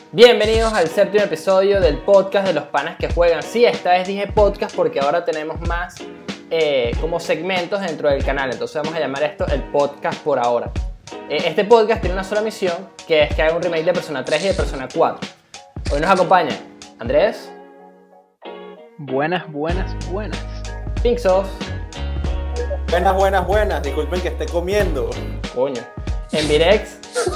Bienvenidos al séptimo episodio del podcast de los panas que juegan. Sí, esta vez dije podcast porque ahora tenemos más como segmentos dentro del canal. Entonces vamos a llamar esto el podcast por ahora. Este podcast tiene una sola misión, que es que haga un remake de Persona 3 y de Persona 4. Hoy nos acompaña Andrés. Buenas. Pixos. Buenas. Disculpen que esté comiendo. Coño. Envirex.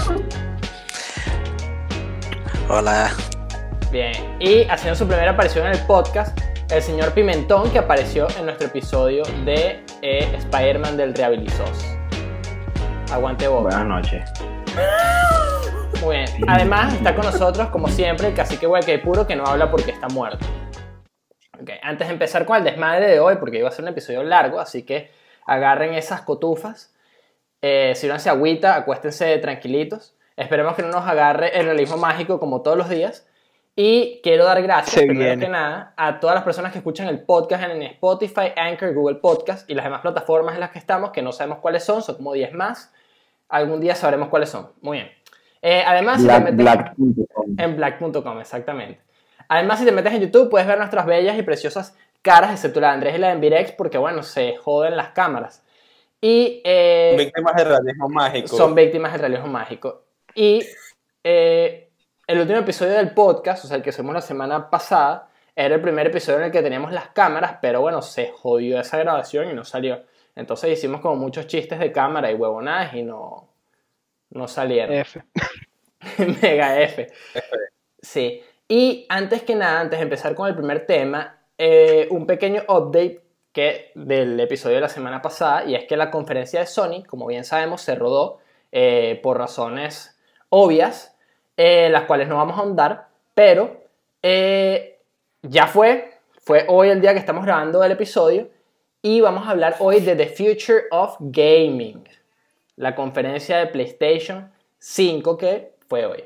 Hola. Bien. Y haciendo su primera aparición en el podcast, el señor Pimentón, que apareció en nuestro episodio de Spider-Man del Rehabilizos. Aguante vos. Buenas noches. Muy bien. Además está con nosotros, como siempre, el cacique Puro, que no habla porque está muerto. Okay. Antes de empezar con el desmadre de hoy, porque iba a ser un episodio largo, así que agarren esas cotufas, sírvanse agüita, acuéstense tranquilitos. Esperemos que no nos agarre el realismo mágico como todos los días. Y quiero dar gracias, primero que nada, a todas las personas que escuchan el podcast en Spotify, Anchor, Google Podcast y las demás plataformas en las que estamos, que no sabemos cuáles son como 10 más. Algún día sabremos cuáles son. Muy bien. Además, Black.com. En black.com, exactamente. Además, si te metes en YouTube, puedes ver nuestras bellas y preciosas caras, excepto la de Andrés y la de Envirex, porque, bueno, se joden las cámaras. Y, víctimas del realismo mágico. Son víctimas del realismo mágico. Y el último episodio del podcast, o sea, el que subimos la semana pasada, era el primer episodio en el que teníamos las cámaras, pero, bueno, se jodió esa grabación y no salió. Entonces hicimos como muchos chistes de cámara y huevonadas y no salieron. F. Mega F. Sí. Y antes que nada, antes de empezar con el primer tema, un pequeño update del episodio de la semana pasada, y es que la conferencia de Sony, como bien sabemos, se rodó por razones obvias, las cuales no vamos a ahondar, pero ya fue hoy el día que estamos grabando el episodio, y vamos a hablar hoy de The Future of Gaming, la conferencia de PlayStation 5 que fue hoy.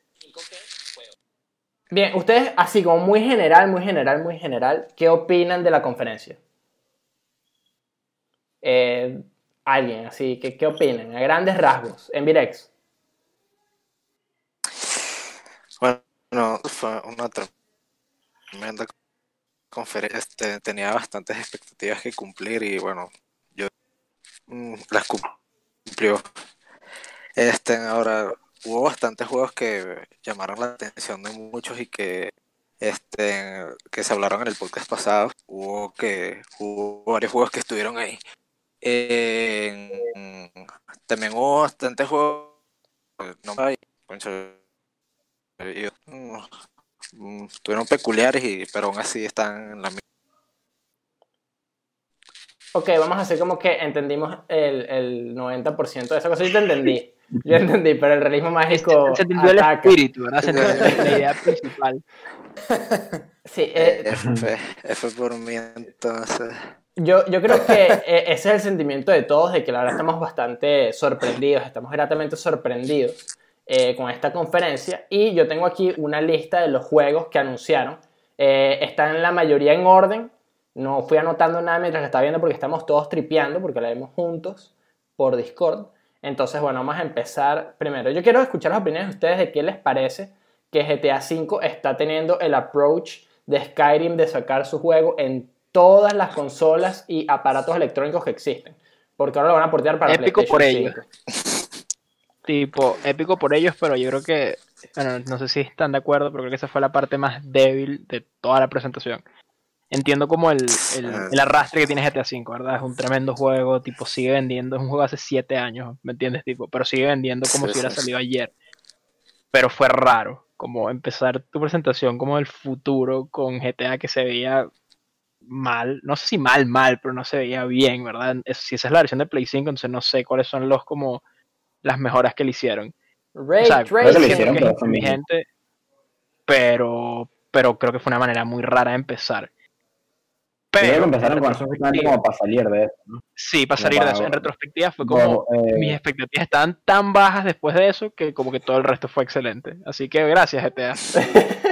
Bien, ustedes, así como muy general, ¿qué opinan de la conferencia? Alguien, así, ¿qué opinan? A grandes rasgos, en Virex. Bueno, fue una tremenda conferencia. Tenía bastantes expectativas que cumplir y bueno, yo las cumplió. Ahora hubo bastantes juegos que llamaron la atención de muchos y que se hablaron en el podcast pasado. Hubo varios juegos que estuvieron ahí. También hubo bastantes juegos estuvieron peculiares, pero aún así están en la misma. Ok, vamos a hacer como que entendimos el 90% de esa cosa. Yo entendí, pero el realismo mágico se entendió el espíritu, ¿verdad? Se entendió la idea principal. Sí, F por mí, entonces. Yo creo que ese es el sentimiento de todos, de que la verdad estamos bastante sorprendidos, estamos gratamente sorprendidos con esta conferencia, y yo tengo aquí una lista de los juegos que anunciaron. Están la mayoría en orden, no fui anotando nada mientras la estaba viendo porque estamos todos tripeando, porque la vemos juntos por Discord. Entonces, bueno, vamos a empezar primero. Yo quiero escuchar las opiniones de ustedes de qué les parece que GTA V está teniendo el approach de Skyrim de sacar su juego en todas las consolas y aparatos electrónicos que existen, porque ahora lo van a portear para épico PlayStation por 5. Épico por ellos, pero yo creo que, bueno, no sé si están de acuerdo, pero creo que esa fue la parte más débil de toda la presentación. Entiendo como el arrastre que tiene GTA V, ¿verdad? Es un tremendo juego, tipo, sigue vendiendo, es un juego hace 7 años, ¿me entiendes? Tipo, pero sigue vendiendo como si hubiera salido ayer. Pero fue raro, como empezar tu presentación como el futuro con GTA que se veía mal, no sé si mal, pero no se veía bien, ¿verdad? Si esa es la versión de Play 5, entonces no sé cuáles son como las mejoras que le hicieron. Ray Tracing, que es inteligente, pero creo que fue una manera muy rara de empezar. Pero empezaron con eso justamente como para salir de eso, ¿no? Sí, para salir de eso. En retrospectiva fue como mis expectativas estaban tan bajas después de eso que como que todo el resto fue excelente. Así que gracias, GTA. Sí,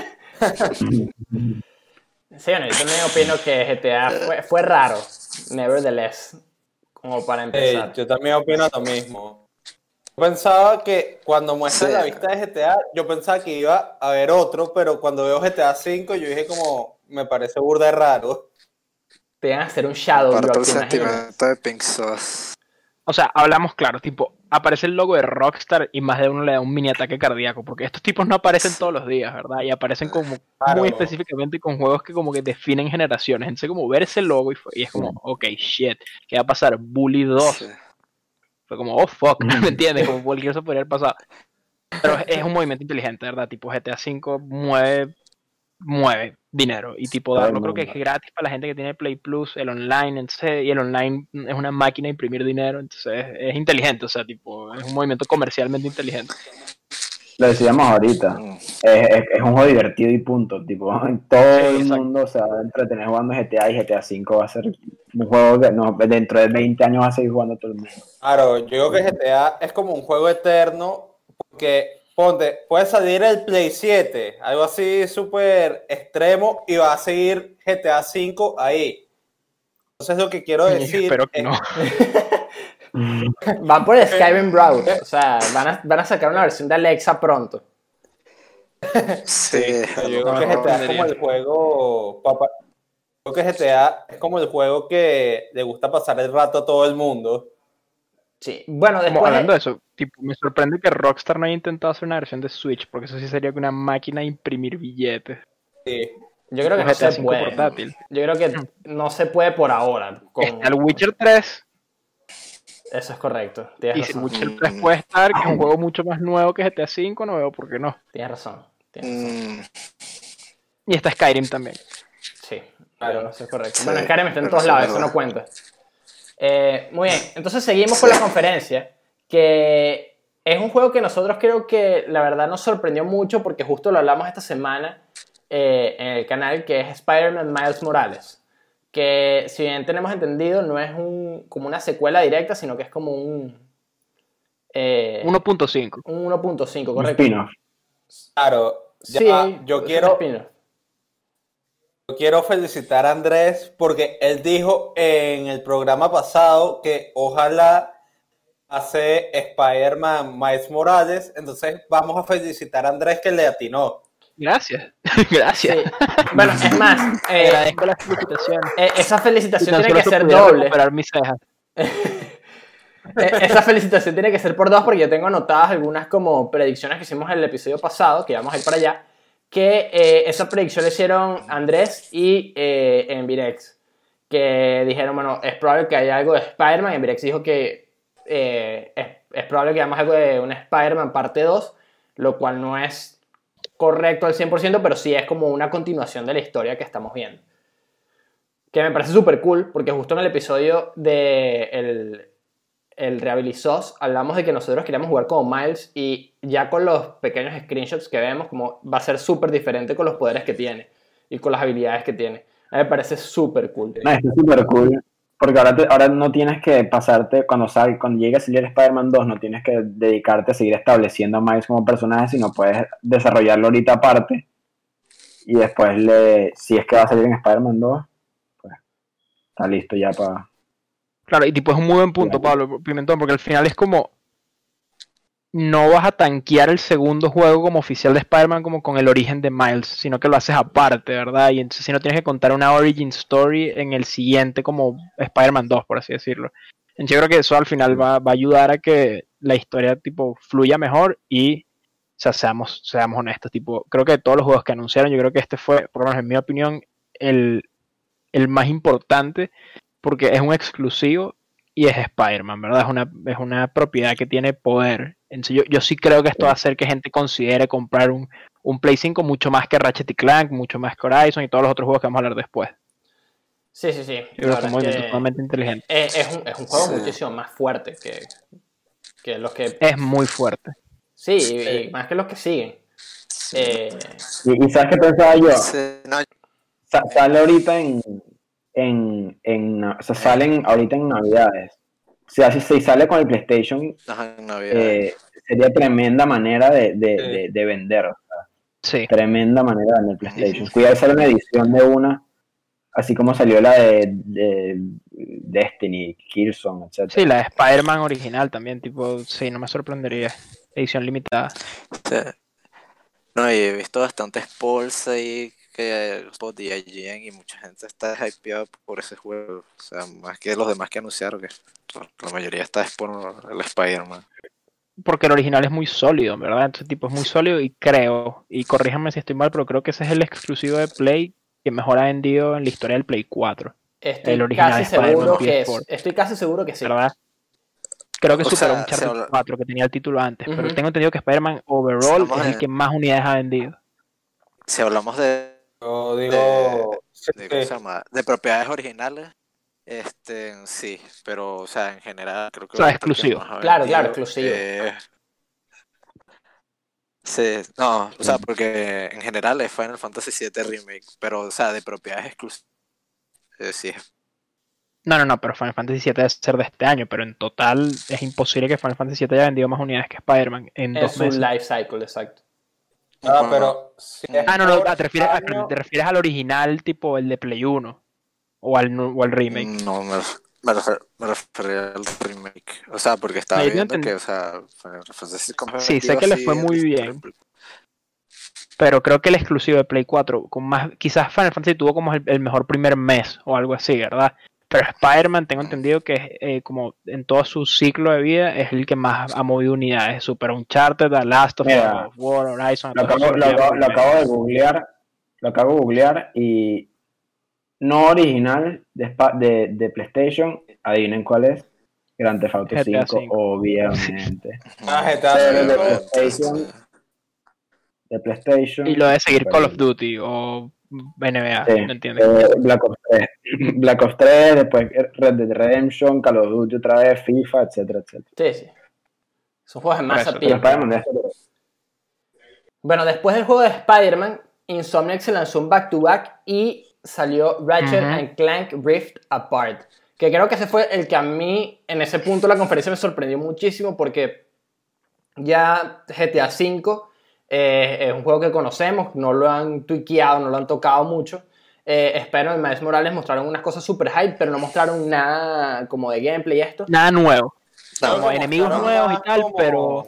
bueno, yo también opino que GTA fue raro, nevertheless, como para empezar. Yo también opino lo mismo. Pensaba que cuando muestran Sí. la vista de GTA, yo pensaba que iba a haber otro, pero cuando veo GTA 5, yo dije como, me parece burda de raro. Te van a hacer un shadow Comparto drop, el ¿te imaginas? sentimiento de Pink Sauce. O sea, hablamos claro, tipo, aparece el logo de Rockstar y más de uno le da un mini ataque cardíaco, porque estos tipos no aparecen todos los días, ¿verdad? Y aparecen como Claro. muy específicamente con juegos que como que definen generaciones. Entonces como ver ese logo y es como, ok, shit, ¿qué va a pasar? Bully 2. Sí. Fue como, oh fuck, ¿me entiendes? Como cualquier cosa podría haber pasado. Pero es un movimiento inteligente, ¿verdad? Tipo GTA V mueve dinero y tipo Todo el darlo creo que es mundo. gratis para la gente que tiene Play Plus, el online, entonces, y el online es una máquina de imprimir dinero, entonces es inteligente, o sea, tipo, es un movimiento comercialmente inteligente. Lo decíamos ahorita. Mm. Es un juego divertido y punto. Tipo, todo Sí, el exacto. mundo se va a entretener jugando GTA y GTA V va a ser un juego que no, dentro de 20 años va a seguir jugando todo el mundo. Claro, yo digo que GTA es como un juego eterno, porque, ponte, puede salir el Play 7, algo así súper extremo, y va a seguir GTA 5 ahí. Entonces lo que quiero Y decir espero que es no. Van por Skyrim Browser, o sea, van a sacar una versión de Alexa pronto. Sí, yo a lo digo No, que no GTA es como entendería. el juego, papá, creo que GTA es como el juego que le gusta pasar el rato a todo el mundo. Sí, bueno, Como después hablando de eso, tipo, me sorprende que Rockstar no haya intentado hacer una versión de Switch, porque eso sí sería que una máquina de imprimir billetes. Sí. yo creo que O no GTA se 5 puede. portátil. Yo creo que no se puede por ahora. Está el Witcher 3, Eso es correcto, y tienes si el razón. Witcher 3 puede estar, que es un juego mucho más nuevo que GTA 5, no veo por qué no. Tienes razón. Tienes razón. Mm, Y está Skyrim también. Sí, Claro. eso es correcto. Sí, Bueno, Skyrim está en pero todos sí es lados, eso verdad. no cuenta. Muy bien, entonces seguimos con la conferencia, que es un juego que nosotros creo que la verdad nos sorprendió mucho porque justo lo hablamos esta semana en el canal, que es Spider-Man Miles Morales, que si bien tenemos entendido no es como una secuela directa, sino que es como un 1.5. 1.5, Un correcto. spin-off. Claro, Sí, ya, yo es un quiero, spin-off. yo quiero felicitar a Andrés porque él dijo en el programa pasado que ojalá hace Spider-Man Miles Morales, entonces vamos a felicitar a Andrés que le atinó. Gracias. Gracias. Sí. Bueno, es más, Agradezco las felicitaciones. esa Y felicitación tan tiene solo que eso ser pudiera doble. recuperar mis cejas. Esa felicitación tiene que ser por dos porque yo tengo anotadas algunas como predicciones que hicimos en el episodio pasado, que vamos a ir para allá, que esa predicción le hicieron Andrés y Envirex, que dijeron, bueno, es probable que haya algo de Spider-Man. Envirex dijo que es probable que hagamos algo de un Spider-Man parte 2, lo cual no es correcto al 100%, pero sí es como una continuación de la historia que estamos viendo. Que me parece súper cool, porque justo en el episodio de el Rehabilizos hablamos de que nosotros queríamos jugar como Miles y ya con los pequeños screenshots que vemos como va a ser súper diferente con los poderes que tiene y con las habilidades que tiene. A mí me parece súper cool. No, es súper cool. Porque ahora no tienes que pasarte, cuando llegue a salir Spider-Man 2, no tienes que dedicarte a seguir estableciendo a Miles como personaje, sino puedes desarrollarlo ahorita aparte. Y después, si es que va a salir en Spider-Man 2, pues está listo ya para... Claro, y tipo es un muy buen punto, Pablo Pimentón, porque al final es como no vas a tanquear el segundo juego como oficial de Spider-Man como con el origen de Miles, sino que lo haces aparte, ¿verdad? Y entonces si no tienes que contar una origin story en el siguiente como Spider-Man 2, por así decirlo. Entonces yo creo que eso al final va a ayudar a que la historia tipo fluya mejor y, o sea, seamos honestos, tipo, creo que de todos los juegos que anunciaron, yo creo que este fue, por lo menos en mi opinión, el más importante porque es un exclusivo y es Spider-Man, ¿verdad? Es una propiedad que tiene poder. Entonces yo sí creo que esto va a hacer que gente considere comprar un Play 5 mucho más que Ratchet y Clank, mucho más que Horizon y todos los otros juegos que vamos a hablar después. Sí. Yo creo que La es un verdad movimiento que totalmente inteligente. es un juego Sí. muchísimo más fuerte que los que... Es muy fuerte. Sí, y más que los que siguen. ¿Y sabes qué pensaba yo? Sí, no, Sale ahorita o sea, salen ahorita en Navidades. O sea, si sale con el PlayStation, ajá, en Navidad. sería tremenda manera de vender. O sea, Sí. tremenda manera de vender PlayStation. Cuidado, sale una edición de una así como salió la de Destiny, Killzone, etc. Sí, la de Spider-Man original también, tipo, sí, no me sorprendería. Edición limitada. Sí. No, y he visto bastantes polls ahí que por de IGN y mucha gente está hypeada por ese juego. O sea, más que los demás que anunciaron, que la mayoría está es por el Spider-Man. Porque el original es muy sólido, ¿verdad? Entonces, tipo, es muy sólido y creo, y corríjanme si estoy mal, pero creo que ese es el exclusivo de Play que mejor ha vendido en la historia del Play 4. El original de Spider-Man PS4. Estoy casi seguro que sí. ¿Verdad? Creo que O superó sea, Uncharted 4, que tenía el título antes, pero Ujú. tengo entendido que Spider-Man overall Estamos es el en- que más unidades ha vendido. Si hablamos Yo digo, sí, de ¿cómo se sí. llama? De propiedades originales, sí, pero o sea, en general creo que O sea, ahorita el que exclusivo. más ha Claro, vendido, exclusivo. sí, no, o sea, porque en general es Final Fantasy VII Remake, pero o sea, de propiedades exclusivas, sí, No, pero Final Fantasy VII debe ser de este año, pero en total es imposible que Final Fantasy VII haya vendido más unidades que Spider-Man en En 2 su meses. life cycle, exacto. Pero si es No, por te refieres, año, te refieres al original, tipo el de Play 1, o al remake. no me refería al remake, o sea, porque No, estaba yo tengo viendo que, entendido. o sea, Final Fantasy como ha Sí, sé vendido que le así fue en muy la historia bien, del pero creo que el exclusivo de Play 4, con más, quizás Final Fantasy tuvo como el mejor primer mes o algo así, ¿verdad? Pero Spider-Man tengo entendido que como en todo su ciclo de vida es el que más ha movido unidades. Super Uncharted, The Last of Us, Mira, God of War, Horizon, lo todo eso acabo, se lo, lleva acabo, muy lo bien. acabo de googlear, y no original de PlayStation, adivinen cuál es, Grand Theft Auto GTA 5, V. obviamente. GTA Pero de 5, PlayStation, Y lo de seguir súper Call of bien. Duty o NBA, Sí, ¿me entiendes? Black Ops 3, Black Ops 3, después Red Dead Redemption, Call of Duty otra vez, FIFA, etcétera, etcétera. Sí, sí. Son juegos de Por más eso. Pero appeal, Spider-Man claro. de eso, Bueno, después del juego de Spider-Man, Insomniac se lanzó un back-to-back y salió Ratchet Ujú. and Clank Rift Apart. Que creo que ese fue el que a mí, en ese punto de la conferencia, me sorprendió muchísimo porque ya GTA V es un juego que conocemos, no lo han tuiqueado, no lo han tocado mucho. Spider-Man y Miles Morales mostraron unas cosas super hype, pero no mostraron nada como de gameplay y esto. Nada nuevo. creo Como que enemigos mostraron nuevos y más tal, pero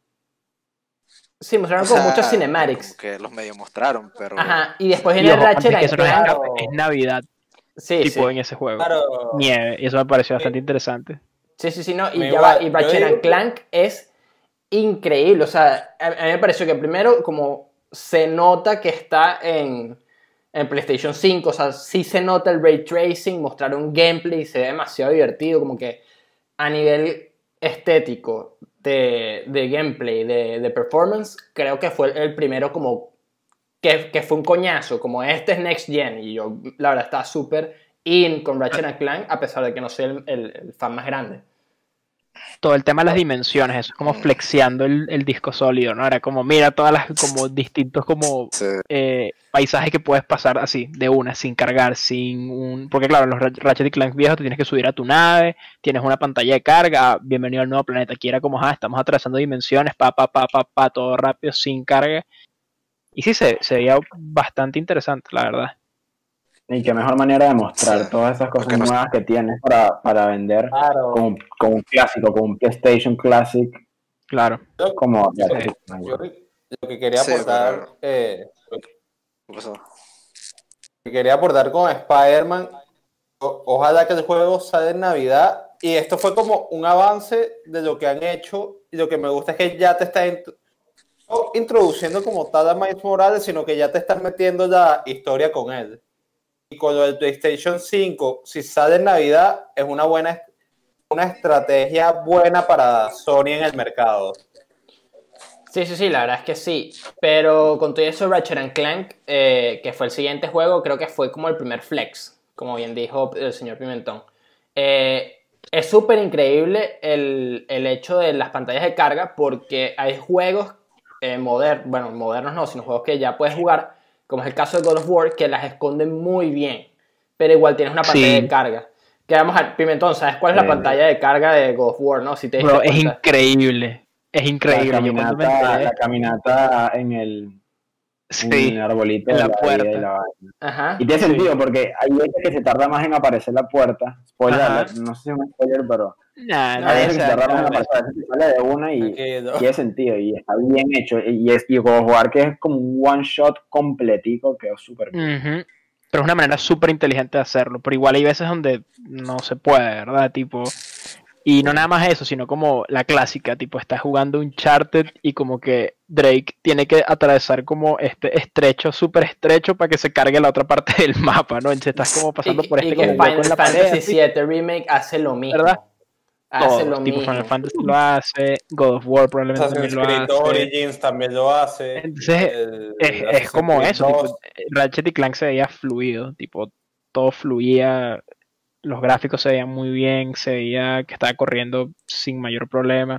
Sí, mostraron O como muchas sea, como cinematics. que los medios mostraron, pero Ajá, y después y viene ojo, Ratchet antes que and eso no es Clank. escape, es Navidad, Sí, tipo sí. en ese juego. claro, Nieve, y eso me pareció bastante interesante. Sí, no, y Me ya va, igual, y yo Ratchet digo and Clank es increíble, o sea, a mí me pareció que primero como se nota que está en PlayStation 5, o sea, sí se nota el ray tracing, mostraron gameplay y se ve demasiado divertido, como que a nivel estético de gameplay, de performance, creo que fue el primero como que fue un coñazo, como este es Next Gen, y yo la verdad estaba súper in con Ratchet and Clank, a pesar de que no soy el fan más grande. Todo el tema de las dimensiones, eso es como flexeando el disco sólido, ¿no? Era como, mira todas las como distintos como sí, paisajes que puedes pasar así, de una, sin cargar, sin un... Porque claro, en los Ratchet y Clank viejos te tienes que subir a tu nave, tienes una pantalla de carga, bienvenido al nuevo planeta, aquí era como, estamos atravesando dimensiones, todo rápido, sin carga. Y sí, se veía bastante interesante, la verdad. y qué mejor manera de mostrar sí. todas esas cosas Porque no, nuevas que tienes para vender claro. con un clásico, con un PlayStation Classic, Claro. como Sí. Yo lo que quería Sí, aportar, ¿qué pasó? que quería aportar con Spider-Man, ojalá que el juego salga en Navidad, y esto fue como un avance de lo que han hecho, y lo que me gusta es que ya te está no introduciendo como tal a Miles Morales, sino que ya te estás metiendo la historia con él. Y con lo del PlayStation 5, si sale en Navidad, es una estrategia buena para Sony en el mercado. Sí, la verdad es que sí. Pero con todo eso, Ratchet and Clank, que fue el siguiente juego, creo que fue como el primer flex, como bien dijo el señor Pimentón. Es súper increíble el hecho de las pantallas de carga, porque hay juegos modernos no, sino juegos que ya puedes jugar, como es el caso de God of War, que las esconden muy bien, pero igual tienes una pantalla de carga. Que vamos a Pimentón, ¿sabes cuál es la pantalla de carga de God of War, no? Si te diste Bro, es cuenta. increíble. Es increíble. Yo cuando me enteré, la caminata en el Sí, un arbolito en de la la vida puerta. y la vaina. Ajá. Y tiene Sí. sentido porque hay veces que se tarda más en aparecer la puerta. Spoiler, Ajá. alert, no sé si es un spoiler, pero Nah, No, hay nadie veces se que se da tarda más en enteramente. aparecer, a veces que sale de una y Tranquilo. tiene sentido y está bien hecho. Y God of War, que es como un one shot completico, quedó súper bien. Ujú. Pero es una manera súper inteligente de hacerlo. Pero igual hay veces donde no se puede, ¿verdad? Tipo. Y no nada más eso, sino como la clásica, tipo, estás jugando Uncharted y como que Drake tiene que atravesar como este estrecho, súper estrecho, para que se cargue la otra parte del mapa, ¿no? Entonces estás como pasando por Y este que como hueco en Final la pared, Fantasy así, VII Remake hace lo ¿verdad? mismo. Hace lo Todos, tipo Final mismo. Fantasy lo hace, God of War probablemente también Assassin's lo Creed hace. Origins también lo hace. Entonces, El es Assassin's como Creed eso, tipo, 2. Ratchet y Clank se veía fluido, tipo, todo fluía, los gráficos se veían muy bien, se veía que estaba corriendo sin mayor problema.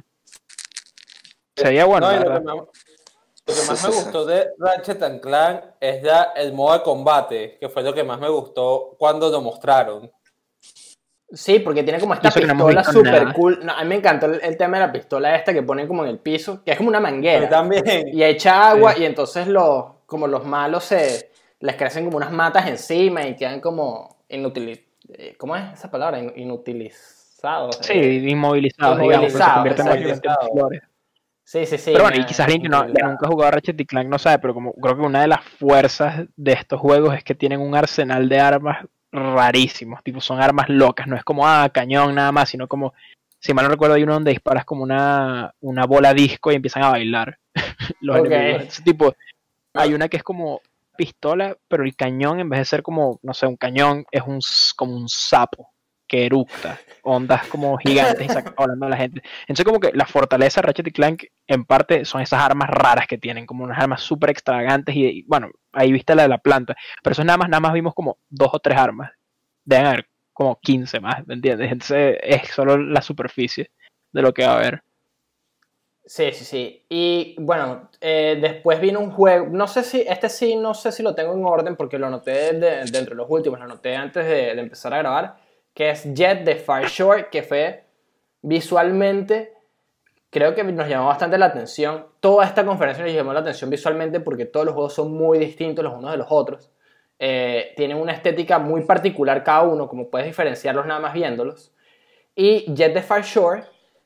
Se veía bueno, No, la y verdad. lo que Sí, más me sí, sí. gustó de Ratchet and Clank es el modo de combate, que fue lo que más me gustó cuando lo mostraron. Sí, porque tiene como Y esta eso que no hemos pistola visto super nada. cool. No, a mí me encantó el tema de la pistola esta que ponen como en el piso, que es como una A mí manguera. también. Y echa agua Sí. y entonces como los malos les crecen como unas matas encima y quedan como ¿cómo es esa palabra? Inutilizados. Sí, inmovilizados, digamos, pero se Inmovilizados, convierten exacto. básicamente en flores. Sí, sí, sí, Pero bueno, y quizás alguien que inutilizados. nunca ha jugado Ratchet y Clank no sabe, pero como creo que una de las fuerzas de estos juegos es que tienen un arsenal de armas rarísimos, tipo son armas locas, no es como, cañón nada más, sino como, si mal no recuerdo, hay uno donde disparas como una bola disco y empiezan a bailar los Ok. enemigos. Entonces, tipo, hay una que es como pistola, pero el cañón, en vez de ser como, no sé, un cañón, es como un sapo que eructa, ondas como gigantes y saca volando a la gente. Entonces, como que la fortaleza de Ratchet y Clank, en parte, son esas armas raras que tienen, como unas armas súper extravagantes. Y, bueno, ahí viste la de la planta, pero eso nada más vimos como 2 o 3 armas. Deben haber como 15 más, ¿me entiendes? Entonces, es solo la superficie de lo que va a haber. Sí, sí, sí. Y bueno, después vino un juego, no sé si, este sí, no sé si lo tengo en orden porque lo anoté dentro de los últimos, lo anoté antes de empezar a grabar, que es Jet de Far Shore, que fue visualmente, creo que nos llamó bastante la atención. Toda esta conferencia nos llamó la atención visualmente porque todos los juegos son muy distintos los unos de los otros. Tienen una estética muy particular cada uno, como puedes diferenciarlos nada más viéndolos. Y Jet de Far Shore...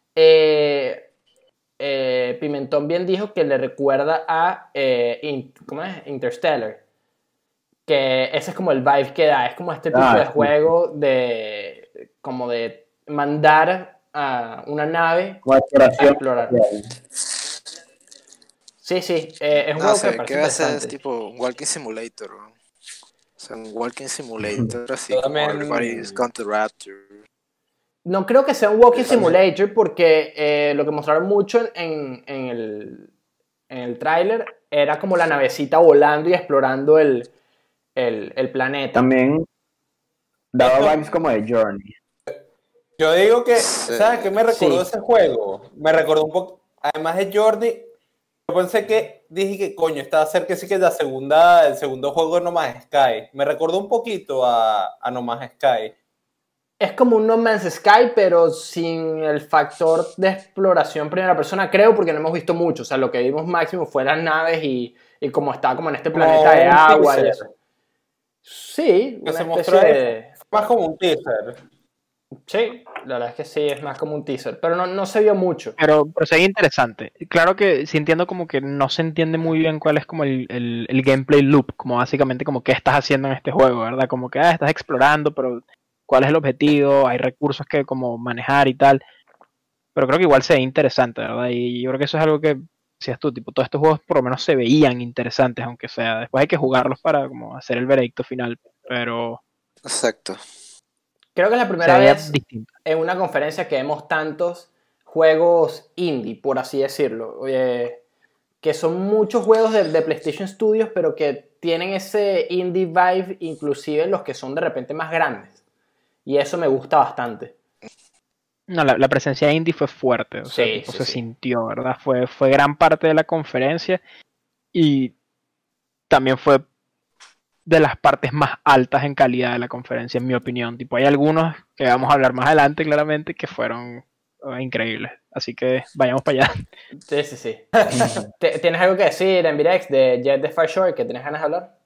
Pimentón bien dijo que le recuerda a ¿cómo es? Interstellar. Que ese es como el vibe que da. Es como este tipo de Sí. juego de como de mandar a una nave Como a exploración. explorar. Sí, sí. Es un No, juego que me sé, parece ¿qué va a ser? Es interesante. tipo un walking simulator, ¿no? O sea, un walking simulator así Yo como también. Everybody's Gone to Rapture. No creo que sea un walking Yo también. simulator porque lo que mostraron mucho en el tráiler era como la navecita volando y explorando el planeta. También daba Esto, vibes como de Journey. yo digo que, Sí. ¿sabes qué me recordó Sí. ese juego? Me recordó un poco, además de Journey, yo pensé que, dije que coño, estaba cerca sí que el segundo juego de No Man's Sky. Me recordó un poquito a No Man's Sky. Es como un No Man's Sky, pero sin el factor de exploración primera persona, creo, porque no hemos visto mucho. O sea, lo que vimos máximo fue las naves y como está como en este planeta de Como un agua y teaser. eso. Sí, Que una se mostró especie ahí, de... más como un teaser. Sí, la verdad es que sí, es más como un teaser, pero no se vio mucho. Pero sería interesante. Claro que sí entiendo como que no se entiende muy bien cuál es como el gameplay loop, como básicamente como qué estás haciendo en este juego, ¿verdad? Como que estás explorando, pero cuál es el objetivo, hay recursos que como manejar y tal. Pero creo que igual sería interesante, ¿verdad? Y yo creo que eso es algo que, si es tú, tipo, todos estos juegos por lo menos se veían interesantes, aunque sea. Después hay que jugarlos para como hacer el veredicto final, pero Exacto. Creo que es la se primera veía vez distinto. en una conferencia que vemos tantos juegos indie, por así decirlo. Que son muchos juegos de PlayStation Studios, pero que tienen ese indie vibe, inclusive los que son de repente más grandes. Y eso me gusta bastante. No, la presencia indie fue fuerte, o sea, Sí, tipo, sí, se sí. sintió, ¿verdad? Fue gran parte de la conferencia y también fue de las partes más altas en calidad de la conferencia, en mi opinión. Tipo, hay algunos que vamos a hablar más adelante, claramente, que fueron increíbles. Así que vayamos para allá. Sí, sí, sí. ¿Tienes algo que decir en Virex de Jet the Far Shore que tienes ganas de hablar?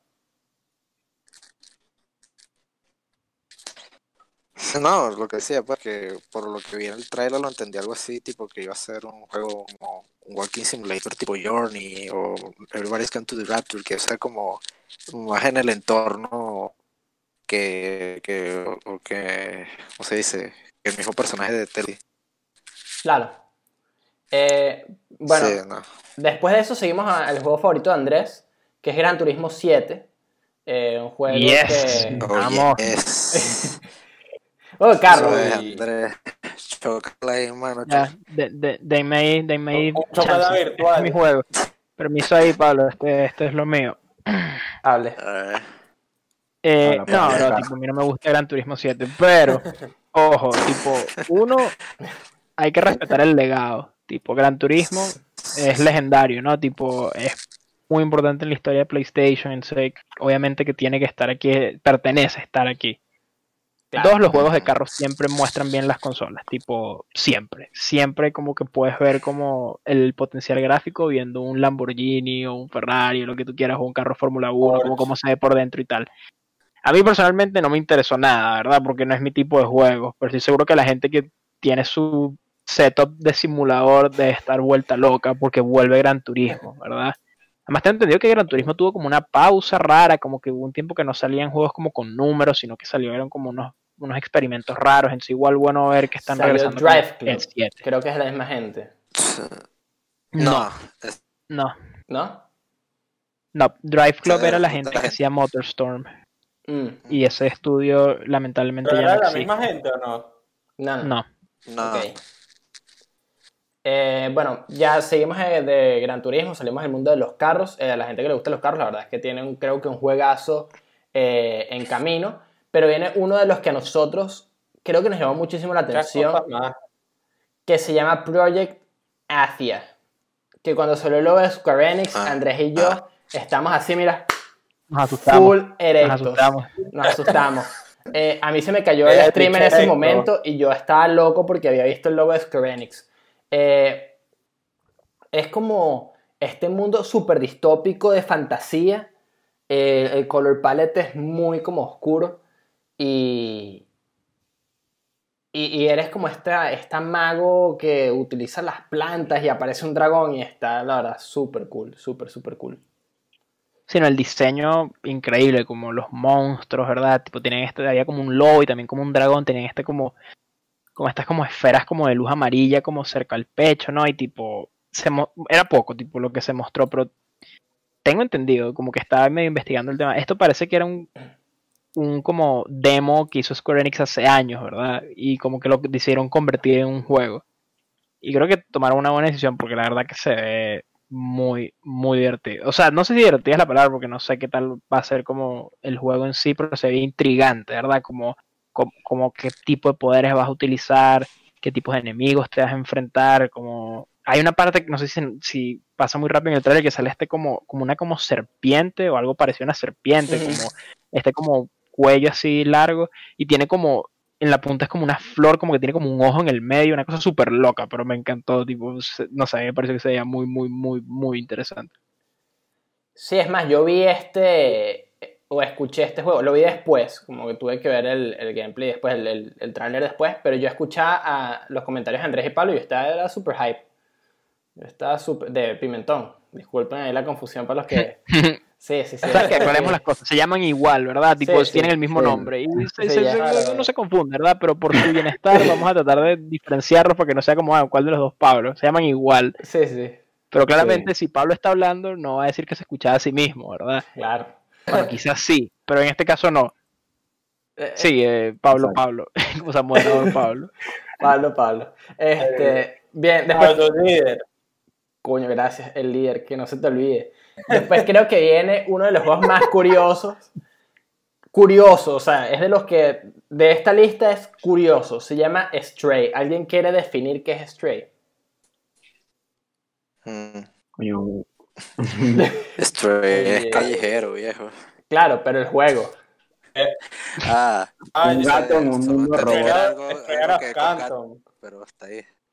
No, lo que decía, pues que por lo que vi en el trailer lo entendí algo así, tipo que iba a ser un juego como un walking simulator tipo Journey o Everybody's Gone to the Rapture, que sea como más en el entorno ¿cómo se dice? Que el mismo personaje de Telly. Claro. Bueno, Sí, no. después de eso seguimos al juego favorito de Andrés, que es Gran Turismo 7. Un juego Yes. que... Oh, Vamos. yes. Oh, carro. Eso es, Andrés. Chócala ahí, mano. Ya, they made Un chocolate chance. virtual. Es mi juego. Permiso ahí, Pablo, este es lo mío. Hable. Habla, No, Pablo, bro, claro. tipo, a mí no me gusta Gran Turismo 7, pero, ojo, tipo, uno, hay que respetar el legado. Tipo, Gran Turismo es legendario, ¿no? Tipo, es muy importante en la historia de PlayStation, entonces, obviamente que tiene que estar aquí, pertenece a estar aquí. Claro. Todos los juegos de carros siempre muestran bien las consolas, tipo, siempre como que puedes ver como el potencial gráfico viendo un Lamborghini o un Ferrari o lo que tú quieras, o un carro Fórmula 1, como cómo se ve por dentro y tal. A mí personalmente no me interesó nada, ¿verdad? Porque no es mi tipo de juego, pero estoy seguro que la gente que tiene su setup de simulador de estar vuelta loca porque vuelve Gran Turismo, ¿verdad? Además, te he entendido que Gran Turismo tuvo como una pausa rara, como que hubo un tiempo que no salían juegos como con números, sino que salieron como unos experimentos raros. Entonces, igual bueno ver que están Salió regresando Drive con el Club. 7. Creo que es la misma gente. No, es- no, ¿No? no. Drive Club era la otra gente que gente. hacía Motorstorm. Mm. Y ese estudio lamentablemente ¿Pero ya era no la existe. misma gente o no? No. No. No. Ok. Bueno, ya seguimos de Gran Turismo, salimos del mundo de los carros. A la gente que le gusta los carros, la verdad es que tienen, creo que un juegazo en camino. Pero viene uno de los que a nosotros creo que nos llamó muchísimo la Muchas atención, cosas más. que se llama Project Athia. Que cuando salió el logo de Square Enix, Ah, Andrés y yo estamos así, mira, Nos asustamos. full erectos. Nos asustamos. A mí se me cayó el stream en ese Erecto. momento y yo estaba loco porque había visto el logo de Square Enix. Es como este mundo súper distópico de fantasía. El color palette es muy como oscuro y eres como esta mago que utiliza las plantas y aparece un dragón y está, la verdad, súper cool, súper cool. Sino el diseño increíble, como los monstruos, ¿verdad? Tipo, tienen había como un lobo y también como un dragón, tenían como estas como esferas como de luz amarilla como cerca al pecho, ¿no? Y tipo, era poco, tipo, lo que se mostró, pero tengo entendido, como que estaba medio investigando el tema. Esto parece que era un como demo que hizo Square Enix hace años, ¿verdad? Y como que lo decidieron convertir en un juego. Y creo que tomaron una buena decisión porque la verdad que se ve muy, muy divertido. O sea, no sé si divertida es la palabra porque no sé qué tal va a ser como el juego en sí, pero se ve intrigante, ¿verdad? Como qué tipo de poderes vas a utilizar, qué tipos de enemigos te vas a enfrentar, como... Hay una parte que no sé si pasa muy rápido en el trailer que sale como una como serpiente o algo parecido a una serpiente, como cuello así largo y tiene como en la punta es como una flor, como que tiene como un ojo en el medio, una cosa súper loca, pero me encantó, tipo, no sé, me parece que se veía muy, muy, muy, muy interesante. Sí, es más, yo vi o escuché este juego, lo vi después, como que tuve que ver el gameplay después, el trailer después, pero yo escuchaba a los comentarios de Andrés y Pablo y yo era súper hype. Yo estaba súper... de Pimentón, disculpen ahí la confusión para los que... Sí. ¿Sabes qué? Aclaremos las cosas, se llaman igual, ¿verdad? Tipo, Sí, tienen el mismo sí. nombre y ya. uno se confunde, ¿verdad? Pero por su bienestar vamos a tratar de diferenciarlos para que no sea como, ¿cuál de los dos Pablo? Se llaman igual. Sí, Pero claramente si Pablo está hablando no va a decir que se escuchaba a sí mismo, ¿verdad? claro. Bueno, quizás sí, pero en este caso no. Sí, Pablo, Exacto. Pablo, como sea, moderador Pablo. Pablo. Bien, después... Pablo líder. Coño, gracias, el líder, que no se te olvide. Después creo que viene uno de los juegos más curiosos. Curioso, o sea, es de los que... De esta lista es curioso. Se llama Stray. ¿Alguien quiere definir qué es Stray? Coño. Stray es callejero, viejo. Claro, pero el juego. Ah, Ah, Un yo gato en un solo mundo entendí que robot. era algo Esperar que a con gato, Phantom. pero está ahí.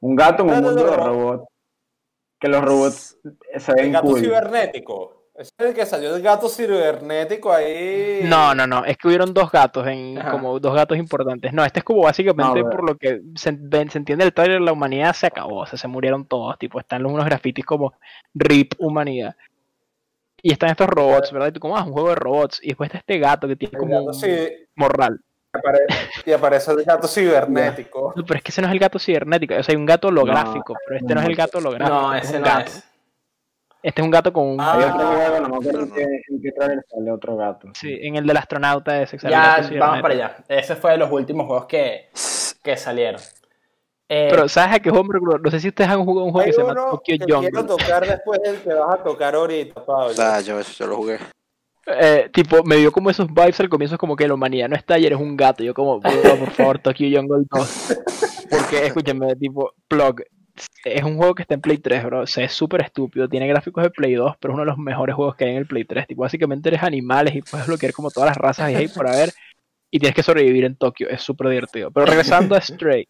Un gato en un No, no, mundo de no. robots. Que los robots se El ven gato cool. cibernético. Ese es el que salió del gato cibernético ahí. No, es que hubieron dos gatos, Ajá. como dos gatos importantes. No, este es como básicamente No, por lo que se entiende el trailer, la humanidad se acabó, o sea, se murieron todos, tipo, están unos grafitis como RIP humanidad. Y están estos robots, ¿verdad? Y tú como, un juego de robots. Y después está este gato que tiene El como gato un sí, morral. y aparece el gato cibernético. No, pero es que ese no es el gato cibernético, o sea, hay un gato holográfico, pero este no es el gato holográfico, No, este es ese un no gato. es. Este es un gato con un... Hay otro juego, no me acuerdo no, en qué trailer sale otro gato. Sí, en el del astronauta ese. sale el Ya, gato vamos cibernético. para allá. Ese fue de los últimos juegos que salieron. Pero, ¿sabes a qué juego me recuerdo? No sé si ustedes han jugado un juego Hay que se llama uno Tokyo que quiero Jungle. tocar después del que vas a tocar ahorita, Pablo. Yo lo jugué. Tipo, me dio como esos vibes al comienzo, como que la humanidad no está y eres un gato. Yo como, "Bro, por favor, Tokyo Jungle 2. Porque, escúchame, tipo, Plug, es un juego que está en Play 3, bro. O sea, es súper estúpido. Tiene gráficos de Play 2, pero es uno de los mejores juegos que hay en el Play 3. Tipo, básicamente eres animales y puedes bloquear como todas las razas y hay por haber. Y tienes que sobrevivir en Tokio. Es súper divertido. Pero regresando a Stray.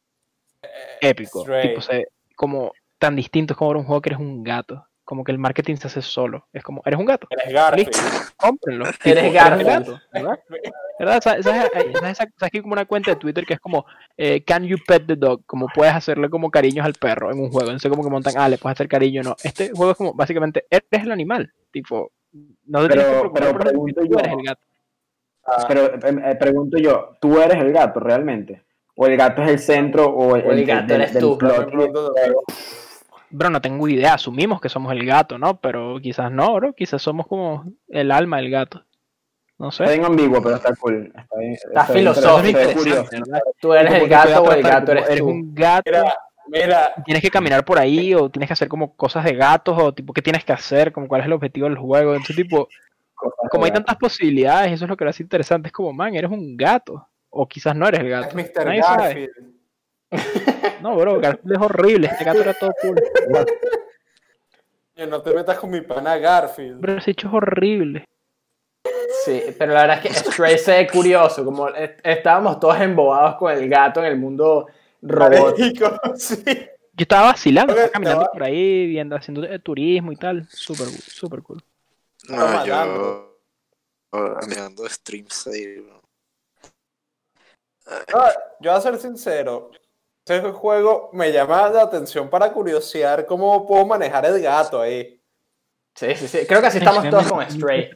Épico. Stray. Tipo, como tan distinto, es como ver un juego que eres un gato. Como que el marketing se hace solo. Es como, eres un gato. Eres Garfield. Listo, cómprenlo. Eres un Garfield. gato, ¿verdad? ¿Verdad? ¿Sabes que hay como una cuenta de Twitter que es como Can you pet the dog? Como puedes hacerle como cariños al perro en un juego. Entonces como que montan, le puedes hacer cariño, no. Este juego es como básicamente eres el animal. Tipo, no te tienes que preocupar pero por eso, pregunto tú yo. eres el gato. Pero pregunto yo, ¿tú eres el gato realmente? ¿O el gato es el centro o el gato eres tú. plot? Bro, no tengo idea, asumimos que somos el gato, ¿no? Pero quizás no, bro. Quizás somos como el alma del gato. No sé. Está bien ambiguo, pero está cool. Está bien filosófico. interesante, curioso. ¿Verdad? Tú eres Tipo, el porque gato o el tratar gato como, eres tú. un gato. Mira, Tienes que caminar por ahí o tienes que hacer como cosas de gatos o tipo qué tienes que hacer, como cuál es el objetivo del juego. Entonces tipo, Cosas como hay de tantas posibilidades, eso es lo que lo hace interesante. Es como, man, eres un gato. O quizás no eres el es gato. Mr. Nadie sabe. Garfield. No, bro, Garfield es horrible. Este gato era todo cool. No te metas con mi pana Garfield. Pero ese hecho es horrible. Sí, pero la verdad es que Stray se ve curioso, como estábamos todos embobados con el gato en el mundo robot. Marico, sí. Yo estaba vacilando, Ok, estaba caminando estaba- por ahí, viendo, haciendo turismo y tal. Súper cool. No, malandro. mirando streams ahí. ¿No? No, yo voy a ser sincero. Ese juego me llama la atención para curiosear cómo puedo manejar el gato ahí. Sí. Creo que así estamos todos con Stray.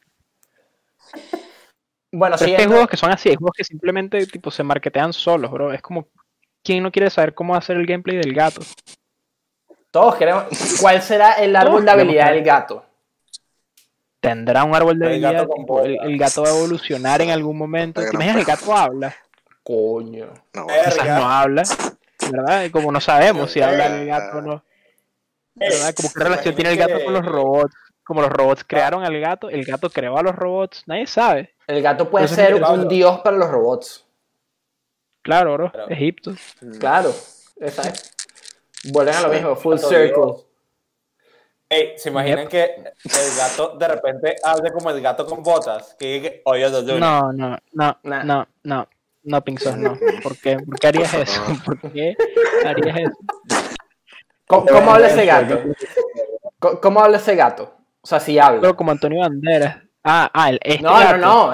Bueno, Pero es que hay siguiendo. juegos que son así, hay juegos que simplemente tipo se marketean solos, bro. Es como, ¿quién no quiere saber cómo hacer el gameplay del gato? Todos queremos. ¿Cuál será el árbol de habilidad del gato? Tendrá un árbol de El gato habilidad, con tipo, el bola. gato va a evolucionar en algún momento. ¿Te imaginas el gato habla? Coño. No, Quizás Verga. no habla, ¿verdad? Y como no sabemos si habla el gato o no. ¿Verdad? Como qué relación tiene el gato con los robots. Como los robots crearon al gato, el gato creó a los robots, nadie sabe. El gato puede Eso es ser interesante. un dios para los robots. Claro, bro, Claro. Egipto. Claro. Exacto. Vuelven a lo mismo, full Gato circle. Dios. Ey, ¿se imaginan que el gato de repente hable como el gato con botas? Que diga, oye, No, Nah. no, Pinzos, no. ¿Por qué? ¿Por qué harías eso? ¿Por qué harías eso? ¿Cómo habla ese gato? ¿Cómo habla ese gato? O sea, si habla. Pero como Antonio Banderas. Este No. gato.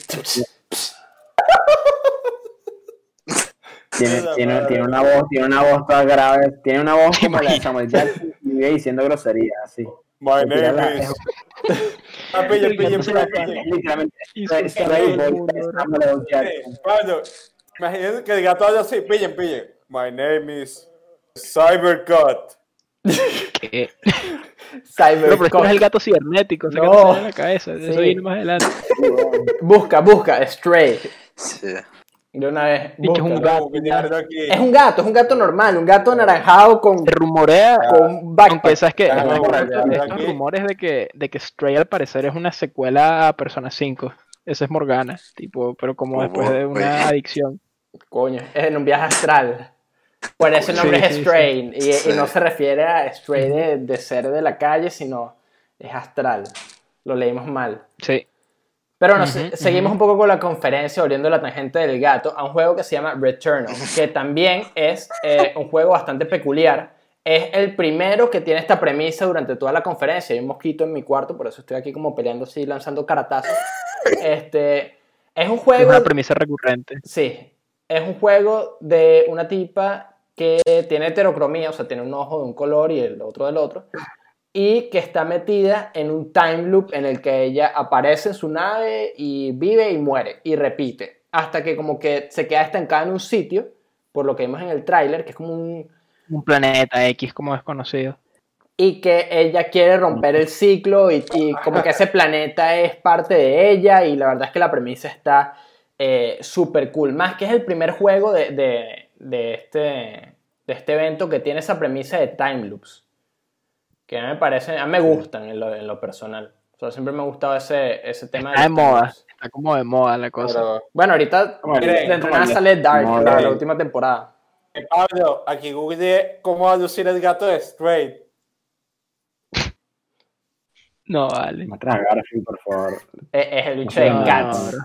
Tiene una voz toda grave, tiene una voz como la de Samuel Jackson y vive diciendo groserías, así. My Tira la- name is. Ah, pille. Literalmente, Y Stray su Boy cara, es Samuel Jackson. Pablo, imagínate que el gato habla así, pillen. My name is Cybercut. ¿Qué? Pero esto no es el gato cibernético, se No. en la cabeza. Eso Sí. viene más adelante. Busca, Stray. sí. De una vez. Dicho, es un busca. gato. Es un gato normal, un gato anaranjado con Se rumorea, un aunque backpack. sabes que Ah, no, estos aquí. rumores de que Stray al parecer es una secuela a Persona 5. Esa es Morgana, tipo, pero como Oh, después de güey. una adicción. Coño, es en un viaje astral. Por eso el nombre Sí, es sí, Stray. Y Sí. no se refiere a Stray de ser de la calle, sino es astral. Lo leímos mal. Sí. Pero no, seguimos un poco con la conferencia, volviendo a la tangente del gato, a un juego que se llama Returnal, que también es un juego bastante peculiar. Es el primero que tiene esta premisa durante toda la conferencia. Hay un mosquito en mi cuarto, por eso estoy aquí como peleando así, lanzando caratazos. Es un juego... Es una premisa recurrente. Sí, es un juego de una tipa que tiene heterocromía, o sea, tiene un ojo de un color y el otro del otro, y que está metida en un time loop en el que ella aparece en su nave y vive y muere, y repite, hasta que como que se queda estancada en un sitio, por lo que vimos en el tráiler, que es como un planeta X como desconocido. Y que ella quiere romper el ciclo y como que ese planeta es parte de ella, y la verdad es que la premisa está súper cool. Más que es el primer juego de este evento que tiene esa premisa de time loops. Que a mí me gustan en lo personal. O sea, siempre me ha gustado ese tema. Está de moda, está como de moda la cosa. Pero, bueno, ahorita dentro de nada sale Dark, la última temporada. Pablo, aquí googleé cómo aducir el gato de Stray. No, vale. Me traga Garfield, por favor. Es el bicho de Cats.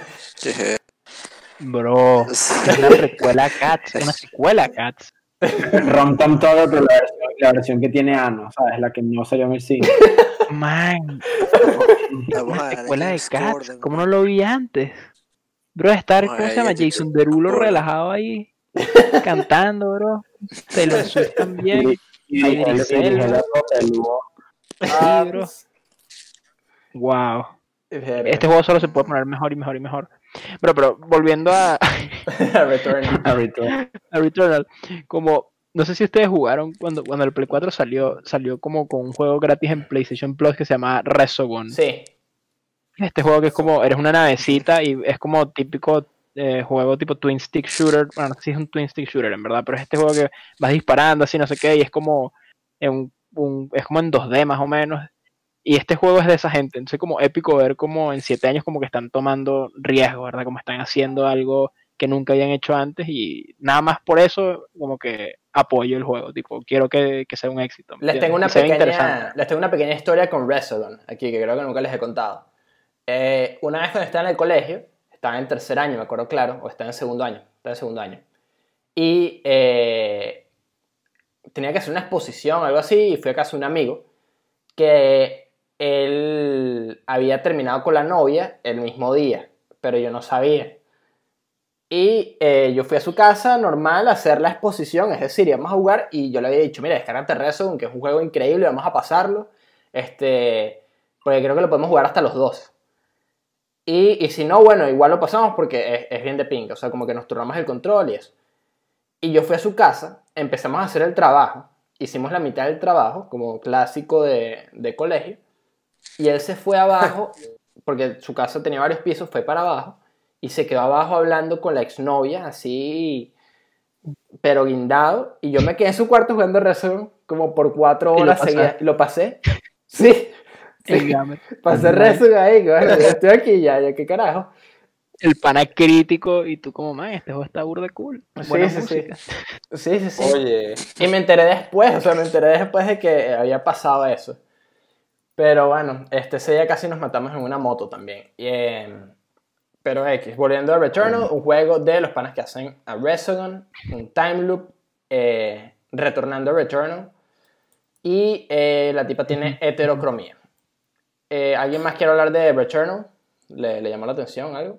Bro, es una precuela a Cats, es una secuela a Cats. Rompan todo, pero la versión que tiene Ano, ¿sabes? La que no salió en el cine. Man, Vamos una a secuela de Discord, Cats, ¿cómo no lo vi antes? Bro, estar, ¿cómo se llama? Jason Derulo relajado ahí, cantando, bro. Taylor Swift también. Idris Elba. Sí, bro. Wow. Este juego solo se puede poner mejor y mejor y mejor. Pero volviendo a Returnal, como no sé si ustedes jugaron cuando el Play 4 salió como con un juego gratis en PlayStation Plus que se llama Resogun. Sí. Este juego que es como, eres una navecita y es como típico juego tipo Twin Stick Shooter. Bueno, no sé si es un Twin Stick Shooter en verdad, pero es este juego que vas disparando así, no sé qué, y es como es como en 2D más o menos. Y este juego es de esa gente, entonces como épico ver como en 7 años como que están tomando riesgo, ¿verdad? Como están haciendo algo que nunca habían hecho antes, y nada más por eso como que apoyo el juego, tipo, quiero que sea un éxito. Les tengo una pequeña historia con Resogun aquí, que creo que nunca les he contado. Una vez cuando estaba en el colegio, estaba en tercer año, me acuerdo claro, o estaba en segundo año, y tenía que hacer una exposición, algo así, y fui a casa de un amigo que él había terminado con la novia el mismo día, pero yo no sabía. Y yo fui a su casa normal a hacer la exposición, es decir, íbamos a jugar, y yo le había dicho, mira, descárgate Resogun, que es un juego increíble, vamos a pasarlo, porque creo que lo podemos jugar hasta los dos. Y si no, bueno, igual lo pasamos porque es bien de ping, o sea, como que nos turnamos el control y eso. Y yo fui a su casa, empezamos a hacer el trabajo, hicimos la mitad del trabajo, como clásico de colegio, y él se fue abajo, porque su casa tenía varios pisos, fue para abajo, y se quedó abajo hablando con la exnovia, así, pero guindado, y yo me quedé en su cuarto jugando Resogun como por 4 horas seguidas, y lo pasé, sí, pasé Resogun ahí, bueno, yo estoy aquí ya qué carajo. El pana crítico y tú como, man, este juego está burda cool. Buena música. Sí. Oye. Y me enteré después de que había pasado eso. Pero bueno, ese día casi nos matamos en una moto también. Pero volviendo a Returnal, un juego de los panas que hacen a Resogun, un time loop, retornando a Returnal. Y la tipa tiene heterocromía. ¿Alguien más quiere hablar de Returnal? ¿Le llamó la atención algo?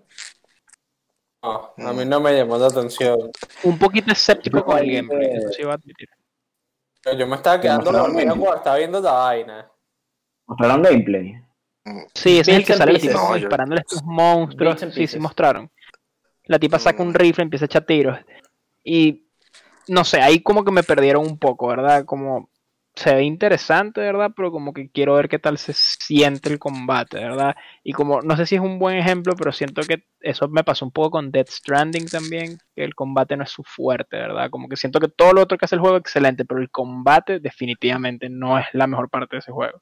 No, a mí no me llamó la atención. Un poquito escéptico con el gameplay, eso sí va a admitir. Yo me estaba quedando dormido cuando estaba viendo la vaina. ¿Mostraron gameplay? Sí, ese es el que sale Pieces. tipo disparándole a estos monstruos. Sí, mostraron. La tipa saca un rifle, empieza a echar tiros. Y no sé, ahí como que me perdieron un poco, ¿verdad? Como se ve interesante, ¿verdad? Pero como que quiero ver qué tal se siente el combate, ¿verdad? Y como, no sé si es un buen ejemplo, pero siento que eso me pasó un poco con Death Stranding también, que el combate no es su fuerte, ¿verdad? Como que siento que todo lo otro que hace el juego es excelente, pero el combate definitivamente no es la mejor parte de ese juego.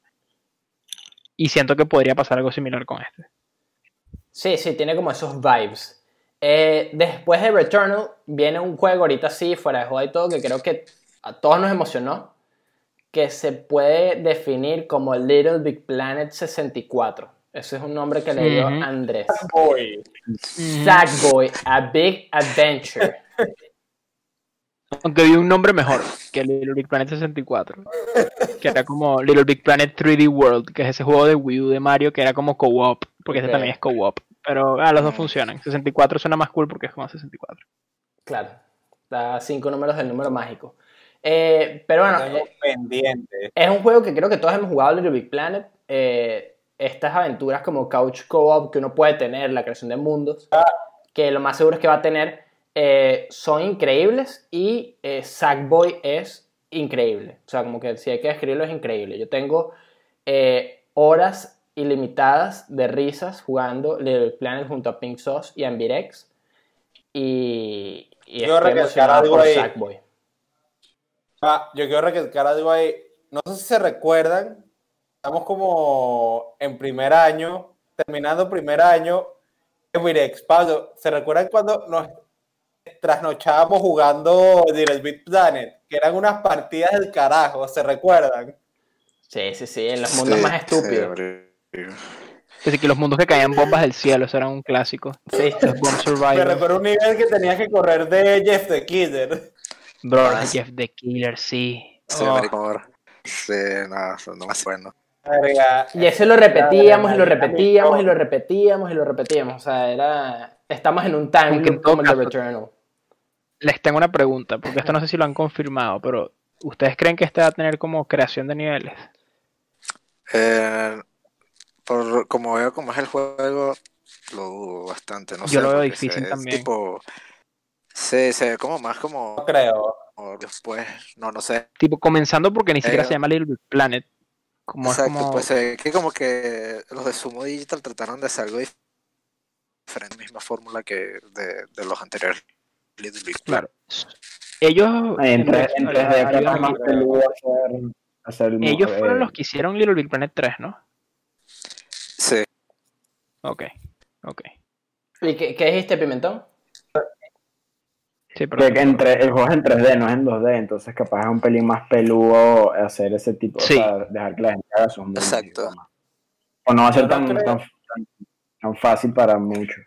Y siento que podría pasar algo similar con este. Sí, tiene como esos vibes. Después de Returnal viene un juego, ahorita sí, fuera de juego y todo, que creo que a todos nos emocionó, que se puede definir como Little Big Planet 64. Ese es un nombre que le dio Ujú. Andrés. Boy. Sackboy, A Big Adventure. Aunque había un nombre mejor que Little Big Planet 64. Que era como Little Big Planet 3D World, que es ese juego de Wii U de Mario que era como co-op, porque Ok. ese también es co-op. Pero los dos funcionan. 64 suena más cool porque es como 64. Claro, da 5 números del número mágico. Pero bueno, Tengo pendiente. es un juego que creo que todos hemos jugado, Little Big Planet. Estas aventuras como Couch Co-op que uno puede tener, la creación de mundos, que lo más seguro es que va a tener, son increíbles y Sackboy es increíble. O sea, como que si hay que describirlo es increíble. Yo tengo horas ilimitadas de risas jugando Little Big Planet junto a Pink Sauce y Ambirex. Y Yo estoy recalcar emocionado algo por ahí. Sackboy. Yo quiero recalcar algo ahí. No sé si se recuerdan, estamos como en primer año, terminando primer año en Wirex. Pablo, ¿se recuerdan cuando nos trasnochábamos jugando Little Big Planet? Que eran unas partidas del carajo, ¿se recuerdan? Sí, sí, sí, en los mundos más estúpidos. marico. Así que los mundos que caían bombas del cielo, eso era un clásico. Sí. Los Bomb Me Survivor. recuerdo un nivel que tenías que correr de Jeff the Killer. Bro, Ah, Jeff the Killer, sí. Sí, Oh, marico, ahora. Sí, no, eso no más bueno. Verga, Y ese lo repetíamos y lo adrenalina, repetíamos y lo misión. repetíamos y lo repetíamos. O sea, era. Estamos en un time Aunque en loop todo como el de caso- Returnal. les tengo una pregunta, porque esto no sé si lo han confirmado, pero ¿ustedes creen que este va a tener como creación de niveles? Por como veo cómo es el juego, lo dudo bastante, no Yo sé, lo veo porque difícil es también. tipo, se ve como más No como creo. después, no sé, Tipo, comenzando porque ni siquiera Eh, se llama Little Big Planet. Como es exacto, como. pues se ve que como que los de Sumo Digital trataron de hacer algo diferente, misma fórmula que de los anteriores Little Big Planet. Claro. Ellos. En 3D ayúdame capaz más aquí. peludo hacer Ellos fueron los que hicieron Little Big Planet 3, ¿no? Sí, Ok. Ok. ¿Y qué dijiste, Pimentón? Sí, pero. que el juego es en 3D, no es en 2D, entonces capaz es un pelín más peludo hacer ese tipo, Sí. o sea, dejar que la gente haga sus movimientos. Exacto. O no va a ser Yo no creo. tan fácil para muchos.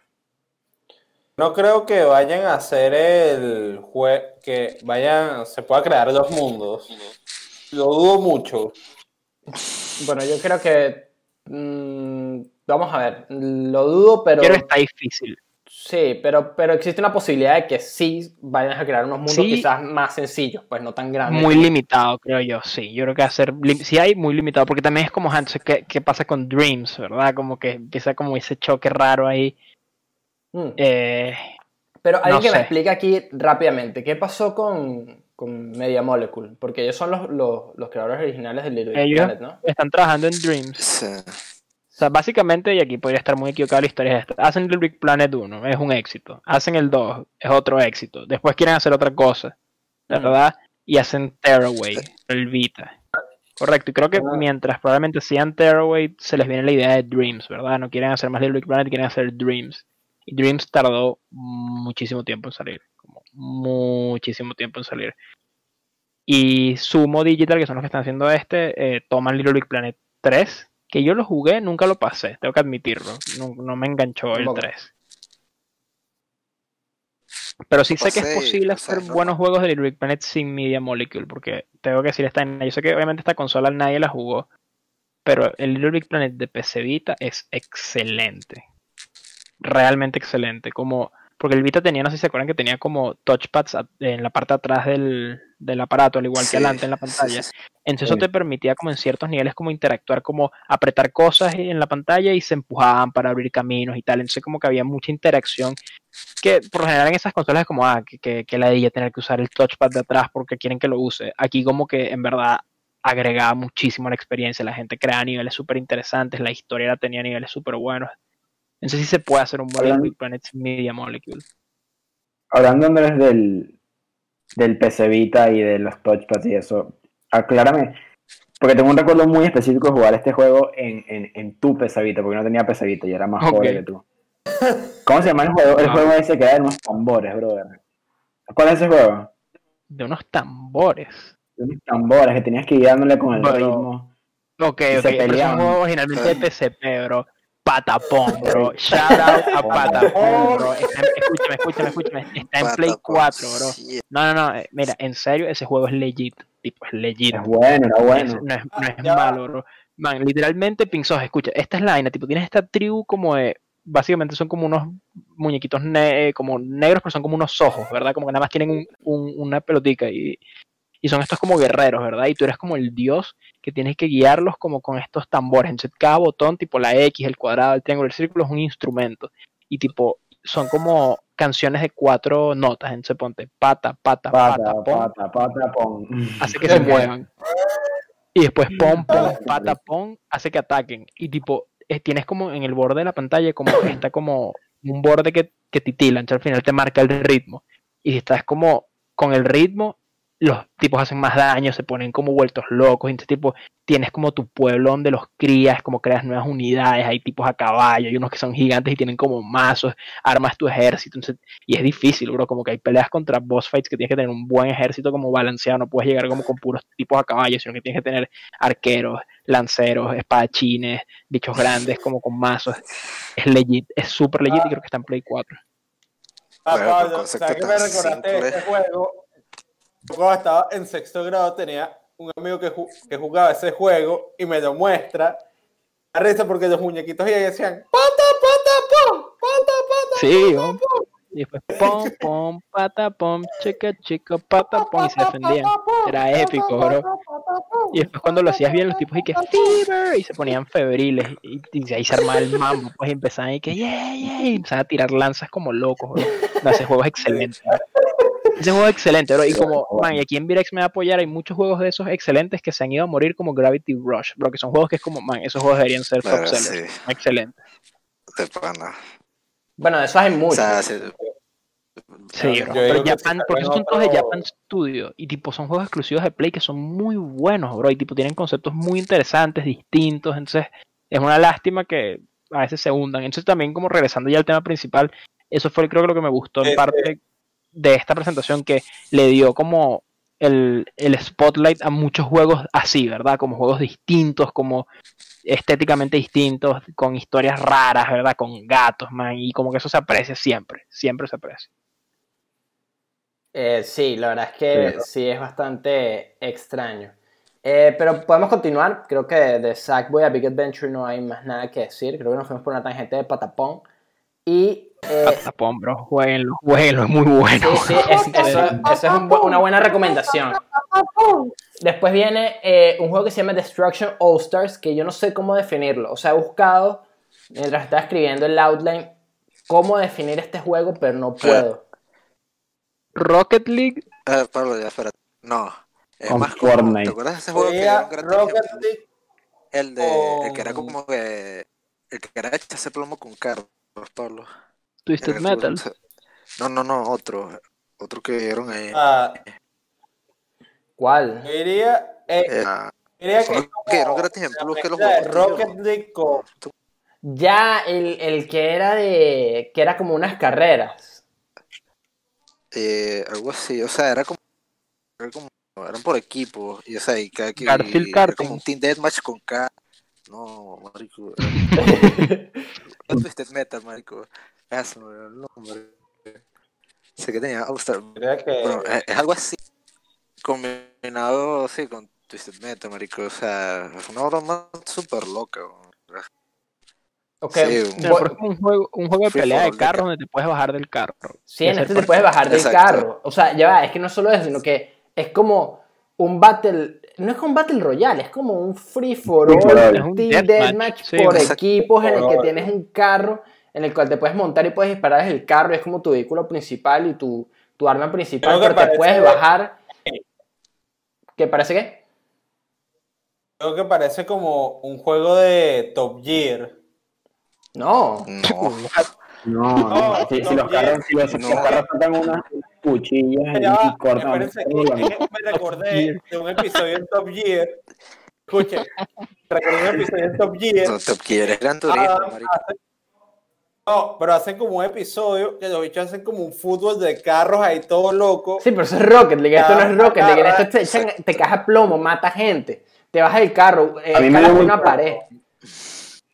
No creo que vayan a hacer el juego, que se pueda crear dos mundos. Lo dudo mucho. Bueno, yo creo que. Vamos a ver. Lo dudo, pero. Quiero está difícil. Sí, pero existe una posibilidad de que sí vayan a crear unos mundos Sí. quizás más sencillos, pues no tan grandes. Muy como- limitado, creo yo, sí. Yo creo que va a ser. Sí, hay muy limitado, porque también es como antes. ¿Qué pasa con Dreams, verdad? Como que empieza como ese choque raro ahí. Mm. No Pero alguien que me sé. explique aquí rápidamente, ¿qué pasó con Media Molecule? Porque ellos son los creadores originales de Little Big Ellos Planet, ¿no? están trabajando en Dreams. sí. O sea, básicamente, y aquí podría estar muy equivocada la historia, es esta. Hacen Little Big Planet 1, es un éxito. Hacen el 2, es otro éxito. Después quieren hacer otra cosa, ¿verdad? Y hacen Tearaway, el Vita. Correcto, y creo que mientras probablemente hacían Tearaway, se les viene la idea de Dreams, ¿verdad? No quieren hacer más Little Big Planet, quieren hacer Dreams. Y Dreams tardó muchísimo tiempo en salir. Como muchísimo tiempo en salir. Y Sumo Digital, que son los que están haciendo toman Little Big Planet 3, que yo lo jugué, nunca lo pasé, tengo que admitirlo. No me enganchó el Tampoco. 3. Pero sí Lo sé que es pasé y, posible o sea, hacer es buenos normal. juegos de Little Big Planet sin Media Molecule, porque tengo que decir, yo sé que obviamente esta consola nadie la jugó, pero el Little Big Planet de PC Vita es excelente. Realmente excelente. Porque el Vita tenía, no sé si se acuerdan que tenía como touchpads en la parte de atrás del aparato, al igual que Sí, adelante en la sí, pantalla. sí, sí. Entonces eso te permitía como en ciertos niveles como interactuar, como apretar cosas en la pantalla y se empujaban para abrir caminos y tal. Entonces como que había mucha interacción que por lo general en esas consolas es como, que la de tener que usar el touchpad de atrás porque quieren que lo use. Aquí como que en verdad agregaba muchísimo a la experiencia, la gente creaba niveles súper interesantes, la historia tenía niveles súper buenos. Entonces sí se puede hacer un buen Little Big Planet sin Media Molecule. Hablando, Andrés, del PC Vita y de los touchpads y eso, aclárame, porque tengo un recuerdo muy específico de jugar este juego en tu PC Vita, porque no tenía PC Vita y era más Ok. pobre que tú. ¿Cómo se llama el juego? El No. juego ese que era de unos tambores, brother. ¿Cuál es ese juego? De unos tambores. De unos tambores que tenías que ir dándole con el Pero- ritmo. Ok, Y ok. se Pero es un peleaban. juego originalmente de PSP, bro. Patapón, bro. Shout out a Patapón, bro. Escúchame. Está en Play 4, bro. Sí. No. Mira, en serio, ese juego es legit. Tipo, es legit. Es bueno, era bueno. No es Ya. malo, bro. Man, literalmente, Pinzos, escucha, esta es la vaina, tipo, tienes esta tribu como de, básicamente son como unos muñequitos como negros, pero son como unos ojos, ¿verdad? Como que nada más tienen una pelotica y son estos como guerreros, ¿verdad? Y tú eres como el dios que tienes que guiarlos como con estos tambores. Entonces, cada botón, tipo la X, el cuadrado, el triángulo, el círculo, es un instrumento. Y tipo, son como canciones de 4 notas. Entonces, ponte pata, pon, hace que se muevan. Y después pon, pata, pon, hace que ataquen. Y tipo, tienes como en el borde de la pantalla, como está como un borde que titila. Entonces, al final te marca el ritmo. Y si estás como con el ritmo, los tipos hacen más daño, se ponen como vueltos locos, entonces tipo, tienes como tu pueblo donde los crías, como creas nuevas unidades, hay tipos a caballo, hay unos que son gigantes y tienen como mazos, armas tu ejército, entonces, y es difícil, bro, como que hay peleas contra boss fights que tienes que tener un buen ejército como balanceado, no puedes llegar como con puros tipos a caballo, sino que tienes que tener arqueros, lanceros, espadachines, bichos grandes como con mazos, es legit, es súper legit y creo que está en Play 4. Bueno, Pablo, con concepto ¿sabes qué me tan recordaste de simple. este juego? Yo cuando estaba en sexto grado tenía un amigo que jugaba ese juego y me lo muestra. Da risa porque los muñequitos y ahí decían pata, pum, pata, Sí, pata, ¿no? pum. Y después pom, pata, pom, chica, pata, pom, y se defendían. Era épico, bro. Y después cuando lo hacías bien, los tipos y que fever, y se ponían febriles, y ahí se armaba el mambo, pues y empezaban y que y empezaban a tirar lanzas como locos, bro. No, ese juego es excelente, bro. Ese juego es excelente, bro. Y como, man, y aquí en Virex me va a apoyar, hay muchos juegos de esos excelentes que se han ido a morir como Gravity Rush, bro, que son juegos que es como, man, esos juegos deberían ser top Claro, sellers. sí. Excelente. De pana. Bueno, de esos hay O muchos. sea, Sí, Yo bro. digo Pero que Japan, si porque esos son sacan todos de otro- Japan Studio. Y tipo, son juegos exclusivos de Play que son muy buenos, bro. Y tipo, tienen conceptos muy interesantes, distintos. Entonces, es una lástima que a veces se hundan. Entonces, también como regresando ya al tema principal, eso fue creo que lo que me gustó en parte de esta presentación, que le dio como el spotlight a muchos juegos así, ¿verdad? Como juegos distintos, como estéticamente distintos, con historias raras, ¿verdad? Con gatos, man. Y como que eso se aprecia siempre. Siempre se aprecia. Sí, la verdad es que sí es bastante extraño. Pero podemos continuar. Creo que de Sackboy a Big Adventure no hay más nada que decir. Creo que nos fuimos por una tangente de patapón. Y Patapón, bro, jueguenlo, es muy bueno. sí, eso es una buena recomendación. Después viene un juego que se llama Destruction All Stars, que yo no sé cómo definirlo. O sea, he buscado, mientras estaba escribiendo el outline, cómo definir este juego, pero no puedo. Rocket League, Pablo, ya, espérate. No. Es Con más como, Fortnite. ¿te acuerdas de ese juego que Sería era un gran Rocket ejemplo? League El que era con- como que. El que era echarse plomo con carros, Pablo. Twisted Era Metal. No, otro. Otro que vieron ahí. ¿Cuál? yo diría que es uno que dieron gratis en la Plus que lo mezcla de jugó Rocket League con Ya el que era que era como unas carreras. algo así, o sea, eran por equipos, y o sea, y cada que Garfield era Karting. como un team deathmatch con K. No, marico. Era Twisted Metal, marico. Eso, me olvidó el nombre. Sé que tenía All Star. diría que Bueno, es algo así, combinado, sí, con Twisted Metal, marico. O sea, es una broma súper loca. Ok, Sí, Pero es como un juego de Free pelea for de all de carros carro. donde te puedes bajar del carro. sí, Y en hacer este te puedes bajar del Exacto. carro. O sea, ya va, es que no es solo eso, sino que es como un battle. No es como un battle royale, es como un free for Free for all, all. Es un team deathmatch, deathmatch sí, por exacto. equipos en el que For all. tienes un carro en el cual te puedes montar y puedes disparar desde el carro. Y es como tu vehículo principal y tu arma principal, Creo que pero te parece- puedes bajar. ¿Qué parece qué? creo que parece como un juego de Top Gear. No. No. No, si Top los Gear. carros, si los carros sacan unas cuchillas Ya va, y cortan. espérense, es que me recordé de un episodio en Top Gear. Escuchen, recordé un episodio en Top Gear. No te quieres Gran Turismo, Adam marico. No, pero hacen como un episodio que los bichos hacen como un fútbol de carros ahí todo loco. Sí, pero eso es Rocket League, esto no es Rocket League, en esto te echan, Exacto. te caja plomo, mata gente, te bajas del carro, A mí me escalas dio una mucho- pared. A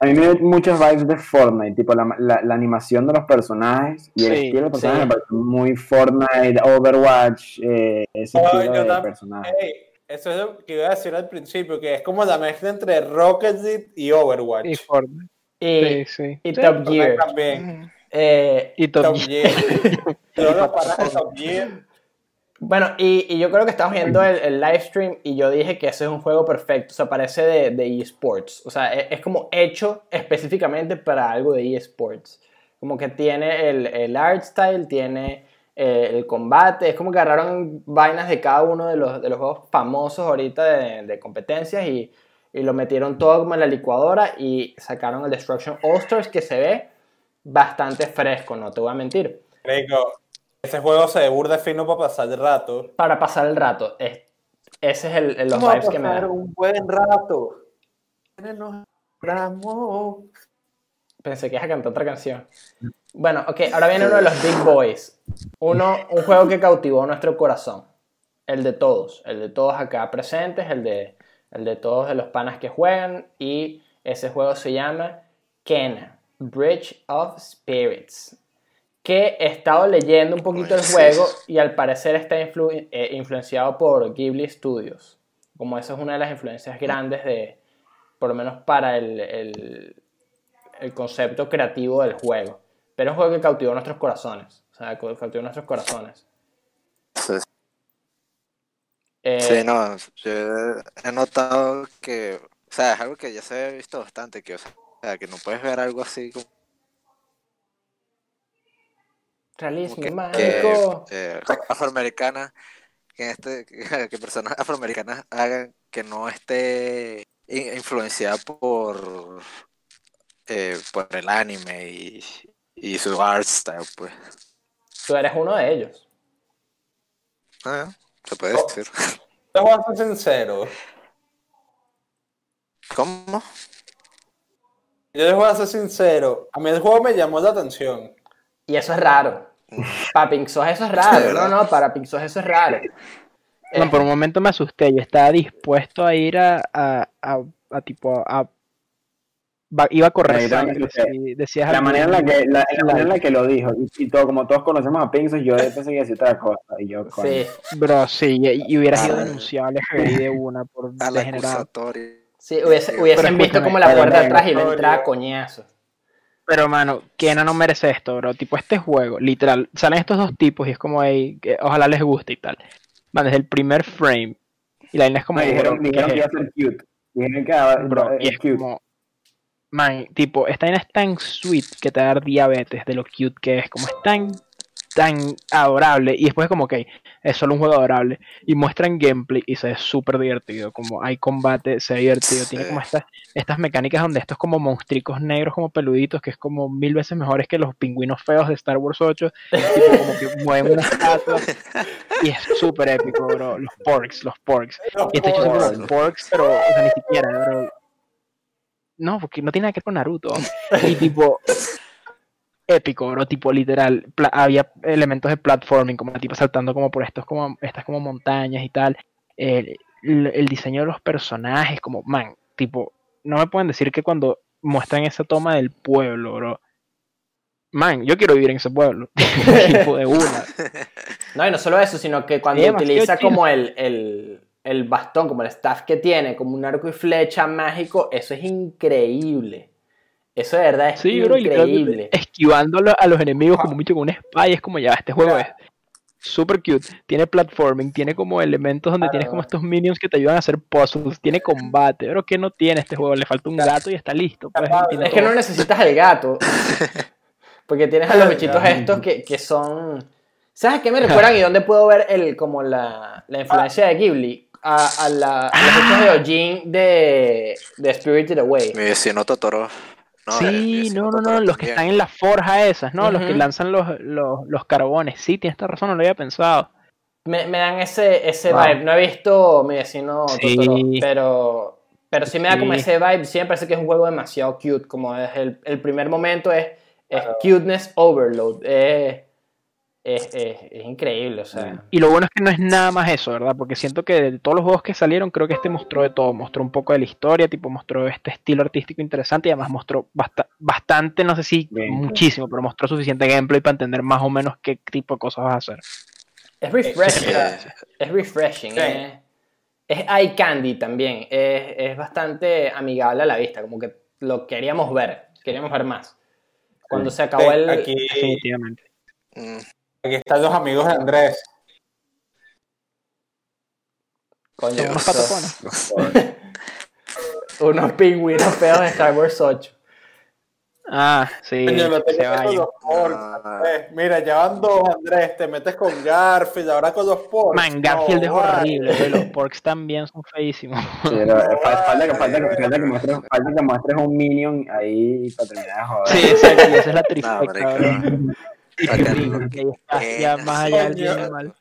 A mí me dio muchas vibes de Fortnite, tipo la animación de los personajes y el Sí, estilo de personajes sí. me pareció muy Fortnite, Overwatch, ese Oh, estilo yo de tam- personajes. Ey, eso es lo que iba a decir al principio, que es como la mezcla entre Rocket League y Overwatch. Y Fortnite. Y, Sí, sí. y Sí. Top Fortnite Gear. también. Y Top Top Gear. Gear. Luego los panas de Top Gear. Bueno, y yo creo que estamos viendo el live stream y yo dije que ese es un juego perfecto, o sea, parece de eSports, o sea, es como hecho específicamente para algo de eSports, como que tiene el art style, tiene el combate, es como que agarraron vainas de cada uno de los juegos famosos ahorita de competencias y lo metieron todo como en la licuadora y sacaron el Destruction All Stars que se ve bastante fresco, no te voy a mentir. Rico, ese juego se ve burda fino para pasar el rato. Para pasar el rato. Ese es los Vamos a vibes que me pasar da. un buen rato. Nos enamoramos. Pensé que ibas a cantar otra canción. Bueno, ok, ahora viene uno de los Big Boys. Un juego que cautivó nuestro corazón. El de todos acá presentes, el de todos de los panas que juegan. Y ese juego se llama Kena, Bridge of Spirits. Que he estado leyendo un poquito el juego y al parecer está influenciado por Ghibli Studios. Como esa es una de las influencias grandes de, por lo menos para el concepto creativo del juego. Pero es un juego que cautivó nuestros corazones. O sea, cautivó nuestros corazones. Sí, Eh, sí, no, yo he notado que, o sea, es algo que ya se ha visto bastante, que, o sea, que no puedes ver algo así como Realismo que mágico. afroamericana, que personas afroamericanas hagan que no esté influenciada por el anime y su art style, pues. Tú eres uno de ellos. Ah, se puede decir. Te voy a ser sincero. ¿Cómo? Yo les voy a ser sincero. A mí el juego me llamó la atención. Y eso es raro. Para Pixos eso es raro. No, para Pixos eso es raro. No, por un momento me asusté. Yo estaba dispuesto a ir a tipo iba a correr Ahí también sangre. creo Si decías La algún manera en la que, la slide. manera en la que lo dijo, y todo, como todos conocemos a Pinxos, yo pensé que decía otra cosa, y yo, coño. Sí, Bro, sí, y hubieras ido denunciado al FBI de una por A la degenerado. acusatoria. sí hubiesen visto escúchame, como la puerta pero atrás y le venga, entraba Antonio. coñazo. Pero, mano, Kena no merece esto, bro. Tipo, este juego, literal, salen estos dos tipos y es como, hey, que ojalá les guste y tal. Man, desde el primer frame. Y la vaina es como, No, bro, ¿qué dijeron es que iba a esto? ser cute. Dijeron que Bro, y es es cute. como, man, tipo, esta vaina es tan sweet que te da diabetes de lo cute que es. Como es tan adorable. Y después es como, ok, es solo un juego adorable. Y muestran gameplay y se ve súper divertido. Como hay combate, se ve divertido. Tiene como estas mecánicas donde estos como monstruos negros como peluditos, que es como 1000 veces mejores que los pingüinos feos de Star Wars 8. Tipo como que mueven una estatua. Y es súper épico, bro. Los porks. Y este hecho son como porks, pero, o sea, ni siquiera, bro. No, porque no tiene nada que ver con Naruto. Y tipo, épico, bro, tipo literal. Había elementos de platforming, como tipo saltando como por estas como montañas y tal. El diseño de los personajes, como, man, tipo, no me pueden decir que cuando muestran esa toma del pueblo, bro. Man, yo quiero vivir en ese pueblo. Tipo de una. No, y no solo eso, sino que cuando demasiado utiliza chill. como el bastón, como el staff que tiene, como un arco y flecha mágico, eso es increíble. Eso de verdad es Sí, bro, y literalmente increíble. esquivando a los enemigos como mucho con una espada. Y es como ya, este juego es super cute. Tiene platforming, tiene como elementos donde tienes como estos minions que te ayudan a hacer puzzles. Tiene combate, pero que no tiene este juego. Le falta un gato y está listo. Pues, y tiene Es que todo. no necesitas el gato. Porque tienes a los bichitos estos que son... ¿Sabes a qué me recuerdan y dónde puedo ver como la influencia de Ghibli? A los hechos de Ojin de Spirited Away. Mi vecino Totoro. No, mi Sí, vecino no, Totoro los que también. están en la forja esas, ¿no? Los que Ujú. lanzan los carbones. Sí, tienes esta razón, no lo había pensado. Me dan ese Wow. vibe. No he visto mi vecino Sí. Totoro, pero sí me da como Sí. ese vibe. Sí me parece que es un juego demasiado cute. Como desde el primer momento es cuteness overload. Es es increíble, o sea. Y lo bueno es que no es nada más eso, ¿verdad? Porque siento que de todos los juegos que salieron, creo que este mostró de todo. Mostró un poco de la historia, tipo mostró este estilo artístico interesante y además mostró bastante, no sé si muchísimo, pero mostró suficiente gameplay para entender más o menos qué tipo de cosas vas a hacer. Es refreshing, Sí. es refreshing, Sí. es eye candy también, es bastante amigable a la vista, como que lo queríamos ver más. Cuando se acabó el... Aquí Definitivamente. Mm, están los amigos de Andrés. Coño, Son unos esos- patacones. unos pingüinos feos de Star Wars 8. Ah, sí, Coño, lo se tengo con vayan. los porks, Andrés. Mira, ya van dos, Andrés. Te metes con Garfield, ahora con los porks. Man, Garfield es No, vale. horrible, güey, los porks también son feísimos. Sí, pero falta que muestres un Minion ahí para terminar de joder. Sí, exacto, y esa es la no, tristeza, marico, bro. sacarlo Que ahí estás ya más allá del bien y el mal.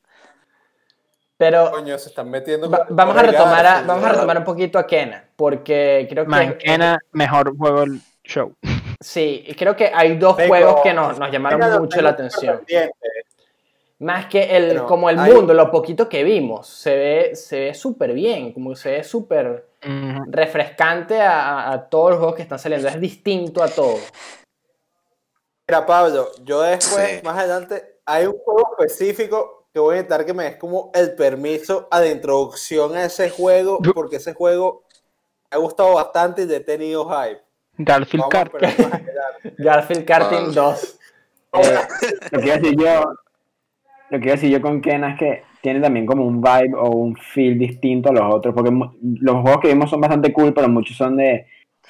Pero Coño, se están metiendo con vamos a por retomar Garfield, vamos a retomar un poquito a Kena, porque creo que Man, Kena, mejor juego del show. sí, creo que hay dos Vengo, juegos que nos llamaron venga, lo mucho tengo la atención. pendiente. Más que Bueno, como el hay- mundo, lo poquito que vimos, se ve súper bien, como que se ve súper Ujú. refrescante a todos los juegos que están saliendo, es distinto a todo. Mira, Pablo, yo después, Sí. más adelante, hay un juego específico que voy a necesitar que me des como el permiso a la introducción a ese juego, porque ese juego me ha gustado bastante y le he tenido hype. Garfield Vamos a Kart. esperar más adelante. Garfield Karting 2. Lo que iba a decir yo con Kena es que tiene también como un vibe o un feel distinto a los otros, porque los juegos que vimos son bastante cool, pero muchos son de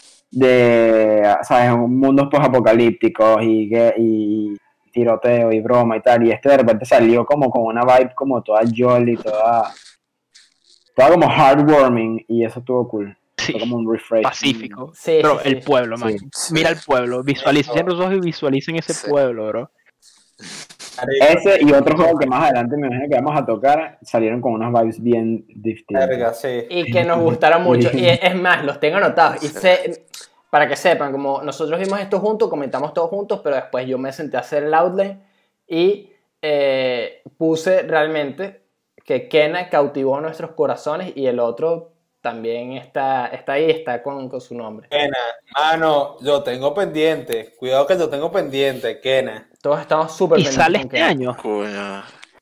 ¿sabes? Mundos post-apocalípticos y tiroteo y broma y tal, y este de repente salió como con una vibe como toda jolly, toda como heartwarming, y eso estuvo cool. Sí, Fue como un refresh. pacífico. Sí, Bro, sí, el sí. pueblo, man. Sí. Mira el pueblo. Visualicen, cierren los ojos y visualicen ese Sí. pueblo, bro. Ese y otro juego que más adelante me imagino que vamos a tocar salieron con unas vibes bien distintas. Verga, sí. Y que nos gustaron mucho. Y es más, los tengo anotados. Y para que sepan, como nosotros vimos esto juntos, comentamos todos juntos, pero después yo me senté a hacer el outline y puse realmente que Kena cautivó nuestros corazones y el otro también está ahí, está con su nombre. Kena, mano, lo tengo pendiente. Cuidado que lo tengo pendiente, Kena. Todos estamos súper Y pendientes sale con este Kena. año. coño.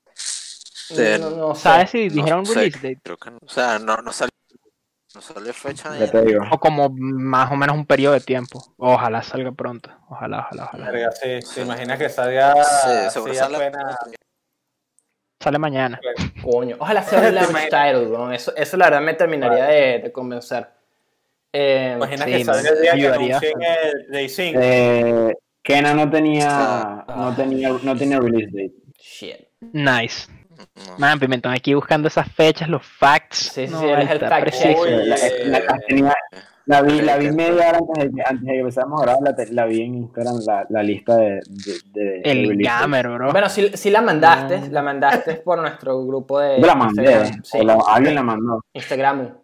No sé. ¿Sabes si No dijeron sé, release date? creo que no. O sea, no salió fecha Ya te digo. O como más o menos un periodo de tiempo. Ojalá salga pronto. Ojalá. Verga, sí. ¿Te imaginas que salga Sí, seguro así sale apenas? Sale mañana. Coño, ojalá sea un launch title, bro. Eso la verdad me terminaría de convencer. ¿Te imaginas Sí, que salga el día que ayudaría anuncien el Play 5? Kena no tenía release date. Shit. Nice. No. Man, Pimentón, aquí buscando esas fechas, los facts. Sí, sí, No, sí, él es el está fact preciso. checker. La vi media hora antes de que empezáramos a grabar, la vi en Instagram, la lista de El release date. gamer, bro. Bueno, si la mandaste por nuestro grupo de Yo la mandé, Instagram. Sí, alguien la mandó. Instagram.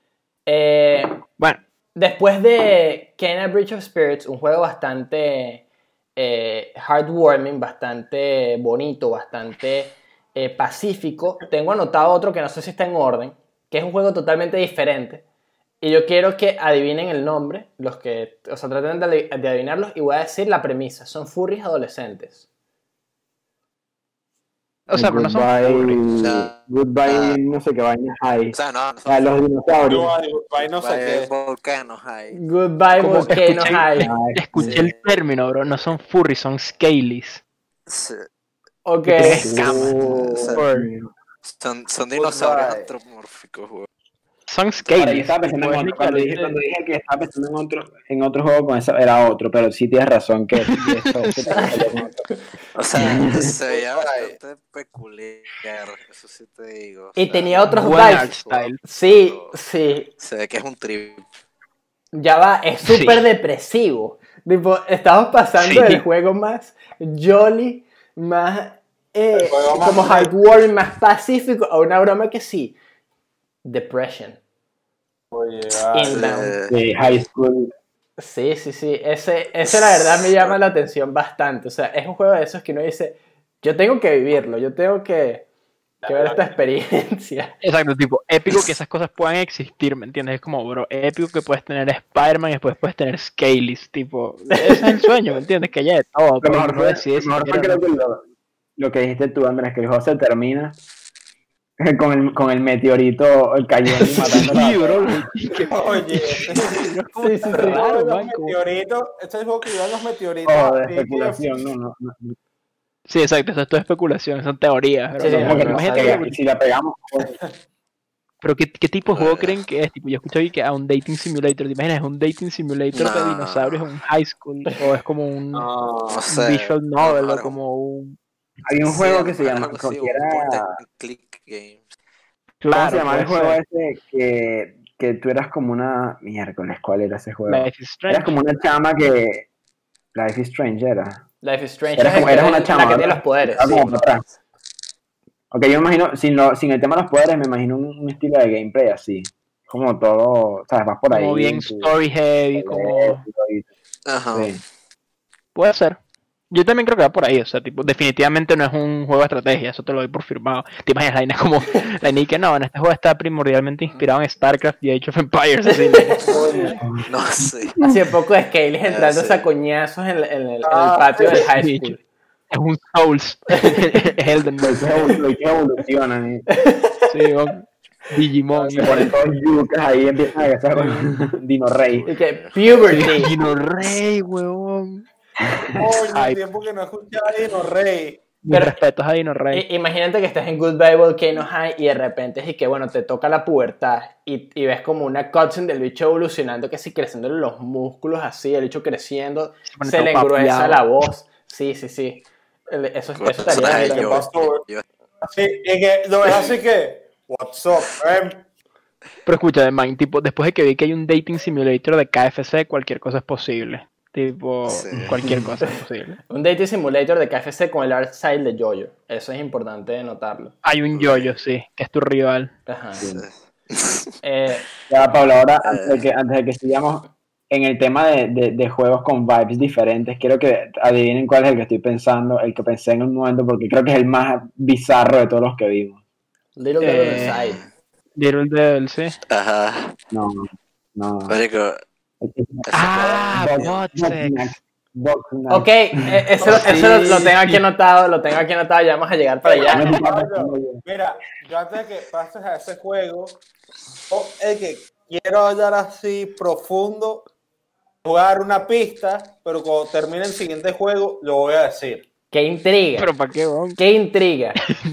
Bueno, Después de Kena Bridge of Spirits, un juego bastante heartwarming, bastante bonito, bastante pacífico, tengo anotado otro que no sé si está en orden, que es un juego totalmente diferente. Y yo quiero que adivinen el nombre, traten de adivinarlos, y voy a decir la premisa. Son furries adolescentes. o sea, pero no son Goodbye, no sé qué vaina hay. O sea, no Los dinosaurios. No sé qué. volcanos hay. Goodbye, Como que Volcano escuché- High. Escuché Sí. el término, bro. No son furries, son scalies. Sí, Ok. Tienes escamas. son dinosaurios Goodbye. antropomórficos, güey. Son Yo scalies. estaba pensando en Tipo, es otro. Cuando equivalente- dije que estaba pensando en otro juego con eso, era otro, pero sí tienes razón que eso. O sea, se veía bastante peculiar, eso sí te digo. O Y sea, tenía otros Buen vibes. art style. Sí, sí. Se ve que es un trip. Ya va, es súper Sí. depresivo. Tipo, estamos pasando Sí. del juego más jolly, más juego más como heartwarming, más pacífico, a una broma que sí. Depression. Oye, Inbound. De high school. Sí, sí, sí. Ese la verdad me llama la atención bastante. O sea, es un juego de esos que uno dice, Yo tengo que vivirlo, yo tengo que ver esta experiencia. Exacto, tipo, épico que esas cosas puedan existir, ¿me entiendes? Es como, bro, épico que puedes tener Spider-Man y después puedes tener Scalys, tipo, ese es el sueño, ¿me entiendes? Que haya de todo, Lo pero mejor tú fue, decides lo si mejor fue quieres o creo no. que lo que dijiste tú, Andrés, que el juego se termina con el meteorito cayendo y matando Sí, a bro, todos. Oye, es como Sí, sí, sí. raro, los man, como- meteoritos, este es el juego que llevan los meteoritos Oh, de así que especulación, no. Sí, exacto, eso es todo especulación, son teorías, bro. Sí, sí, Como que no no Imagínate sabía. pega, y si la pegamos, pues, pero ¿qué tipo de juego Bueno, creen que es? Tipo, yo escuché hoy que a un dating simulator, ¿te imaginas? ¿Es un dating simulator de no, dinosaurios en un high school? ¿O es como un no. sé, visual a lo novel o mejor como un... había un sí, juego a lo que se mejor es llama, algo que así, un era, point and click game. ¿cómo se Claro, llamaba el puede juego ser. ese que tú eras como una, miércoles, ¿cuál era ese juego? Life is Eras Strange. como una chama que, Life is Strange era. Life is Strange es el que Eras una es chama, la que tiene ¿verdad? los poderes, Estaba sí. como para atrás. Ok, yo me imagino, sin el tema de los poderes, me imagino un estilo de gameplay así. Como todo, ¿sabes? Vas por Como ahí bien en tu story heavy, como... colegio y Ajá. sí. Puede ser. Yo también creo que va por ahí, o sea, tipo, definitivamente no es un juego de estrategia, eso te lo doy por firmado. Te imaginas la vaina como, la vaina y que no, en este juego está primordialmente inspirado en StarCraft y Age of Empires, así, la vaina es como, No sé. Hace poco de Scaly entrando sí. a coñazos en el Ah, patio del high sí, school. es un Souls, Elden Ring, Lo que evolucionan y sí, Digimon, se ponen todos yucas ahí y empiezan a gastar con Dino Rey. Y que sí, puberty. Dino Rey, huevón. Coño, Hype. tiempo que no escuchaba a Dino Rey. Mis Pero- respetos a Dino Rey. Imagínate que estás en Goodbye Volcano High y de repente es que, bueno, te toca la pubertad y ves como una cutscene del bicho evolucionando, que sí, creciendo los músculos así, el bicho creciendo, pone se todo le engruesa papiado. la voz. Sí, sí, sí. Eso estaría Ay, bien. ¿Qué yo- pasó? yo- Así, y que lo ves así que, what's up, man? Pero escucha, de man, tipo, después de que vi que hay un dating simulator de KFC, cualquier cosa es posible. Tipo, Sí. cualquier cosa es posible. Un dating simulator de KFC con el art style de Jojo. Eso es importante notarlo. Hay un yoyo, sí, que es tu rival. Ajá. Sí. Eh, Ya, Pablo, ahora antes de que sigamos en el tema de juegos con vibes diferentes, quiero que adivinen cuál es el que estoy pensando, el que pensé en un momento, porque creo que es el más bizarro de todos los que vimos. Little Devil Eh, Inside. Little Devil, sí. Ajá. No, no. Marico, Ah, Botsex. Boxnack. Ok, eso lo tengo aquí anotado, ya vamos a llegar para allá. Mira, yo antes de que pases a ese juego, el que quiero hablar así profundo, voy a dar una pista, pero cuando termine el siguiente juego, lo voy a decir. Qué intriga, Pero ¿para qué, weón? qué intriga.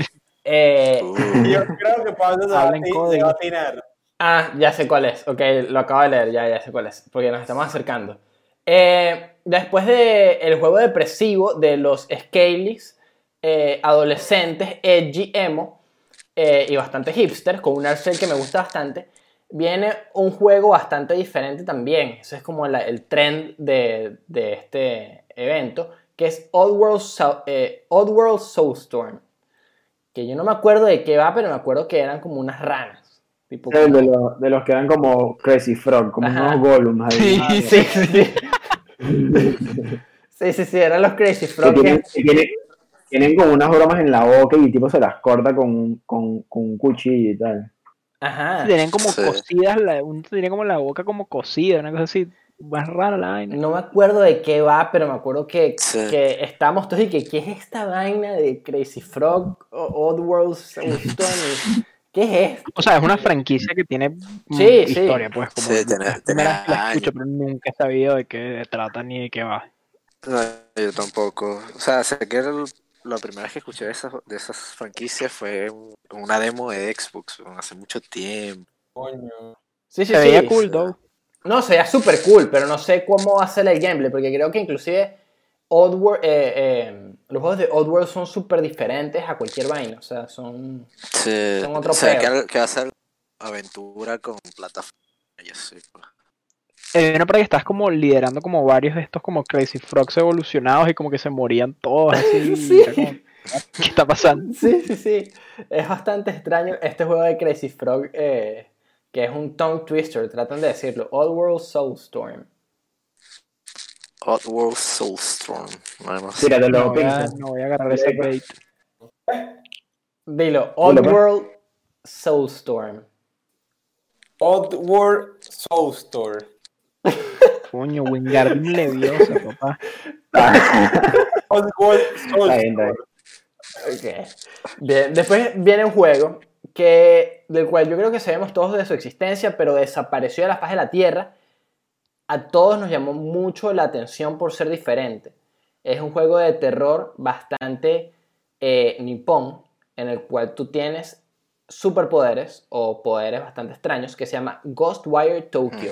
Y yo creo que Pablo Habla en le código. va a atinar. Ya sé cuál es. Ok, lo acabo de leer, ya sé cuál es. Porque nos estamos acercando. Después del juego depresivo de los Scalys, adolescentes, edgy, emo y bastante hipster, con un art style que me gusta bastante, viene un juego bastante diferente también. Ese es como el trend de este evento, que es Oddworld Soulstorm. Que yo no me acuerdo de qué va, pero me acuerdo que eran como unas ranas. Tipo El como- de los que eran como Crazy Frog, como Ajá. unos Gollums ahí. Sí, sí. Sí, eran los Crazy Que Frog. tienen como unas bromas en la boca y el tipo se las corta con un cuchillo y tal. Ajá. Tenían como Sí. cosidas, uno tenía como la boca como cosida, una cosa así, más rara la vaina. No me acuerdo de qué va, pero me acuerdo que Sí. estábamos todos y que ¿qué es esta vaina de Crazy Frog o Oddworld Soulstorm? ¿Qué es esto? O sea, es una franquicia que tiene Sí, historia, pues, como Sí, tiene- es la primera vez que la tiene escucho, pero nunca he sabido de qué trata ni de qué va. No, yo tampoco. O sea, sé que la primera vez que escuché de esas franquicias fue una demo de Xbox hace mucho tiempo. Coño. Sí, Se veía cool, though. No, sería súper cool, pero no sé cómo va a ser el gameplay, porque creo que inclusive los juegos de Oddworld son súper diferentes a cualquier vaina, o sea, son Sí, otro o sea, peo. que va a ser aventura con plataforma. Yo sé, pues. No, para que estás como liderando como varios de estos como Crazy Frogs evolucionados y como que se morían todos así. Sí. y era como, ¿qué está pasando? Sí. Es bastante extraño este juego de Crazy Frog, que es un tongue twister, tratan de decirlo. Oddworld Soulstorm. Oddworld Soulstorm. Nada más. Tíratelo, No voy a, Pinzo. no voy a agarrar ese bait. Dilo, pues. Oddworld Soulstorm. Oddworld Soulstorm. Coño, Wingardium Leviosa, papá. Oddworld Está bien, está bien. Soulstorm. Ok. Bien, después viene un juego del cual yo creo que sabemos todos de su existencia, pero desapareció de la faz de la Tierra. A todos nos llamó mucho la atención por ser diferente. Es un juego de terror bastante nipón, en el cual tú tienes superpoderes o poderes bastante extraños, que se llama Ghostwire Tokyo.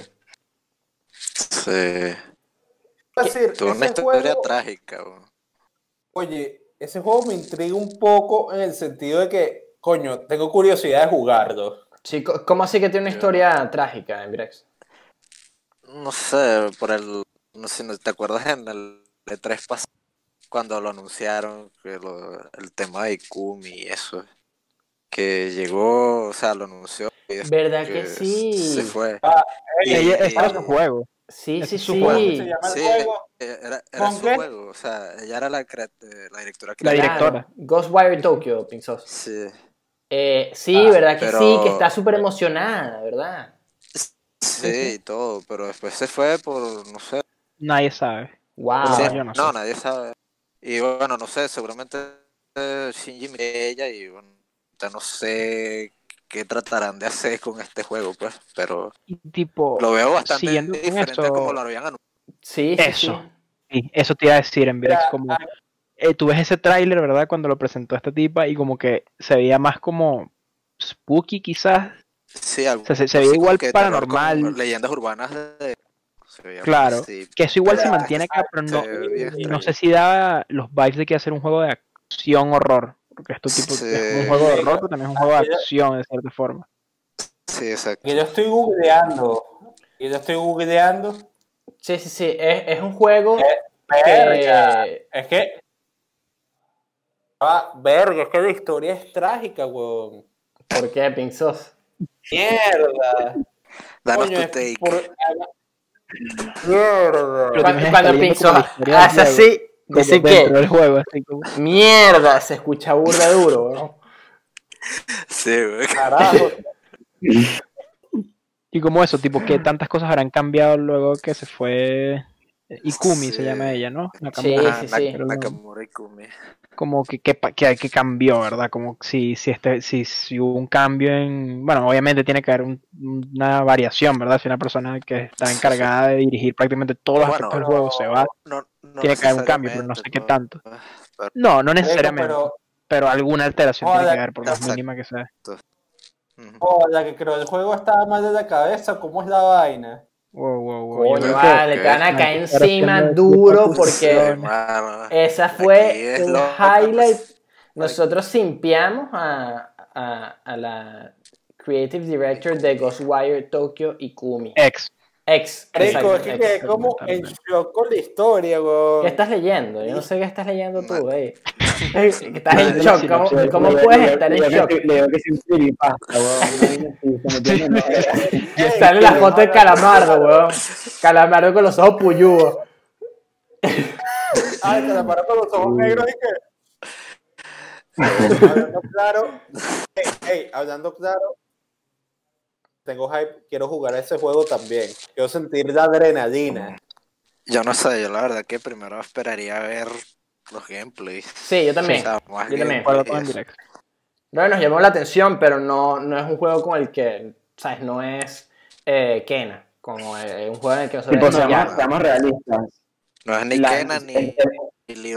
Sí. Es decir, Tuvo una ese historia juego, trágica, weón. oye, ese juego me intriga un poco en el sentido de que, coño, tengo curiosidad de jugarlo. Sí, ¿cómo así que tiene una historia trágica, Embrex? No sé, no sé, ¿te acuerdas en el E3 pasado cuando lo anunciaron, el tema de Ikumi y eso? Que llegó, o sea, lo anunció y después ¿Verdad que sí? se fue. Ella está en su juego. Sí, Ese sí, es su sí. ¿Cómo juego. es que se llama el Sí, juego? era ¿Con su qué? juego, o sea, ella era la directora La creativa. directora. Ghostwire Tokyo, Pinzos. Sí, Sí, ¿verdad que sí? Que pero está súper emocionada, ¿verdad? sí, y todo, pero después se fue por, no sé, Nadie sabe. Wow. Por lo sí, menos yo no sé. no, nadie sabe. Y bueno, no sé, seguramente Shinji ella y bueno, ya no sé qué tratarán de hacer con este juego, pues, pero Y tipo, lo veo bastante siguiendo con diferente a como eso. lo habían anunciado. Sí, sí, Eso. sí. Sí, eso te iba a decir en Virex, Mira, como tú ves ese tráiler, ¿verdad? Cuando lo presentó esta tipa y como que se veía más como spooky quizás. Sí, O algo sea, se veía así como igual que terror paranormal, con leyendas urbanas se veía claro. así, Que eso igual se Mira, mantiene acá, pero se no, ve bien no extraño. sé si da los vibes de que hacer un juego de acción horror. Porque esto tipo Sí, es un juego de Mira, horror, pero también es un juego de acción de cierta forma. sí, exacto. que yo estoy googleando. Y yo estoy googleando. Sí, sí, sí. Es un juego Verga. que... Es que. Verga, es que la historia es trágica, weón. ¿Por qué, Pinzos? Mierda. Danos Coño, tu es take. Mierda. Pero te imaginas Cuando leyendo como Pinzos la historia del hace juego, así, como dice dentro que... del juego, así como. Mierda, se escucha burda duro, ¿no? Sí, güey. Carajo. Y como eso, tipo, ¿qué tantas cosas habrán cambiado luego que se fue Ikumi, se Sí. llama ella, ¿no? Sí, Nakamura. sí, sí. Pero Nakamura y Kumi. como que cambió, ¿verdad? Como si hubo un cambio en... Bueno, obviamente tiene que haber una variación, ¿verdad? Si una persona que está encargada de dirigir prácticamente todos los aspectos del juego se va, no tiene que haber un cambio, pero no sé qué necesariamente, tanto. pero- No, no necesariamente, pero alguna alteración tiene que Joder, haber, por más exacto. mínima que sea. Oh, la que creo el juego estaba mal de la cabeza. ¿Cómo es la vaina? Wow. Yo Coño, creo vale, que te van a no hay caer que estar encima haciendo duro tipo Sí, porque mano. esa Aquí fue es un loco, highlight. pues. Nosotros simpiamos a la Creative Director de Ghostwire Tokyo, Ikumi. ex. Ex, Rico, exacto, es que ex. quedé como en shock con la historia, ¿Qué weón. estás leyendo? Yo no sé qué estás leyendo tú, No. Estás en No, shock. no, ¿Cómo puedes estar en shock? Le digo que es un creepypasta, weón. No, se metió en una- Sale la foto de Calamardo, weón. Calamardo con los ojos puyúos. Ay, que la paró con los ojos negros y que. Hablando claro. Hablando claro. Tengo hype, quiero jugar a ese juego también. Quiero sentir la adrenalina. Yo no sé, yo la verdad que primero esperaría ver los gameplays. Sí, yo también. O sea, más Yo también. Acuerdo gameplays con y eso. Direct. No, nos llamó la atención, pero no es un juego con el que, ¿sabes? No es Kena, como un juego en el que nosotros Tipo, decimos, ya, seamos realistas. No es ni La- Kena ni Leon.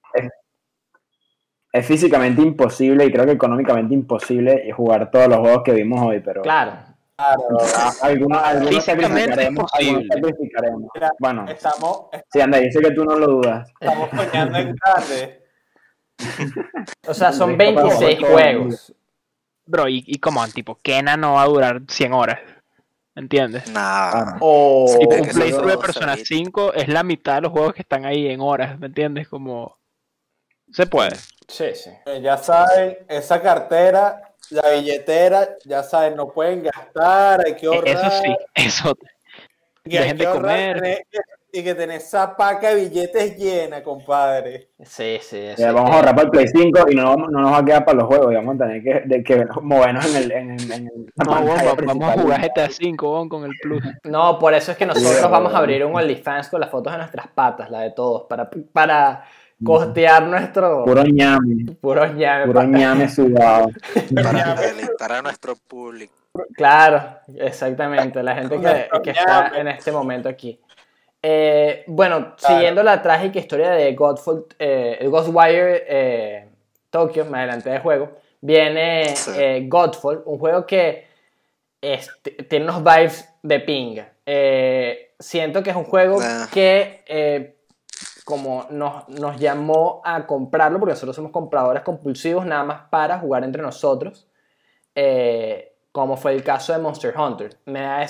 Es físicamente imposible y creo que económicamente imposible jugar todos los juegos que vimos hoy, pero claro. algunos Físicamente sacrificaremos, es algunos posible. sacrificaremos. Mira, Bueno, estamos sí, anda, yo sé que tú no lo dudas. soñando en grande. O sea, son Andrés, capaz, 26 jugar todo juegos. Bro, y como, tipo, Kena no va a durar 100 horas. ¿Entiendes? Nah. O Tipo, Es un que son playthrough de todos Persona solitos. 5 es la mitad de los juegos que están ahí en horas, ¿me entiendes? Como... Se puede. sí, sí. Ya saben, esa cartera, la billetera, ya saben, no pueden gastar, hay que ahorrar. Eso sí, eso. Y hay Dejen que de ahorrar, comer. y que tenés esa paca de billetes llena, compadre. Sí, eso Ya, hay vamos a que- ahorrar para el Play 5 y no nos va a quedar para los juegos. Y vamos a tener que movernos la No, weón, pantalla vamos a principal. jugar GTA V, weón, con el Plus. No, por eso es que nosotros Sí, vamos a bueno. abrir un OnlyFans con las fotos de nuestras patas, la de todos, para costear nuestro Puro ñame, puro ñame. puro ñame sudado. Para deleitar a nuestro público. Claro, exactamente, la gente que está en este momento aquí. Bueno, siguiendo la trágica historia de el Ghostwire Tokyo, me adelanté de juego, viene Sí. Godfall, un juego que tiene unos vibes de pinga. Siento que es un juego que como nos llamó a comprarlo, porque nosotros somos compradores compulsivos nada más para jugar entre nosotros, como fue el caso de Monster Hunter. Me da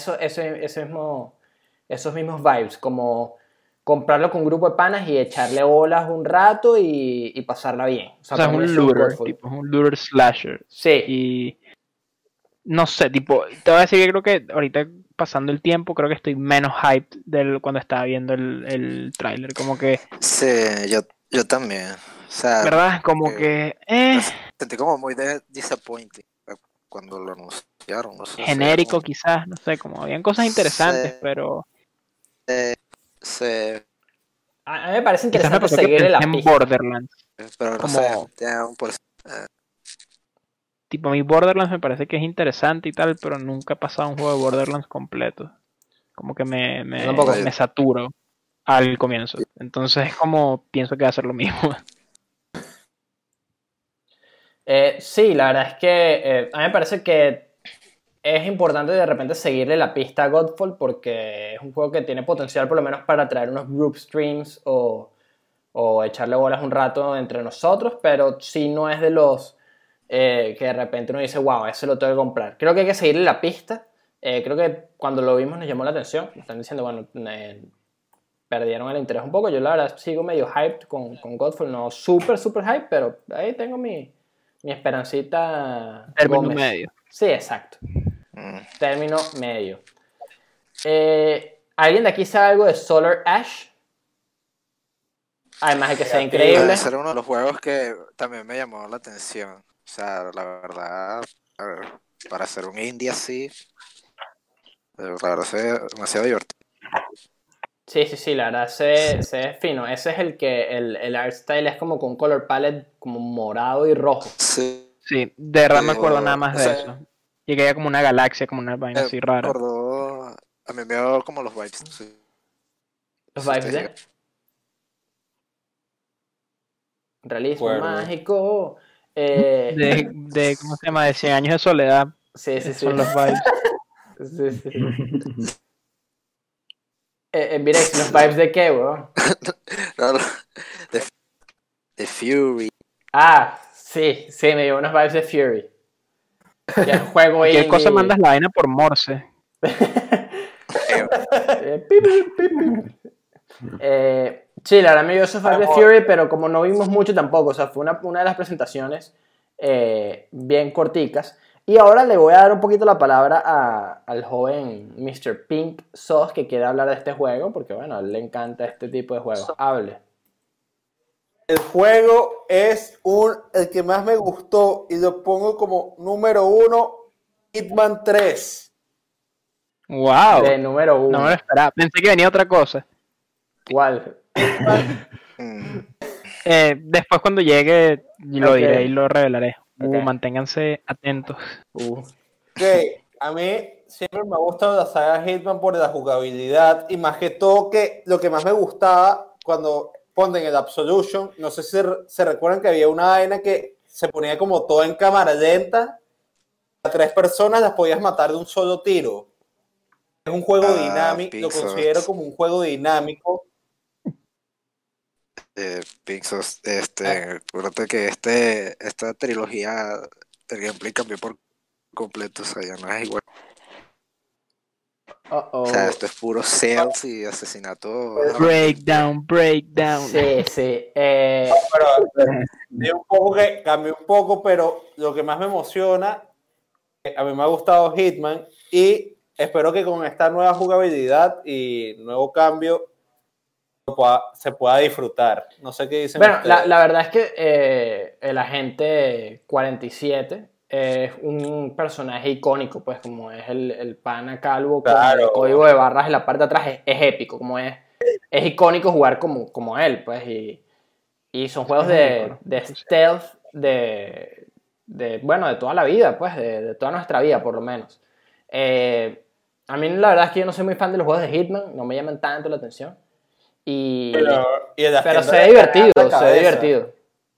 esos mismos vibes, como comprarlo con un grupo de panas y echarle bolas un rato y pasarla bien. O sea, es para mí un eso looter, Godfall. tipo, es un looter slasher. Sí, Y no sé, tipo, te voy a decir que creo que ahorita pasando el tiempo, creo que estoy menos hyped del cuando estaba viendo el tráiler. Como que, Sí, yo también. O sea, ¿verdad? Como que- que sentí como muy disappointing cuando lo anunciaron. No sé, genérico quizás, no sé, como habían cosas interesantes, Sí. pero Sí, a mí me parece quizás me interesante pasó que seguirle pensé la en pista. Borderlands. pero no Como- sé, tiene un Tipo, a mí Borderlands me parece que es interesante y tal, pero nunca he pasado un juego de Borderlands completo. Como que Yo tampoco. me saturo al comienzo. Entonces, como pienso que va a ser lo mismo. Sí, la verdad es que a mí me parece que es importante de repente seguirle la pista a Godfall porque es un juego que tiene potencial por lo menos para traer unos group streams o echarle bolas un rato entre nosotros, pero sí no es de los que de repente uno dice, wow, ese lo tengo que comprar. Creo que hay que seguirle la pista. Creo que cuando lo vimos nos llamó la atención. Están diciendo, bueno, perdieron el interés un poco. Yo la verdad sigo medio hyped con Godfall, no súper hype, pero ahí tengo mi esperancita Término Gómez. medio. Sí, exacto. Mm. Término medio. ¿Alguien de aquí sabe algo de Solar Ash? Además de que sea increíble. Ese era uno de los juegos que también me llamó la atención. O sea, la verdad, a ver, para hacer un indie así, la verdad se ve demasiado divertido. Sí, la verdad se ve fino. Ese es el que el art style es como con un color palette como morado y rojo. Sí, Sí, de verdad me Sí, acuerdo nada más o de sea, eso. Y que había como una galaxia, como una vaina así me rara. acordó, a mí me dio como los vibes. Sí. Los Sí, vibes te de digo. realismo Acuerdo. mágico. De ¿cómo se llama? De 100 años de soledad. Sí. Son los vibes. Sí. Virex, ¿los vibes de qué, weón? No, no, The Fury. Ah, sí, me dio unos vibes de Fury. Que es un juego Cualquier indie. cosa mandas la vaina por Morse. Sí, la verdad me dio esos vibes de Fury, pero como no vimos mucho tampoco, o sea, fue una de las presentaciones bien corticas. Y ahora le voy a dar un poquito la palabra al joven Mr. Pink Sauce que quiere hablar de este juego, porque bueno, a él le encanta este tipo de juegos. Hable. El juego es el que más me gustó y lo pongo como número 1, Hitman 3. ¡Wow! De número No me lo 1. esperaba. Pensé que venía otra cosa. ¿Cuál? Mm, Después cuando llegue lo Ok. diré y lo revelaré. Ok. Manténganse atentos. Ok, a mí siempre me ha gustado la saga Hitman por la jugabilidad y más que todo que lo que más me gustaba cuando ponen el Absolution, no sé si se recuerdan que había una vaina que se ponía como todo en cámara lenta, a 3 personas las podías matar de un solo tiro. Es un juego dinámico, lo Pixar. considero como un juego dinámico. Pixar, acuérdate que esta trilogía del gameplay cambió por completo, o sea, ya no es igual. O sea, esto es puro sales y asesinato. Breakdown. Sí. Pero cambió un poco, pero lo que más me emociona, a mí me ha gustado Hitman y espero que con esta nueva jugabilidad y nuevo cambio se pueda disfrutar. No sé qué dicen Bueno, ustedes. la verdad es que el agente 47 es un personaje icónico, pues como es el pana calvo con Claro. el código de barras en la parte de atrás, es épico, como es icónico jugar como él, pues, y son juegos de stealth bueno, de toda la vida, pues, de toda nuestra vida, por lo menos. A mí la verdad es que yo no soy muy fan de los juegos de Hitman, no me llaman tanto la atención. Pero se ve divertido, se ve divertido.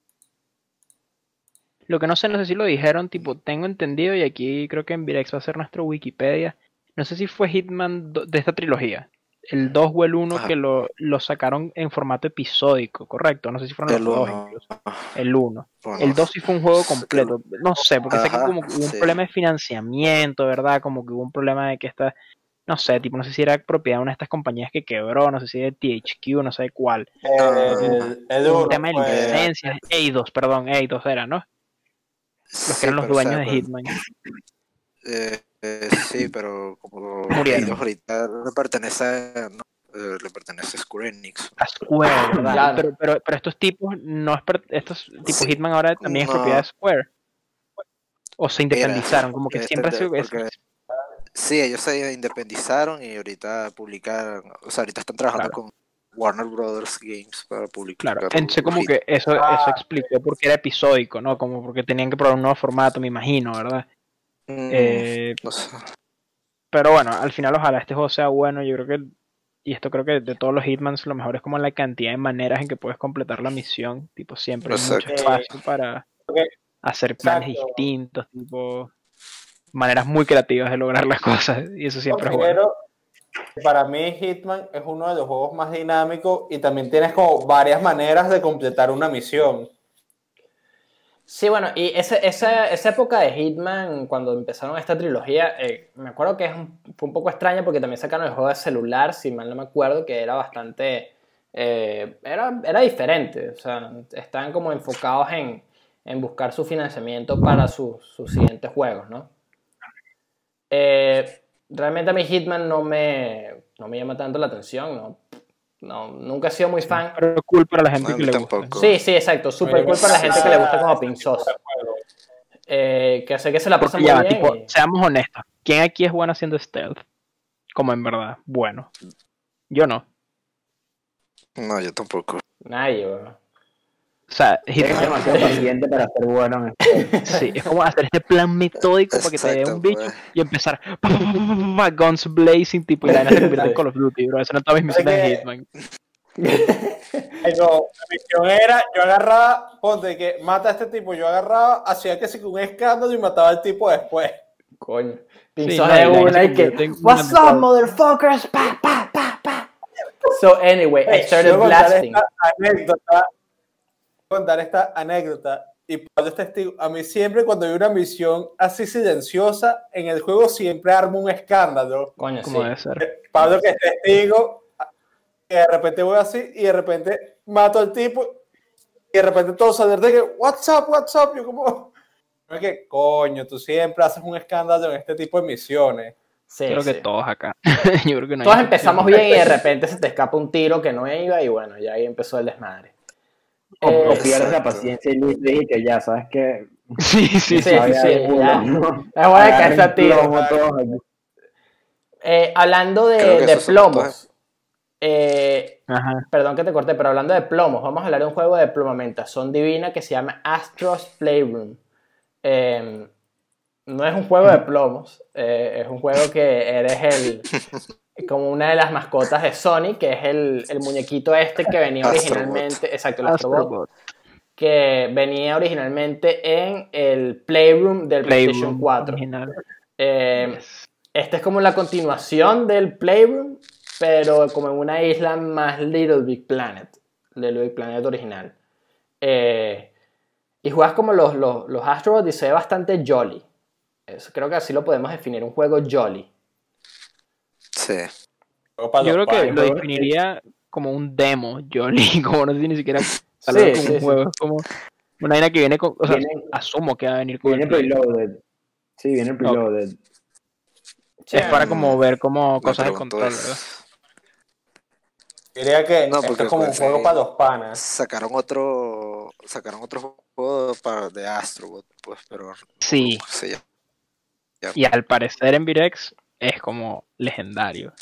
Lo que no sé si lo dijeron, tipo, tengo entendido, y aquí creo que en Virex va a ser nuestro Wikipedia, no sé si fue Hitman de esta trilogía, el 2 o el 1 Ajá. que lo sacaron en formato episódico, ¿correcto? No sé si fueron El los dos 1. incluso. El 1. Bueno, El 2 sí fue un juego completo. No sé, porque sé que Ajá, como que hubo un sí. problema de financiamiento, ¿verdad? Como que hubo un problema de que esta, no sé, tipo, no sé si era propiedad de una de estas compañías que quebró, no sé si de THQ, no sé cuál. El Un uno tema de fue- licencias, Eidos, perdón, Eidos era, ¿no? Los que eran los pero, o sea, dueños de Hitman. Sí, pero como Murieron. Eidos ahorita le pertenece, ¿no? Le pertenece a Square Enix. A Square, ¿verdad? Claro. Pero estos tipos no es estos tipos Sí. Hitman ahora también es No. propiedad de Square. O se Mira, independizaron, como que siempre ha sido eso. porque sí, ellos se independizaron y ahorita publican, o sea, ahorita están trabajando Claro. con Warner Brothers Games para publicar. Claro, entonces como Hitman. que eso explicó por qué era episódico, ¿no? Como porque tenían que probar un nuevo formato, me imagino, ¿verdad? No sé. Pero bueno, al final ojalá este juego sea bueno, yo creo que, y esto creo que de todos los Hitmans lo mejor es como la cantidad de maneras en que puedes completar la misión, tipo siempre hay mucho Exacto. espacio para hacer planes Exacto. distintos, tipo maneras muy creativas de lograr las cosas, y eso siempre es bueno. Considero que para mí Hitman es uno de los juegos más dinámicos y también tienes como varias maneras de completar una misión. Sí, bueno, y esa época de Hitman, cuando empezaron esta trilogía, me acuerdo que fue un poco extraña porque también sacaron el juego de celular, si mal no me acuerdo, que era bastante... era diferente, o sea, estaban como enfocados en buscar su financiamiento para sus siguientes juegos, ¿no? Realmente a mí Hitman no me llama tanto la atención, no, nunca he sido muy fan. Pero cool para la gente No, a que mí le tampoco. gusta. Sí, exacto, súper cool para la gente que le gusta como Pink Sauce. Que sé que se la pasa Porque muy ya, bien. tipo, seamos honestos, ¿quién aquí es bueno haciendo stealth? Como en verdad, bueno. Yo no. No, yo tampoco. Nadie, bro. O sea, Es Hitman, demasiado paciente para ser bueno en esto. sí, es como hacer este plan metódico para que te dé Exacto, un bicho pues. y empezar guns blazing, tipo, y la vaina se convierte en Call of Duty, bro. Eso no estaba en mis misiones de Hitman. La misión era, yo agarraba, ponte que mata a este tipo, yo agarraba, hacía que sí que un escándalo y mataba al tipo después. Coño. Pink Sí, Sauce no, de y la vaina una se y que, convierte en what's una up, motherfuckers? Pa, pa, pa, pa. So, anyway, I started Quiero contar blasting. esta anécdota. Y Pablo es testigo. A mí siempre cuando hay una misión así silenciosa en el juego siempre armo un escándalo. Coño, Como sí. debe ser. Pablo que es testigo, que de repente voy así y de repente mato al tipo y de repente todos salen de que what's up, yo como es que coño, tú siempre haces un escándalo en este tipo de misiones. Sí, Creo que sí. todos acá. Yo creo que no hay Todos excepción. empezamos bien y de repente se te escapa un tiro que no iba y bueno, ya ahí empezó el desmadre. O pierdes la Exacto. paciencia y listo, y que ya, ¿sabes qué? Sí, sí, Sí, sí. sí, sí, ya. Es hora de caerse a tiro. Plomo todos aquí. Hablando Creo que de esos son los plomos, Ajá. perdón que te corté, pero hablando de plomos, vamos a hablar de un juego de plomamentación divina que se llama Astro's Playroom. No es un juego de plomos, es un juego que eres como una de las mascotas de Sony, que es el muñequito este que venía Astrobot. originalmente, exacto, el Astrobot, Astrobot. que venía originalmente en el Playroom del PlayStation 4. Original. Este es como la continuación del Playroom, pero como en una isla más Little Big Planet, del Little Big Planet original. Y juegas como los Astrobot y se ve bastante jolly. Creo que así lo podemos definir, un juego jolly. Sí. Yo creo que lo definiría como un demo, Jolly, como no sé si ni siquiera Sí, como sí, un juego, es como una vaina que viene con, o sea, Viene- asumo que va a venir con Viene el Play. preloaded. Sí, viene preloaded. Es para como ver como Me cosas de pregunto control, es- ¿verdad? Diría que No, esto porque es como un pues, juego para los panas. sacaron otro juego de Astrobot, pues, pero no Sí, cómo se llama. y al parecer en Virex es como legendario.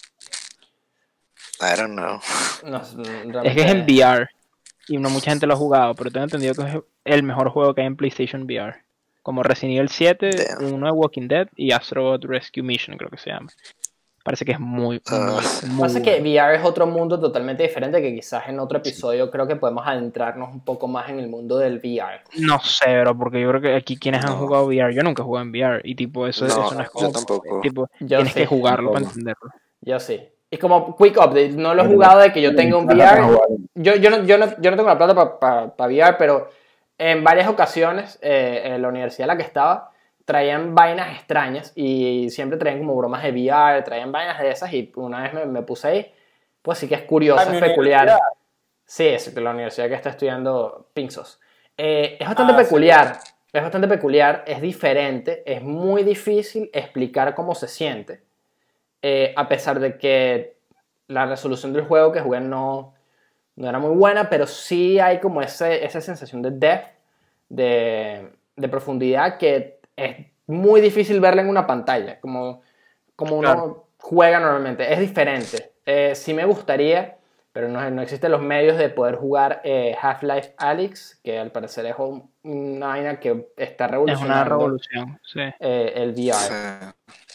I don't know. No, Es que es en realmente. VR y no mucha gente lo ha jugado, pero tengo entendido que es el mejor juego que hay en PlayStation VR. Como Resident Evil 7, Damn. uno de Walking Dead y Astrobot Rescue Mission, creo que se llama. Parece que es muy, muy, Sí. muy Pasa que bueno. VR es otro mundo totalmente diferente que quizás en otro episodio creo que podemos adentrarnos un poco más en el mundo del VR. No sé, bro, porque yo creo que aquí quienes han No, jugado VR, yo nunca jugué en VR y tipo eso no es yo como, tampoco. tipo, Yo tienes que sí, jugarlo para Tampoco. entenderlo. yo sí. Y como quick update, no lo he Pero jugado de que yo no tenga un plata para VR. jugar. Yo no tengo la plata para VR, pero en varias ocasiones en la universidad en la que estaba traían vainas extrañas y siempre traían como bromas de VR, traían vainas de esas y una vez me puse ahí, pues sí que es curioso, Ah, es mi peculiar. universidad. Sí, es de la universidad que está estudiando Pinzos. Es bastante Ah, sí. peculiar, es bastante peculiar, es diferente, es muy difícil explicar cómo se siente, a pesar de que la resolución del juego que jugué no era muy buena, pero sí hay como esa sensación de depth, de profundidad que es muy difícil verla en una pantalla, como Claro. uno juega normalmente. Es diferente. Sí me gustaría, pero no existen los medios de poder jugar Half-Life Alyx, que al parecer es una vaina que está Es una revolucionando revolución, sí. el Sí. VR.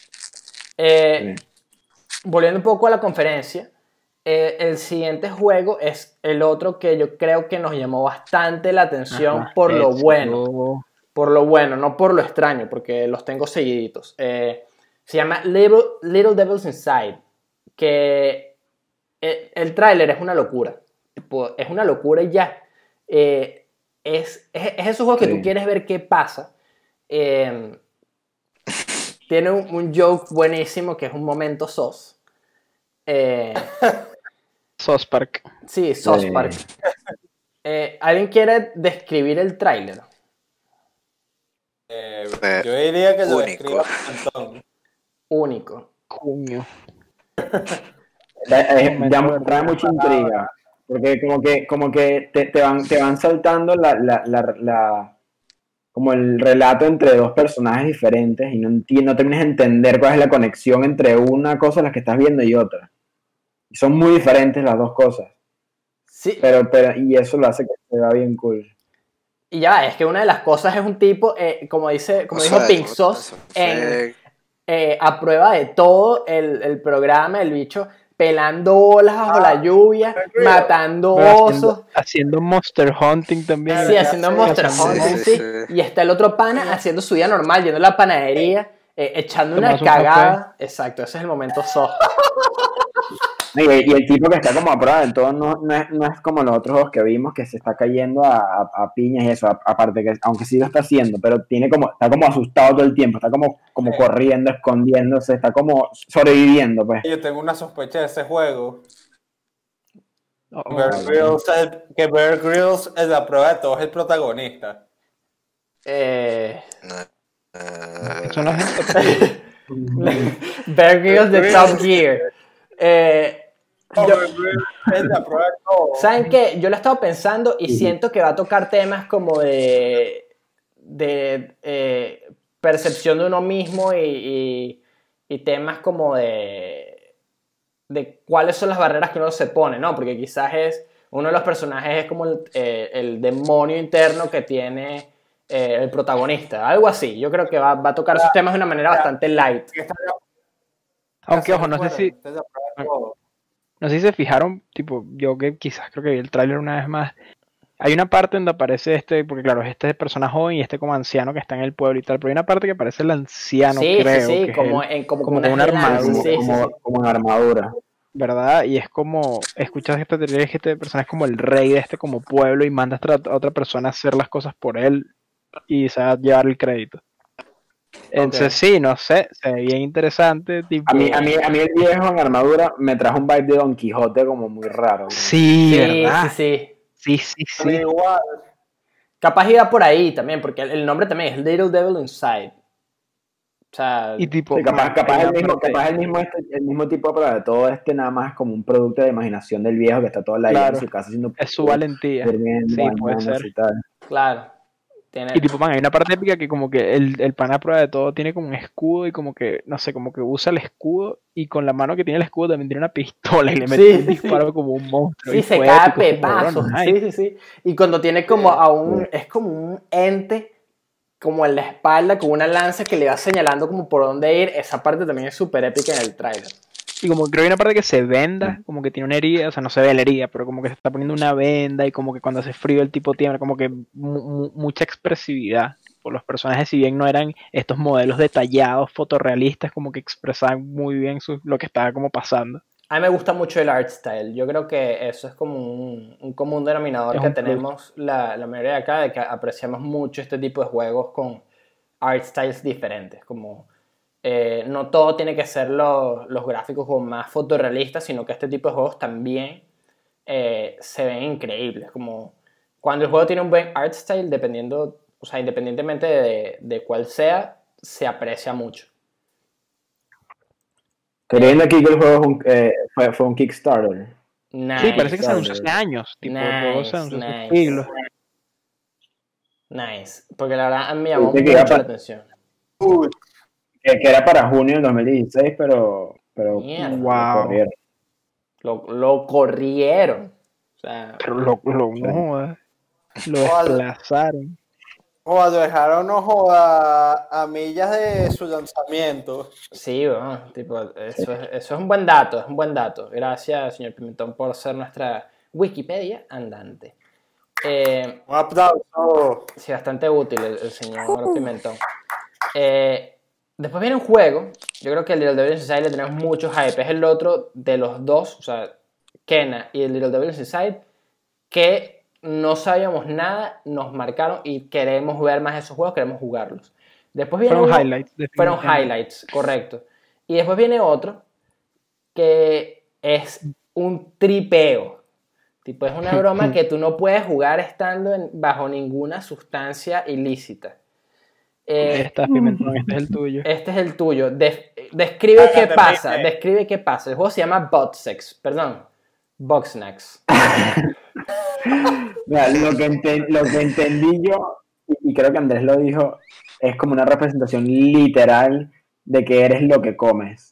Volviendo un poco a la conferencia, el siguiente juego es el otro que yo creo que nos llamó bastante la atención Ajá, por lo Let's bueno. Go. Por lo bueno, no por lo extraño, porque los tengo seguiditos. Se llama Little Devils Inside, que el tráiler es una locura. Tipo, es una locura y ya. Es esos juegos que tú Sí. quieres ver qué pasa. Tiene un joke buenísimo que es un momento sos. South Park. Sí, South Park. ¿Alguien quiere describir el tráiler? Yo diría que lo Único. describa Antón. Único. Coño. Trae mucha intriga. Porque como que te van saltando como el relato entre dos personajes diferentes y no terminas de entender cuál es la conexión entre una cosa en la que estás viendo y otra. Y son muy diferentes las dos cosas. Sí, Y eso lo hace que se vea bien cool. y ya, es que una de las cosas es un tipo, como O dijo sea, Pink Sauce, a prueba de todo el programa, el bicho pelando olas bajo la lluvia, matando Pero osos, haciendo Monster Hunting también. sí, haciendo Monster cazando Hunting, sí, sí. sí. Y está el otro pana haciendo su vida normal, yendo a la panadería, echando una Tomándose un café. cagada. Exacto, ese es el momento soft. Y el tipo que está como a prueba de todo no es como los otros dos que vimos que se está cayendo a piñas y eso, aparte que aunque sí lo está haciendo, pero está como asustado todo el tiempo, está como corriendo, escondiéndose, está como sobreviviendo, pues. Yo tengo una sospecha de ese juego. Oh, Que Bear Grylls es la prueba de todo, es el protagonista. son la gente. Bear Grylls de Top Gear. Bear Grylls es la prueba de todo. ¿Saben qué? Yo lo he estado pensando y siento que va a tocar temas como de percepción de uno mismo y temas como de cuáles son las barreras que uno se pone, ¿no? Porque quizás uno de los personajes es como el demonio interno que tiene el protagonista, algo así. Yo creo que va a tocar esos temas de una manera bastante light. Aunque ojo, no sé si se fijaron, tipo, yo que quizás creo que vi el tráiler una vez más. Hay una parte donde aparece porque claro, este es persona joven y este como anciano que está en el pueblo y tal, pero hay una parte que aparece el anciano, Sí, creo, sí, que como es él, como como una con una armadura, armadura, sí. Como en armadura. ¿verdad? Y es como, escuchas esta teoría de que este persona es como el rey de este como pueblo y manda a otra persona a hacer las cosas por él y se va a llevar el crédito. Entonces sí, no sé, se ve bien interesante, tipo... A mí el viejo en armadura me trajo un vibe de Don Quijote como muy raro. Sí, Sí, ¿verdad? sí. A mí igual. Capaz iba por ahí también, porque el nombre también es Little Devil Inside. O sea, Y tipo, Sí, capaz hay el una mismo, parte- capaz el mismo tipo, pero de todo nada más es como un producto de imaginación del viejo que está todo el día en claro, su casa haciendo es su valentía. durmiendo, Sí, puede bañándose ser. y tal. claro. Y tipo, man, hay una parte épica que como que el pana a prueba de todo tiene como un escudo y como que, no sé, como que usa el escudo y con la mano que tiene el escudo también tiene una pistola y le mete Sí, un sí, disparo sí. como un monstruo. Sí, Y se fue cae a épico, es como, bro, pepazos. nice. Sí, sí, sí. Y cuando tiene como es como un ente, como en la espalda, con una lanza que le va señalando como por dónde ir. Esa parte también es súper épica en el tráiler. Y como creo que hay una parte que se venda, como que tiene una herida, o sea, no se ve la herida, pero como que se está poniendo una venda y como que cuando hace frío el tipo tiene como que mucha expresividad. Por los personajes, si bien no eran estos modelos detallados, fotorrealistas, como que expresaban muy bien lo que estaba como pasando. A mí me gusta mucho el art style. Yo creo que eso es como un común denominador Es que un plus. tenemos la mayoría de acá, de que apreciamos mucho este tipo de juegos con art styles diferentes. Como no todo tiene que ser los gráficos como más fotorrealistas, sino que este tipo de juegos también se ven increíbles. Como cuando el juego tiene un buen art style, dependiendo, o sea, independientemente de cuál sea, se aprecia mucho. Estoy viendo aquí que el juego fue un Kickstarter. Sí, parece que se Nice, anunció hace años, tipo, el juego se nice, anunció hace nice. siglos. Nice, porque la verdad me llamó Dice que iba mucho la para- atención. que era para junio del 2016, pero Mierda, lo Wow, corrieron. lo corrieron. O sea, pero no jodas, lo Ojalá, desplazaron. ojalá lo dejaron, no joda, a millas de su lanzamiento. sí, bueno, tipo, eso es un buen dato, es un buen dato. Gracias, señor Pimentón, por ser nuestra Wikipedia andante. Un aplauso. Sí, bastante útil el señor Pimentón. Después viene un juego. Yo creo que el Little Devil Inside le tenemos mucho hype. Es el otro de los dos, o sea, Kena y el Little Devil Inside, que no sabíamos nada, nos marcaron y queremos ver más esos juegos, queremos jugarlos. Después viene Fueron uno- highlights, Fueron definitivamente. highlights, correcto. Y después viene otro que es un tripeo. Tipo, es una broma que tú no puedes jugar estando bajo ninguna sustancia ilícita. Ahí estás, Pimentón, este es el tuyo. Este es el tuyo. Describe qué Cállate, pasa. Pepe. Describe qué pasa. El juego se llama Botsex. Perdón. Boxnax. Mira, lo que entendí yo, y creo que Andrés lo dijo, es como una representación literal de que eres lo que comes.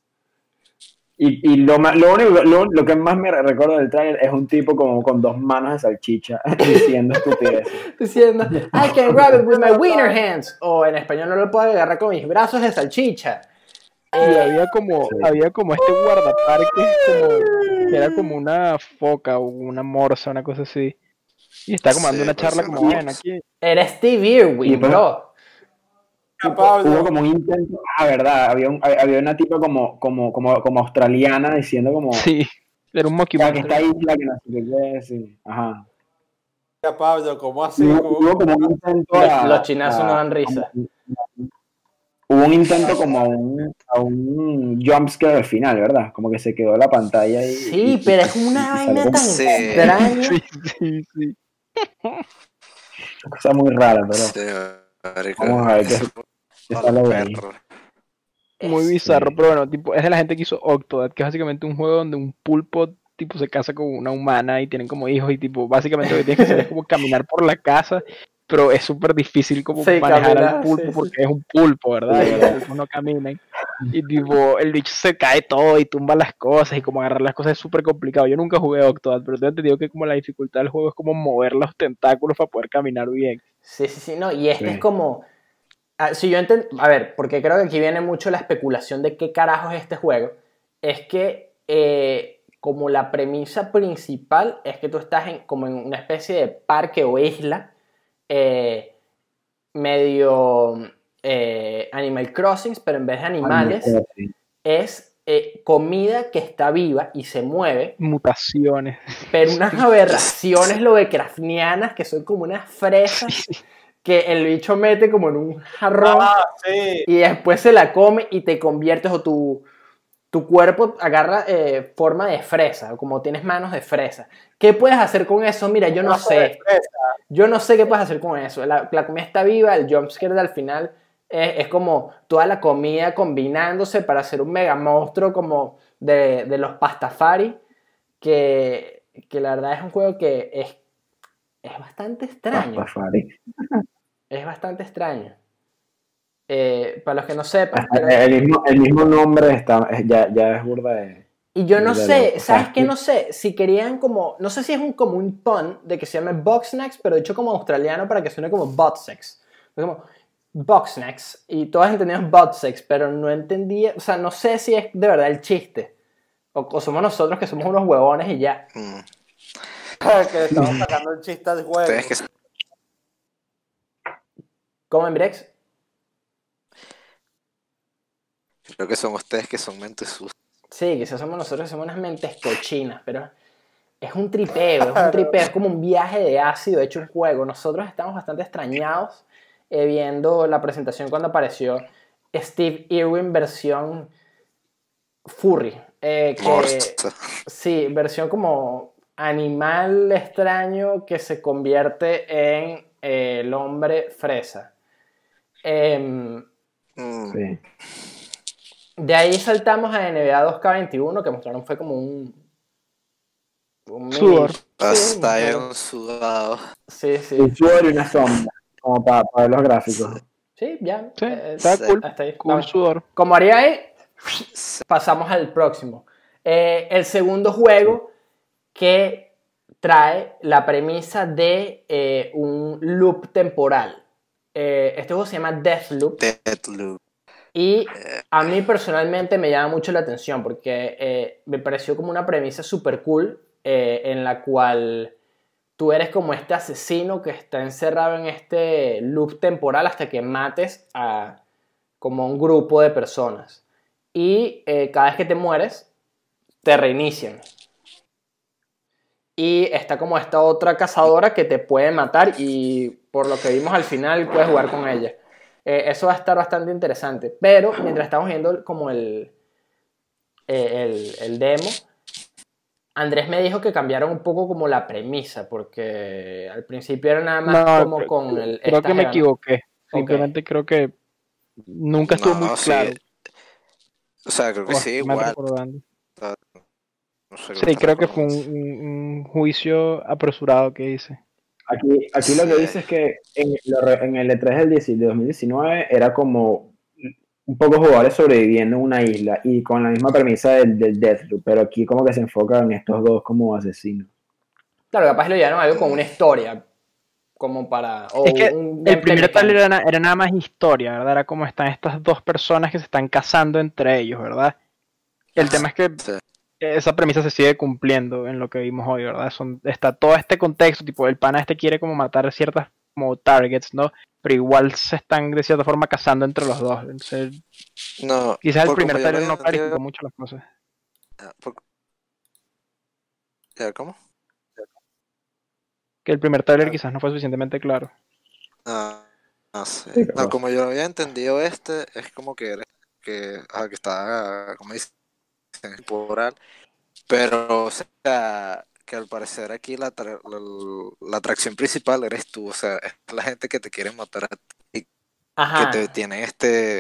Y lo que más me recuerdo del trailer es un tipo como con dos manos de salchicha diciendo estupideces. Diciendo, I can grab it with my wiener hands. O en español no lo puedo agarrar con mis brazos de salchicha. Y había como este guardaparques que era como una foca o una morsa, una cosa así. Y está como dando Sí, una puede charla ser como, una bueno, morsa. aquí. Era Steve Irwin, Y pues- bro. Pablo. Hubo como un intento, verdad, había una tipa como australiana diciendo como Sí, era un "Ya, que mockumentary. esta isla que no sé qué, sí. Ajá. Ya, Pablo, ¿cómo así? Hubo como un intento Los chinazos no dan risa. Hubo un intento como a un jumpscare al final, ¿verdad? Como que se quedó la pantalla ahí. Sí, pero es una vaina salió tan Sí. extraña. Sí. una cosa muy rara, pero Sí, marico, vamos a ver qué eso sale de ahí. perro. Muy bizarro, pero bueno, tipo, es de la gente que hizo Octodad, que es básicamente un juego donde un pulpo tipo se casa con una humana y tienen como hijos y tipo, básicamente lo que tienes que hacer es como caminar por la casa, pero es súper difícil como Sí, manejar caminar, al pulpo sí, sí. porque es un pulpo, ¿verdad? Y los pulpos no caminan. Y tipo, el bicho se cae todo y tumba las cosas y como agarrar las cosas es súper complicado. Yo nunca jugué Octodad, pero te digo que como la dificultad del juego es como mover los tentáculos para poder caminar bien. Sí, no, y este Sí. es como... si yo a ver, porque creo que aquí viene mucho la especulación de qué carajo es este juego, es que como la premisa principal es que tú estás como en una especie de parque o isla medio Animal Crossings, pero en vez de animales es comida que está viva y se mueve, Mutaciones. pero unas aberraciones lovecraftianas que son como unas fresas que el bicho mete como en un jarrón Sí. y después se la come y te conviertes o tu cuerpo agarra forma de fresa, o como tienes manos de fresa. ¿Qué puedes hacer con eso? Mira, yo no sé. Yo no sé qué puedes hacer con eso. La comida está viva, el jumpscare del final es como toda la comida combinándose para hacer un mega monstruo como de los Pastafari, que la verdad es un juego que es bastante extraño. Pastafari. Es bastante extraño. Para los que no sepan, El mismo nombre ya es burda de... y yo no burda de sé, loco. ¿sabes qué? No sé, si querían como, no sé si es como un pun de que se llame Boxnax, pero dicho como australiano para que suene como Botsex. Como Boxnax, y todos entendían Botsex, pero no entendía, o sea, no sé si es de verdad el chiste, o somos nosotros que somos unos huevones y ya. Que le estamos sacando el chiste al juego. Ustedes que ¿Cómo en Brex? creo que son ustedes que son mentes sucias. Sí, quizás somos nosotros que somos unas mentes cochinas, pero es un tripeo, es como un viaje de ácido hecho un juego. Nosotros estamos bastante extrañados viendo la presentación cuando apareció Steve Irwin versión furry. Morsa. Sí, versión como animal extraño que se convierte en el hombre fresa. Sí. De ahí saltamos a NBA 2K21, que mostraron fue como un Sudor. Hasta sí, ahí un sudado. Sí, sí. Un sudor y una sombra, como para ver los gráficos. Sí, ya. Sí, está cool. Hasta ahí. Cool Vamos. sudor. Como haría ahí, pasamos al próximo. El segundo juego que trae la premisa de un loop temporal. Este juego se llama Deathloop. Deathloop. Y a mí personalmente me llama mucho la atención porque me pareció como una premisa súper cool en la cual tú eres como este asesino que está encerrado en este loop temporal hasta que mates a como un grupo de personas. Y cada vez que te mueres, te reinician. Y está como esta otra cazadora que te puede matar y por lo que vimos al final puedes jugar con ella. Eso va a estar bastante interesante. Pero mientras estamos viendo como el demo, Andrés me dijo que cambiaron un poco como la premisa, porque al principio era nada más como con el... Creo que me equivoqué. Ok. Simplemente creo que nunca estuvo muy sí. claro. O sea, creo que sí, Me igual. recordando. No sé, Sí, creo que fue un juicio apresurado que hice. Aquí lo que dice es que en el E3 de 2019 era como un poco jugadores sobreviviendo en una isla y con la misma premisa del Deathloop, pero aquí como que se enfoca en estos dos como asesinos. Claro, capaz lo llevaron algo con una historia, como para... Es que el primer trailer mecánico. era nada más historia, ¿verdad? Era como están estas dos personas que se están casando entre ellos, ¿verdad? El tema es que Sí. esa premisa se sigue cumpliendo en lo que vimos hoy, ¿verdad? Está todo este contexto, tipo, el pana este quiere como matar ciertas como targets, ¿no? Pero igual se están de cierta forma casando entre los dos. Entonces, No, quizás el por primer como yo lo trailer no había entendido- clarificó mucho las cosas. ¿Ya, cómo? Que el primer trailer quizás no fue suficientemente claro. No sé. Sí, No, capaz. como yo lo había entendido, es como que está, como dicen, temporal. Pero, o sea, que al parecer aquí la atracción principal eres tú. O sea, es la gente que te quiere matar a ti, que Ajá. te tiene en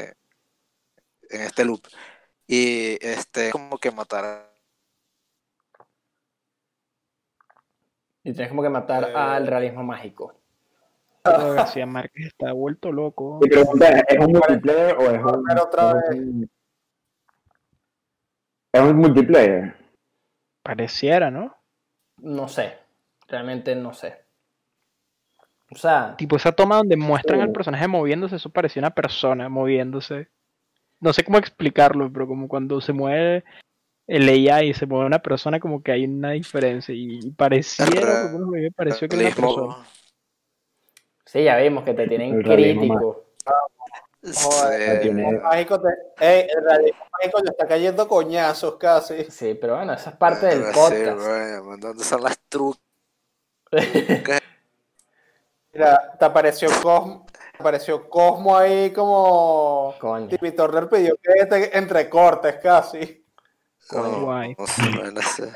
este loop. Y como que matar Y tienes como que matar al realismo mágico. Pero García Márquez está vuelto loco. Mi pregunta ¿es un multiplayer o es Pero otra vez. es un multiplayer? Pareciera, ¿no? No sé. Realmente no sé. O sea, Tipo esa toma donde muestran Sí. al personaje moviéndose, eso parecía una persona moviéndose. No sé cómo explicarlo, pero como cuando se mueve el AI y se mueve una persona, como que hay una diferencia. Y pareciera, por lo menos a mí me pareció que era una persona. realismo. sí, ya vimos que te tienen El realismo crítico. Joder, tiene- el realismo mágico le está cayendo coñazos casi. Sí, pero bueno, esa es parte del Sí, podcast. bueno, ¿dónde son las trucas? Mira, te apareció Cosmo ahí como Coño. Timmy Turner pidió que entre cortes casi. Coño. Guay. No sé, no sé.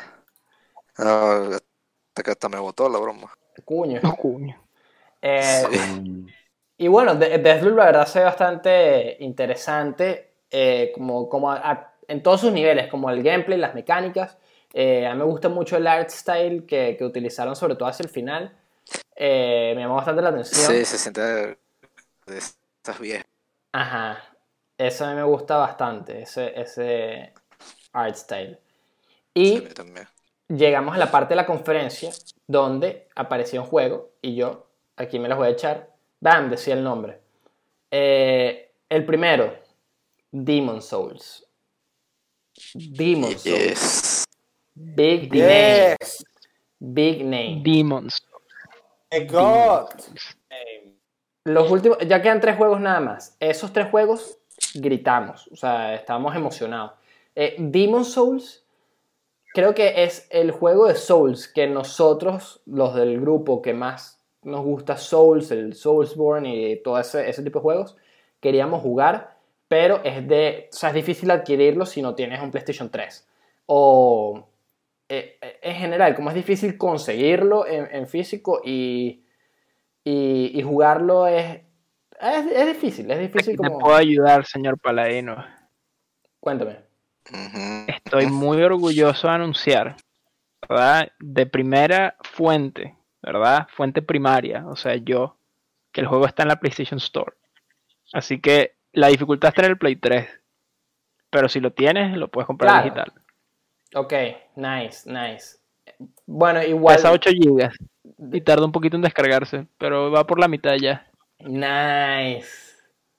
Hasta que hasta me botó la broma. Cuño. No, coño. Eh, Sí. Y bueno, Deathloop la verdad se ve bastante interesante, en todos sus niveles, como el gameplay, las mecánicas. A mí me gusta mucho el art style que utilizaron, sobre todo hacia el final. Me llamó bastante la atención. Sí, se siente de estas viejas. Ajá, eso a mí me gusta bastante, ese art style. Sí, a Y mí también. llegamos a la parte de la conferencia donde apareció un juego y yo, aquí me los voy a echar, bam, decía el nombre. El primero, Demon Souls. Demon Souls. Yes. Big name. Yes. Big name. Demons. My God. Los últimos, ya quedan 3 juegos nada más. Esos 3 juegos gritamos, o sea, estábamos emocionados. Demon Souls, creo que es el juego de Souls que nosotros, los del grupo que más nos gusta Souls, el Soulsborne y todo ese tipo de juegos, queríamos jugar, pero o sea, es difícil adquirirlo si no tienes un PlayStation 3. O en general, como es difícil conseguirlo en físico y jugarlo es difícil, es difícil Aquí te como... puedo ayudar, señor Paladino. Cuéntame. Ujú. Estoy muy orgulloso de anunciar, ¿verdad? De primera fuente, ¿verdad? Fuente primaria, o sea, yo, que el juego está en la PlayStation Store. Así que la dificultad está en el Play 3. Pero si lo tienes, lo puedes comprar Claro. digital. Ok, nice. Bueno, igual... Pesa 8 GB y tarda un poquito en descargarse, pero va por la mitad ya. Nice.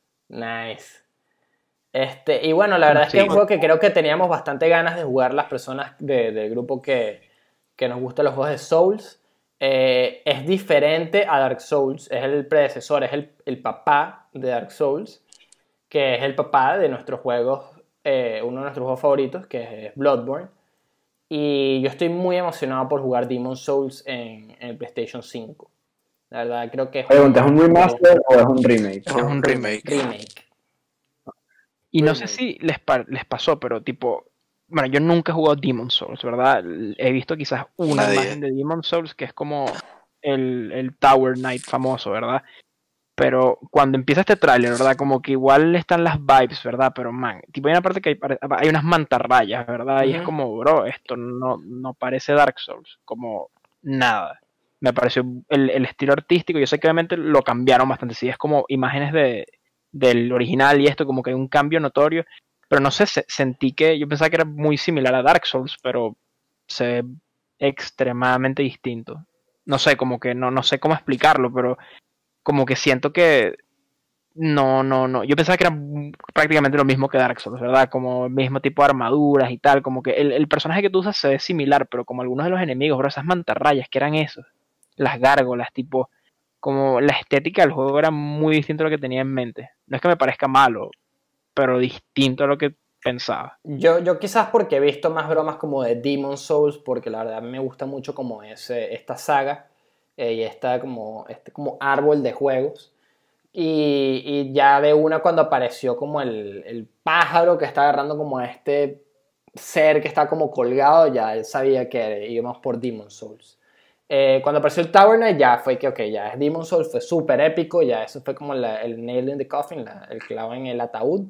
Y bueno, la verdad es que Sí. es un juego que creo que teníamos bastante ganas de jugar las personas del grupo que nos gustan los juegos de Souls. Es diferente a Dark Souls, es el predecesor, es el papá de Dark Souls, que es el papá de nuestros juegos, uno de nuestros juegos favoritos, que es Bloodborne. Y yo estoy muy emocionado por jugar Demon Souls en el PlayStation 5. La verdad, creo que es Pregunta, ¿es un remaster o es un remake? Es un remake. remake. Y no sé Remake. si les pasó, pero tipo, bueno, yo nunca he jugado Demon Souls, ¿verdad? He visto quizás una Nadie. imagen de Demon Souls que es como el Tower Knight famoso, ¿verdad? Pero cuando empieza este tráiler, ¿verdad? Como que igual están las vibes, ¿verdad? Pero man, tipo hay una parte que hay unas mantarrayas, ¿verdad? Y es Ujú. como, bro, esto no parece Dark Souls, como nada. Me pareció el estilo artístico, yo sé que obviamente lo cambiaron bastante, sí, es como imágenes del original y esto, como que hay un cambio notorio, pero no sé, sentí que yo pensaba que era muy similar a Dark Souls, pero se ve extremadamente distinto. No sé, como que no sé cómo explicarlo, pero como que siento que no. Yo pensaba que era prácticamente lo mismo que Dark Souls, ¿verdad? Como el mismo tipo de armaduras y tal. Como que el personaje que tú usas se ve similar, pero como algunos de los enemigos, bro, esas mantarrayas que eran esos, las gárgolas, tipo, como la estética del juego era muy distinto a lo que tenía en mente. No es que me parezca malo, pero distinto a lo que pensaba. Yo quizás porque he visto más bromas como de Demon Souls, porque la verdad me gusta mucho como esta saga y como árbol de juegos. Y ya de una cuando apareció como el pájaro que está agarrando como a este ser que está como colgado, ya él sabía que íbamos por Demon Souls. Cuando apareció el Tower Knight ya fue que, ok, ya es Demon Souls, fue súper épico, ya eso fue como el nail in the coffin, el clavo en el ataúd.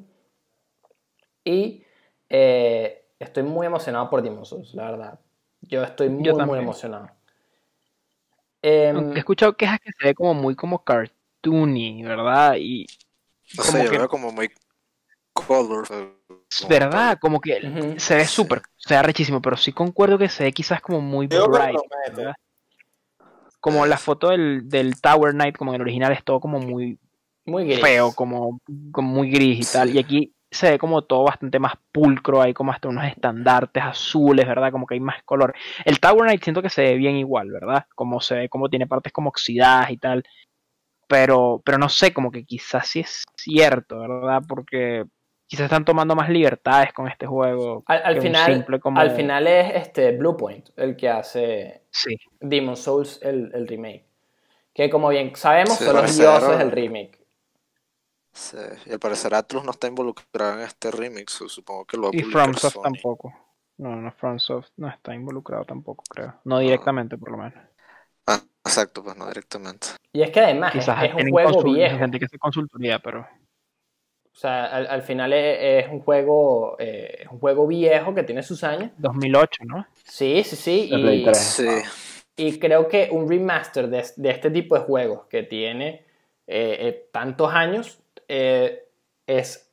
Y estoy muy emocionado por Demon Souls, la verdad. Yo estoy Yo muy también. emocionado. Aunque he escuchado quejas que se ve como muy como cartoony, ¿verdad? Y No como sé, yo que lo veo como muy colorful. ¿verdad? Como que Ujú. se ve Sí. súper, se ve rechísimo, pero sí concuerdo que se ve quizás como muy Digo que bright, promete. ¿verdad? Como la foto del Tower Knight, como en el original, es todo como muy Muy gris. feo, como muy gris y tal. Sí. Y aquí se ve como todo bastante más pulcro, hay como hasta unos estandartes azules, ¿verdad? Como que hay más color. El Tower Knight siento que se ve bien igual, ¿verdad? Como se ve, como tiene partes como oxidadas y tal. Pero no sé, como que quizás sí es cierto, ¿verdad? Porque quizás están tomando más libertades con este juego Al que un final, simple como... al final es Bluepoint el que hace Sí, Demon Souls el remake. Que como bien sabemos Sí, son los parece dioses raro. del remake. Sí. Y al parecer Atlus no está involucrado en este remix, supongo que lo va a y publicar FromSoft Sony. tampoco. No, FromSoft no está involucrado tampoco, creo. No Ah, directamente, por lo menos. Exacto, pues no directamente. Y es que además Quizás es un tienen juego viejo. gente que hace consultoría, pero O sea, al final es un juego viejo que tiene sus años. 2008, ¿no? Sí, sí, sí. De Play 3. Sí. Y creo que un remaster de este tipo de juegos que tiene tantos años es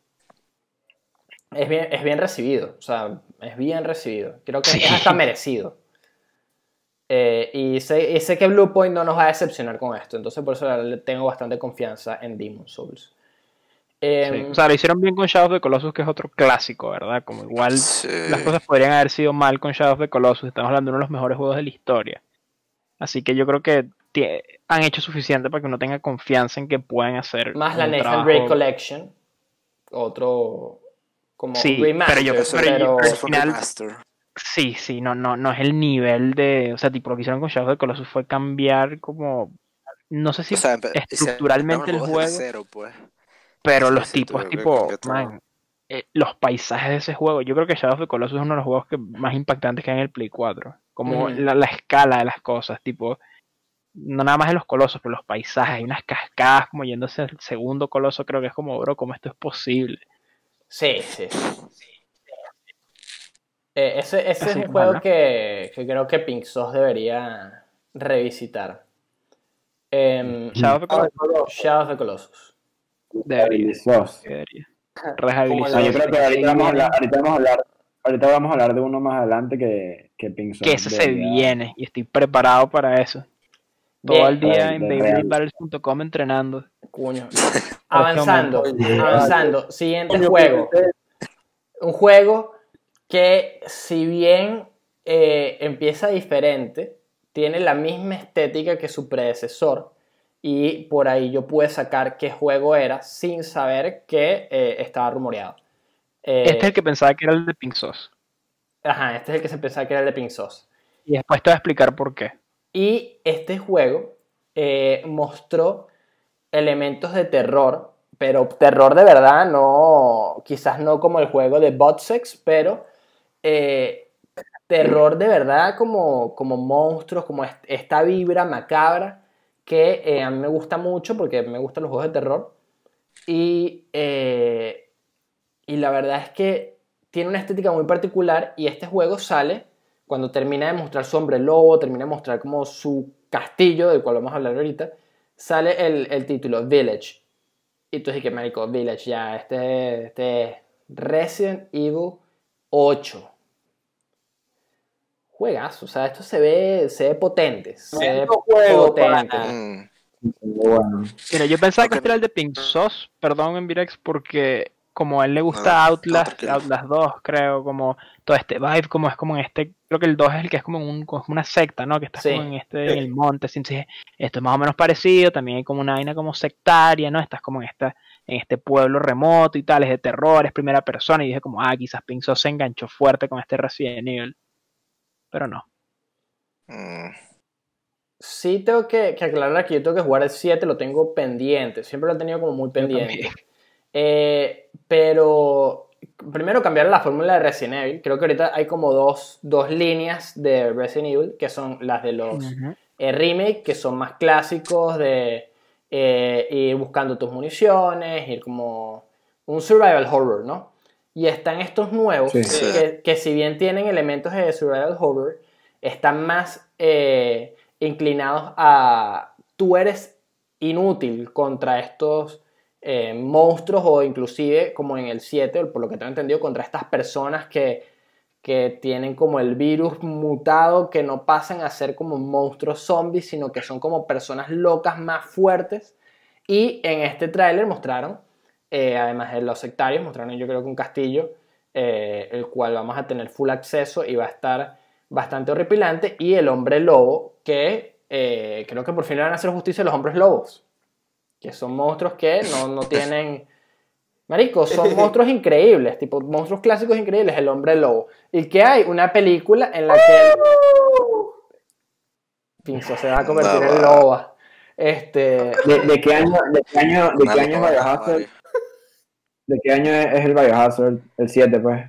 bien recibido. O sea, es bien recibido. Creo que es hasta merecido. Y sé que Bluepoint no nos va a decepcionar con esto. Entonces por eso le tengo bastante confianza en Demon's Souls. Sí. O sea, lo hicieron bien con Shadow of the Colossus, que es otro clásico, ¿verdad? Como igual Sí. las cosas podrían haber sido mal con Shadow of the Colossus. Estamos hablando de uno de los mejores juegos de la historia. Así que yo creo que han hecho suficiente para que uno tenga confianza en que pueden hacer Más la un Nathan trabajo. Drake Collection. Otro como Sí, remaster. pero Eso al fue un final remaster. sí, no es el nivel de, o sea, tipo lo que hicieron con Shadow of the Colossus fue cambiar como, no sé si O sea, estructuralmente el hicieron juego, desde cero, pues. pero Sí, los sí, tipos, tuve que tipo, cambiar todo. man, los paisajes de ese juego, yo creo que Shadow of the Colossus es uno de los juegos más impactantes que hay en el Play 4, como Ujú. la escala de las cosas, tipo, no nada más de los colosos, pero los paisajes, hay unas cascadas como yéndose al segundo coloso, creo que es como, bro, ¿cómo esto es posible? Sí, sí, sí. Ese es Así un que juego ojalá. que creo que Pink Sauce debería revisitar. Shadow of the Colossus Shadow of the Colossus. debería. Delicioso. Rehabilitar. No, yo creo que ahorita vamos a hablar, viene, ahorita vamos a hablar de uno más adelante que Pink que Sauce ese se debería viene y estoy preparado para eso. Todo el Bien, día en de real. BeybladeBattles.com entrenando. cuño. Para este momento. Avanzando. Siguiente Coño, juego. que- Un juego que si bien empieza diferente, tiene la misma estética que su predecesor y por ahí yo pude sacar qué juego era sin saber que estaba rumoreado. Este es el que pensaba que era el de Pink Sauce. Ajá, este es el que se pensaba que era el de Pink Sauce. Y después te voy a explicar por qué. Y este juego mostró elementos de terror, pero terror de verdad, no, quizás no como el juego de Botsex, pero terror de verdad como monstruos, como esta vibra macabra que a mí me gusta mucho porque me gustan los juegos de terror. Y la verdad es que tiene una estética muy particular y este juego sale cuando termina de mostrar su hombre lobo, termina de mostrar como su castillo, del cual vamos a hablar ahorita, sale el título Village. Y tú dices que marico, Village ya, este es Resident Evil 8. Juegazo, o sea, esto se ve potente, se ve Tremendo juego, potente. pana. Bueno, Mira, yo pensaba que Ok. este era el de Pink Sauce, perdón, Envirex, porque como a él le gusta No, Outlast, tranquilo. Outlast 2, creo, como todo este vibe, como es como en este, creo que el 2 es el que es como como una secta, ¿no? Que estás como Sí, en el monte, así, entonces, esto es más o menos parecido, también hay como una vaina como sectaria, ¿no? Estás como en este pueblo remoto y tal, es de terror, es primera persona, y dije como, quizás Pink Sauce se enganchó fuerte con este Resident Evil, pero no. Mm, sí tengo que aclarar que yo tengo que jugar el 7, lo tengo pendiente, siempre lo he tenido como muy Yo pendiente. también. Pero primero cambiaron la fórmula de Resident Evil. Creo que ahorita hay como dos líneas de Resident Evil, que son las de los Ujú. remake, que son más clásicos de ir buscando tus municiones, ir como un survival horror, ¿no? Y están estos nuevos, Sí. Sí. que si bien tienen elementos de survival horror, están más inclinados a tú eres inútil contra estos monstruos o inclusive como en el 7, por lo que tengo entendido, contra estas personas que tienen como el virus mutado, que no pasan a ser como monstruos zombies, sino que son como personas locas más fuertes. Y en este tráiler mostraron, además de los sectarios, mostraron yo creo que un castillo, el cual vamos a tener full acceso y va a estar bastante horripilante, y el hombre lobo, que creo que por fin le van a hacer justicia a los hombres lobos, que son monstruos que no tienen... Marico, son monstruos increíbles, tipo monstruos clásicos increíbles, el hombre lobo. Y que hay una película en la que Pinzo se va a convertir no, en loba. ¿de qué año, una es loba, Biohazard? Mario. ¿De qué año es el Biohazard? El 7, pues.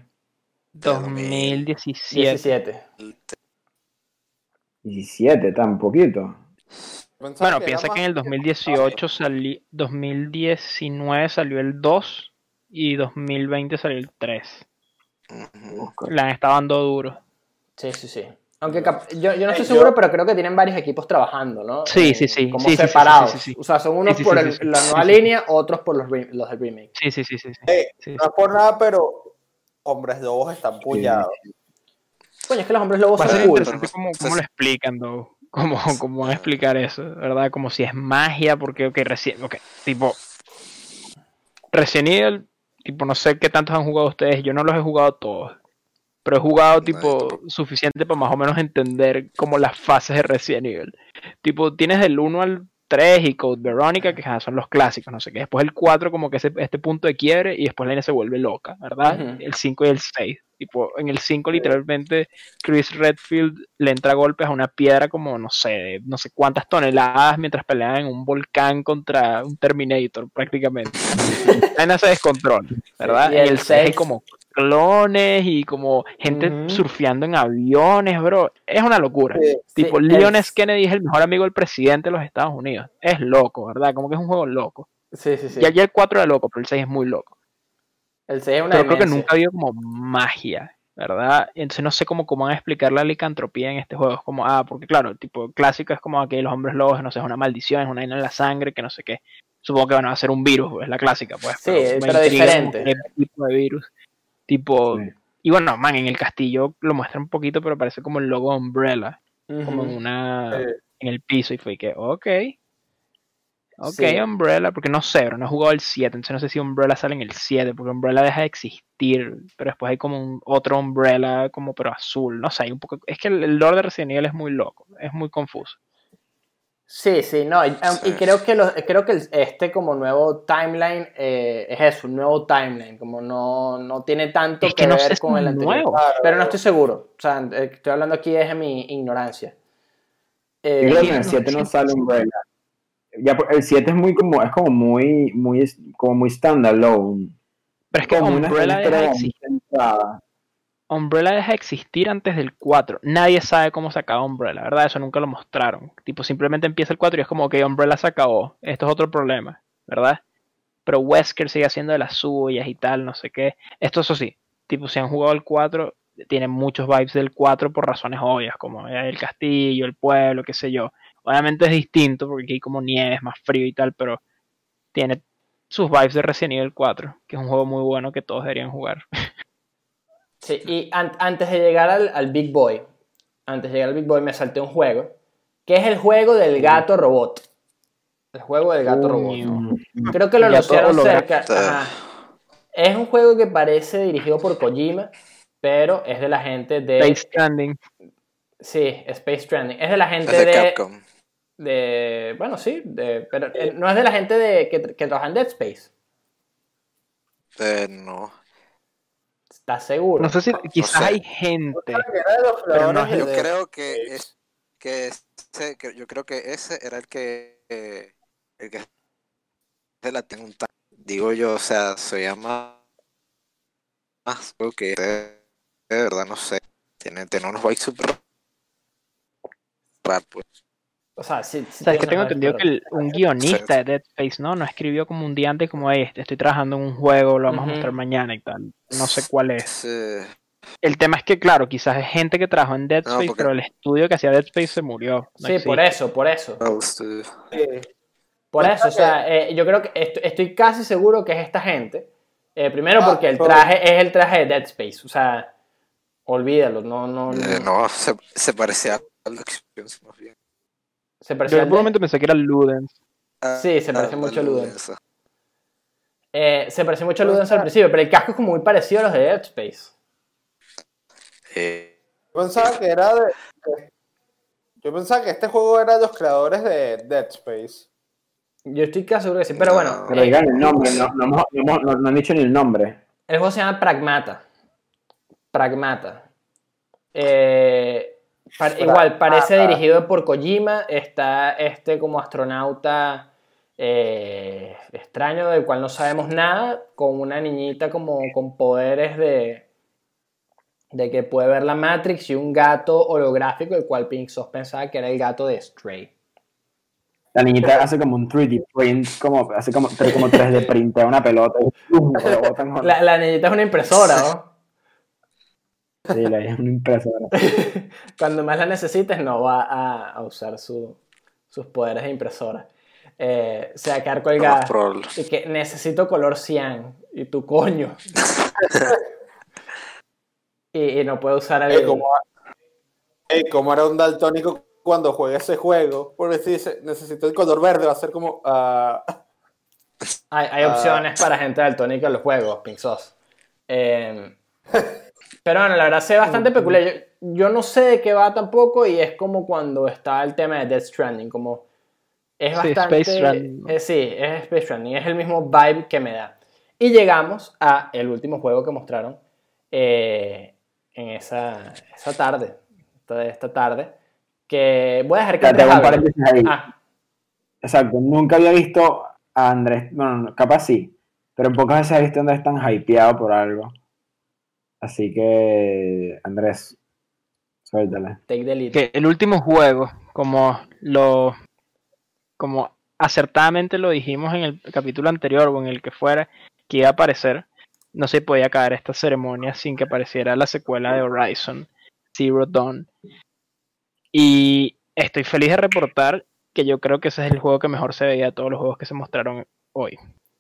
2017. 17. 17, tan poquito. Pensaba Bueno, que era piensa más que en el 2018 2019 salió el 2 y 2020 salió el 3. Ujú. Le han estado dando duro. Sí. Aunque yo no estoy Yo- seguro, pero creo que tienen varios equipos trabajando, ¿no? Sí. Como Sí. separados. O sea, son unos Sí. por la nueva línea, otros por los del remake. Sí. no es por nada, pero Hombres Lobos están pullados. Coño, es que los hombres lobos Va a son ser cool. interesante cómo lo explican, though. Cómo van a Ah, explicar eso, ¿verdad? Como si es magia, porque, tipo, Resident Evil, tipo, no sé qué tantos han jugado ustedes, yo no los he jugado todos, pero he jugado, no, yo tipo, tampoco. suficiente para más o menos entender como las fases de Resident Evil. Tipo, tienes del 1 al 3 y Code Veronica, que son los clásicos, no sé qué. Después el 4 como que este punto de quiebre y después la N se vuelve loca, ¿verdad? Ujú. El 5 y el 6. Tipo, en el 5 literalmente Chris Redfield le entra golpes a una piedra como, no sé cuántas toneladas mientras pelean en un volcán contra un Terminator prácticamente. La N se descontrola, ¿verdad? Y En el el 6 hay 6. como clones y como gente Ujú. surfeando en aviones, bro. Es una locura. Tipo, Leon S. Kennedy es el mejor amigo del presidente de los Estados Unidos. Es loco, ¿verdad? Como que es un juego loco. Sí. Ya el 4 era loco, pero el 6 es muy loco. El 6 es una Pero creo que demencia. nunca ha habido como magia, ¿verdad? Entonces no sé cómo van a explicar la licantropía en este juego. Es como, porque claro, tipo, clásico es como que los hombres lobos, no sé, es una maldición, es una vaina en la sangre, que no sé qué. Supongo que van a ser un virus, es la clásica, pues. Sí, Me pero intriga como diferente. qué tipo de virus. Tipo, Sí. y bueno, man, en el castillo lo muestra un poquito, pero parece como el logo Umbrella, como Ujú. en el piso, y fue que, ok, Sí. Umbrella, porque no sé, bro, no he jugado el 7, entonces no sé si Umbrella sale en el 7, porque Umbrella deja de existir, pero después hay como otro Umbrella, como pero azul, no sé, hay un poco, es que el lore de Resident Evil es muy loco, es muy confuso. Sí, no, y Sí. creo que este como nuevo timeline es eso, un nuevo timeline, como no tiene tanto Es que que no sé ver si con es el anterior, nuevo. pero no estoy seguro, o sea, estoy hablando aquí desde mi ignorancia. Yo Es creo que que en el no sé 7 no si sale Umbrella. El 7 es como muy standalone. pero Es es que como una Umbrella historia deja de como muy existir. centrada. Umbrella deja de existir antes del 4. Nadie sabe cómo se acaba Umbrella, ¿verdad? Eso nunca lo mostraron. Tipo, simplemente empieza el 4 y es como que Umbrella se acabó. Esto es otro problema, ¿verdad? Pero Wesker sigue haciendo de las suyas y tal, no sé qué. Esto, eso sí, tipo, si han jugado el 4, tienen muchos vibes del 4 por razones obvias, como el castillo, el pueblo, qué sé yo. Obviamente es distinto porque aquí hay como nieve, es más frío y tal, pero tiene sus vibes de Resident Evil 4, que es un juego muy bueno que todos deberían jugar. Sí, y antes de llegar al Big Boy, me salté un juego, que es el juego del gato robot. El juego del gato robot. Coño. Creo que lo Gato anunciaron holográfico. cerca. Ajá. Es un juego que parece dirigido por Kojima, pero es de la gente Space de... Stranding. Sí, Space Stranding. Es de la Es gente de Capcom. bueno, sí, pero no es de la gente que trabaja en Dead Space. No. ¿Estás No seguro? sé si No quizás sé. hay gente, Que era de los pero no creadores es de el... Yo Dead creo que Space. yo creo que ese era el que se la tiene un digo yo, o sea, se llama más creo que de verdad no sé. Tiene unos vibes super raros, pues. O sea, sí Sabes tiene que unas tengo vibes entendido súper que raras. un Sí, guionista de Dead Space no escribió como un día antes como estoy trabajando en un juego, lo vamos a Ujú. mostrar mañana y tal. No sé cuál es. sí. El tema es que, claro, quizás es gente que trabajó en Dead No, Space, porque pero el estudio que hacía Dead Space se murió, no Sí, por existe. eso, por eso. me gusta. Por eso, o sea, yo creo que estoy casi seguro que es esta gente. Primero porque el pero- traje es el traje de Dead Space, o sea, olvídalo, no. No, se parecía a la acción, más bien. ¿Se Yo parecía por al un de? momento pensé que era Ludens. Sí, se parece La mucho a Ludens. Ludensa. Se parece mucho a Ludens al principio, pero el casco es como muy parecido a los de Dead Space. Yo pensaba que era yo pensaba que este juego era de los creadores de Dead Space. Yo estoy casi seguro que sí, pero bueno, Pero digan el nombre, no han dicho ni el nombre. el juego se llama Pragmata. Pragmata. Igual, parece dirigido por Kojima. Está este como astronauta extraño del cual no sabemos nada, con una niñita como con poderes de que puede ver la Matrix y un gato holográfico, el cual Pink Sos pensaba que era el gato de Stray. La niñita hace como un 3D print, hace como 3D printea una pelota y lo botan con- La niñita es una impresora, ¿no? Sí, es una impresora. Cuando más la necesites no va a usar sus poderes de impresora. Se va a quedar Lo más colgada. probable. Y que necesito color cian. Y tu coño. y no puede usar el... Como era un daltónico cuando juega ese juego, porque si dice, necesito el color verde, va a ser como... Hay opciones para gente daltónica en los juegos, Pink Sauce. Pero bueno, la verdad se ve bastante peculiar. Yo no sé de qué va tampoco y es como cuando está el tema de Death Stranding, como es Sí, bastante... Space Stranding, ¿no? Sí, es Space Stranding, es el mismo vibe que me da. Y llegamos a el último juego que mostraron en esa tarde, esta tarde, que voy a dejar que Te Andrés hago un hable. paréntesis ahí. Ah, Exacto, nunca había visto a Andrés, bueno, capaz sí, pero pocas veces he visto a Andrés tan hypeado por algo. Así que, Andrés, suéltale. take the lead. Que el último juego, como acertadamente lo dijimos en el capítulo anterior o en el que fuera, que iba a aparecer, no se podía caer esta ceremonia sin que apareciera la secuela de Horizon Zero Dawn. Y estoy feliz de reportar que yo creo que ese es el juego que mejor se veía de todos los juegos que se mostraron hoy.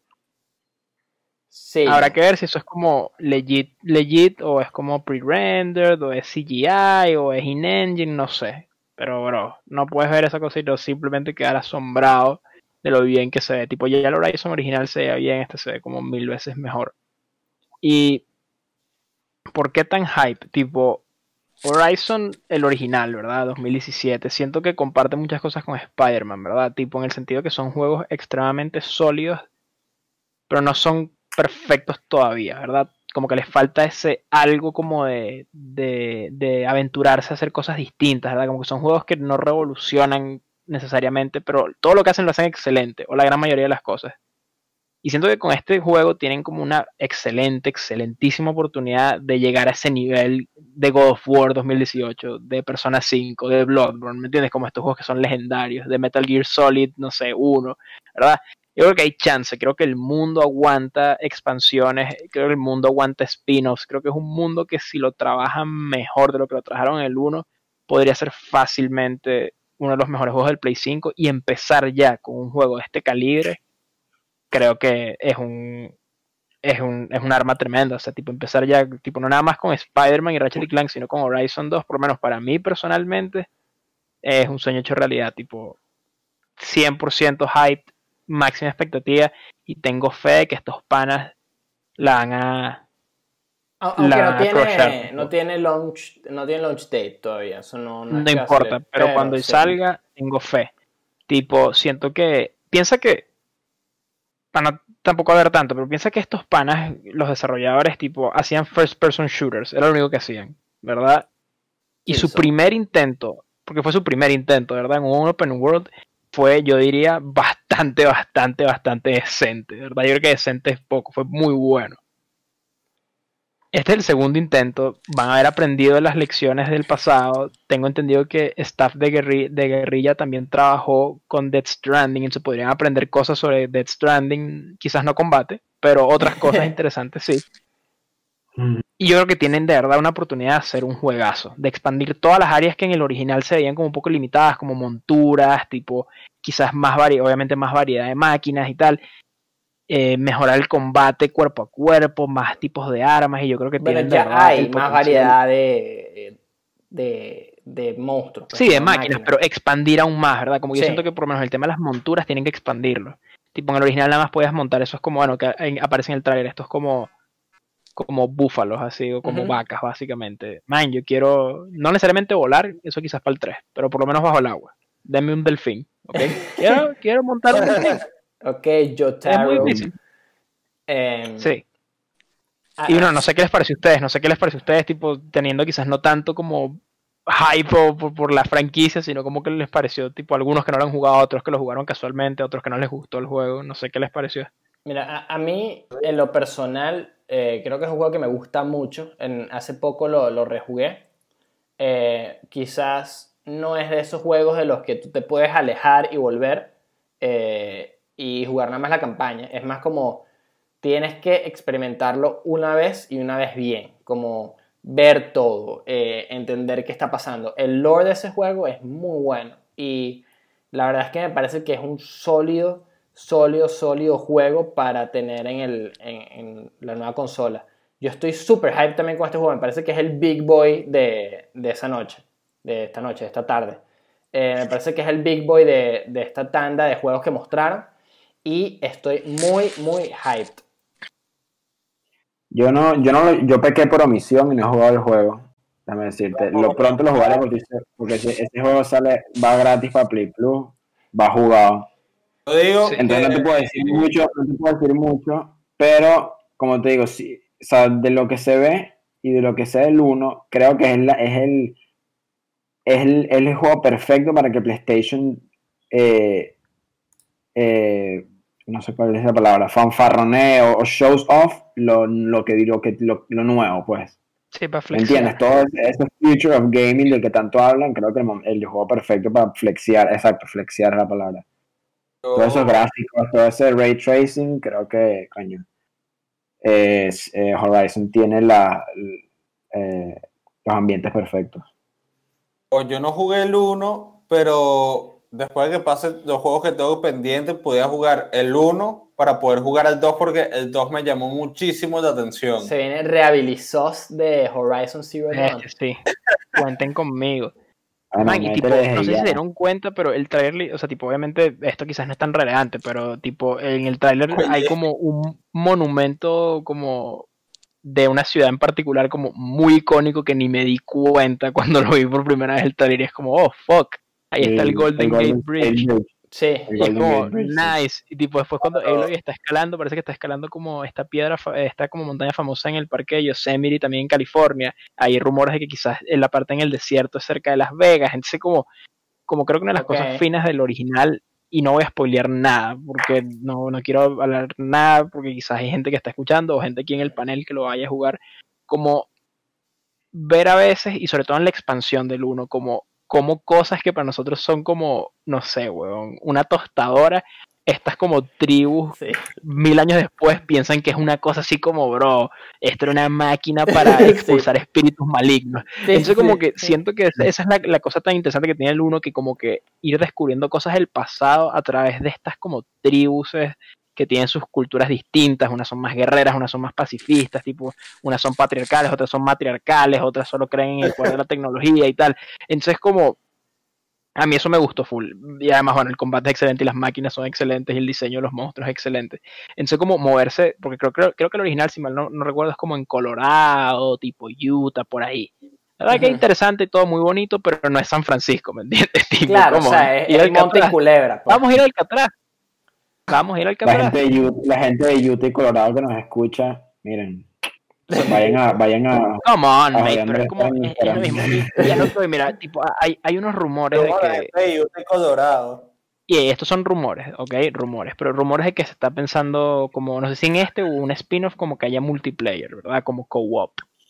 Sí, Habrá que ver si eso es como legit o es como pre-rendered o es CGI o es in-engine, no sé. Pero bro, no puedes ver esa cosa y no simplemente quedar asombrado de lo bien que se ve. Tipo, ya el Horizon original se veía bien, este se ve como 1000 veces mejor. ¿Y por qué tan hype? Tipo, Horizon, el original, ¿verdad? 2017. Siento que comparte muchas cosas con Spider-Man, ¿verdad? Tipo, en el sentido que son juegos extremadamente sólidos, pero no son perfectos todavía, ¿verdad? Como que les falta ese algo como de aventurarse a hacer cosas distintas, ¿verdad? Como que son juegos que no revolucionan necesariamente, pero todo lo que hacen lo hacen excelente, o la gran mayoría de las cosas. Y siento que con este juego tienen como una excelentísima oportunidad de llegar a ese nivel de God of War 2018, de Persona 5, de Bloodborne, ¿me entiendes? Como estos juegos que son legendarios, de Metal Gear Solid, no sé, 1, ¿verdad? Yo creo que hay chance, creo que el mundo aguanta expansiones, creo que el mundo aguanta spin-offs, creo que es un mundo que si lo trabajan mejor de lo que lo trabajaron en el 1, podría ser fácilmente uno de los mejores juegos del Play 5 y empezar ya con un juego de este calibre creo que es un arma tremenda. O sea, tipo, empezar ya, tipo, no nada más con Spider-Man y Ratchet y Clank, sino con Horizon 2, por lo menos para mí personalmente, es un sueño hecho realidad. Tipo, 100% hype, máxima expectativa, y tengo fe de que estos panas la van a, Aunque la no van a crushar. tiene, Tipo, no tiene launch date todavía, eso no es no que va a importa, salir, pero pero cuando sí. salga, tengo fe. Tipo, siento que, piensa que para no tampoco ver tanto, pero piensa que estos panas, los desarrolladores, tipo, hacían first person shooters, era lo único que hacían, ¿verdad? Y su Killzone. primer intento, porque fue su primer intento, ¿verdad? En un open world, fue, yo diría, bastante decente, ¿verdad? Yo creo que decente es poco, fue muy bueno. Este es el segundo intento, van a haber aprendido de las lecciones del pasado. Tengo entendido que staff de Guerrilla también trabajó con Death Stranding y se podrían aprender cosas sobre Death Stranding, quizás no combate, pero otras cosas interesantes sí. Y yo creo que tienen de verdad una oportunidad de hacer un juegazo, de expandir todas las áreas que en el original se veían como un poco limitadas, como monturas, tipo quizás más obviamente más variedad de máquinas y tal. Mejorar el combate cuerpo a cuerpo, más tipos de armas, y yo creo que Bueno, tienen de ya verdad hay el más potencial. variedad de monstruos, pues, Sí, de no máquinas, pero expandir aún más, ¿verdad? Como que yo Sí. siento que por lo menos el tema de las monturas tienen que expandirlo. Tipo, en el original nada más podías montar, eso es como, bueno, que aparece en el trailer, esto es como búfalos, así, o como Ujú. vacas, básicamente. Man, yo quiero, no necesariamente volar, eso quizás para el 3, pero por lo menos bajo el agua. Deme un delfín, ¿ok? Quiero montar un delfín. Ok, Es muy Jotaro. difícil. Em, Sí. Y ah, bueno, no sé qué les pareció a ustedes, no sé qué les pareció a ustedes, tipo, teniendo quizás no tanto como hype por la franquicia, sino como que les pareció, tipo, algunos que no lo han jugado, otros que lo jugaron casualmente, otros que no les gustó el juego, no sé qué les pareció. Mira, a mí, en lo personal, creo que es un juego que me gusta mucho. Hace poco lo rejugué. Quizás no es de esos juegos de los que tú te puedes alejar y volver. y jugar nada más la campaña. Es más como tienes que experimentarlo una vez y una vez bien, como ver todo, entender qué está pasando. El lore de ese juego es muy bueno y la verdad es que me parece que es un sólido juego para tener en la nueva consola. Yo estoy súper hype también con este juego, me parece que es el big boy de esta noche, de esta tarde. Me parece que es el big boy de esta tanda de juegos que mostraron y estoy muy hyped. Yo pequé por omisión y no he jugado el juego. Déjame decirte, pronto lo jugaré porque si este juego va gratis para Play Plus, va jugado. Yo digo, Sí. Entonces no te puedo decir mucho, pero como te digo, sí, o sea, de lo que se ve y de lo que sea el 1, creo que es el juego perfecto para que PlayStation no sé cuál es la palabra, fanfarronee o shows off lo nuevo, pues. Sí, para ¿Me flexear. entiendes? Todo ese future of gaming del que tanto hablan, creo que el juego perfecto para flexear, exacto, flexear es la palabra. Todos esos gráficos, todo ese ray tracing, creo que, coño, Horizon tiene los ambientes perfectos. yo no jugué el 1, pero después de que pasen los juegos que tengo pendientes, podía jugar el 1 para poder jugar el 2 porque el 2 me llamó muchísimo la atención. Se viene Rehabilizos de Horizon Zero Dawn. Sí, cuenten conmigo. Bueno, Man, y tipo, métele desde no sé si ya. se dieron cuenta, pero el trailer, o sea, tipo, obviamente esto quizás no es tan relevante, pero tipo, en el trailer hay como un monumento como de una ciudad en particular como muy icónico que ni me di cuenta cuando lo vi por primera vez el trailer y es como, oh, fuck, ahí está el Golden Gate Bridge. Sí, El Y es Golden como, Gate Bridge, sí. nice. Y tipo, después cuando Aloy está escalando, parece que está escalando como esta piedra, esta como montaña famosa en el parque de Yosemite, también en California. Hay rumores de que quizás en la parte en el desierto es cerca de Las Vegas. Entonces, como creo que una de las cosas finas del original, y no voy a spoilear nada, porque no quiero hablar nada, porque quizás hay gente que está escuchando o gente aquí en el panel que lo vaya a jugar, como ver a veces, y sobre todo en la expansión del uno como cosas que para nosotros son como, no sé, weón, una tostadora, estas como tribus sí. 1000 años después piensan que es una cosa así como, bro, esto era una máquina para expulsar espíritus malignos. Entonces como que siento que esa es la cosa tan interesante que tiene el uno, que como que ir descubriendo cosas del pasado a través de estas como tribus que tienen sus culturas distintas, unas son más guerreras, unas son más pacifistas, tipo, unas son patriarcales, otras son matriarcales, otras solo creen en el poder de la tecnología y tal. Entonces como, a mí eso me gustó full. Y además, bueno, el combate es excelente y las máquinas son excelentes y el diseño de los monstruos es excelente. Entonces como moverse, porque creo que el original, si mal no recuerdo, es como en Colorado, tipo Utah, por ahí. La verdad que es interesante y todo muy bonito, pero no es San Francisco, ¿me entiendes? Tipo, claro, o sea, es el monte y Culebra. Pues. Vamos a ir al Alcatraz. Vamos a ir al Alcatraz. La gente de Utah y Colorado que nos escucha, miren, vayan a Come on, mate, Andrés pero es como, en es lo mismo. Y ya no estoy, mira, tipo, hay unos rumores de que, Yo estoy colorado. y estos son rumores, ¿ok? Rumores, pero rumores de que se está pensando como, no sé si en este o un spin-off como que haya multiplayer, ¿verdad? Como co-op.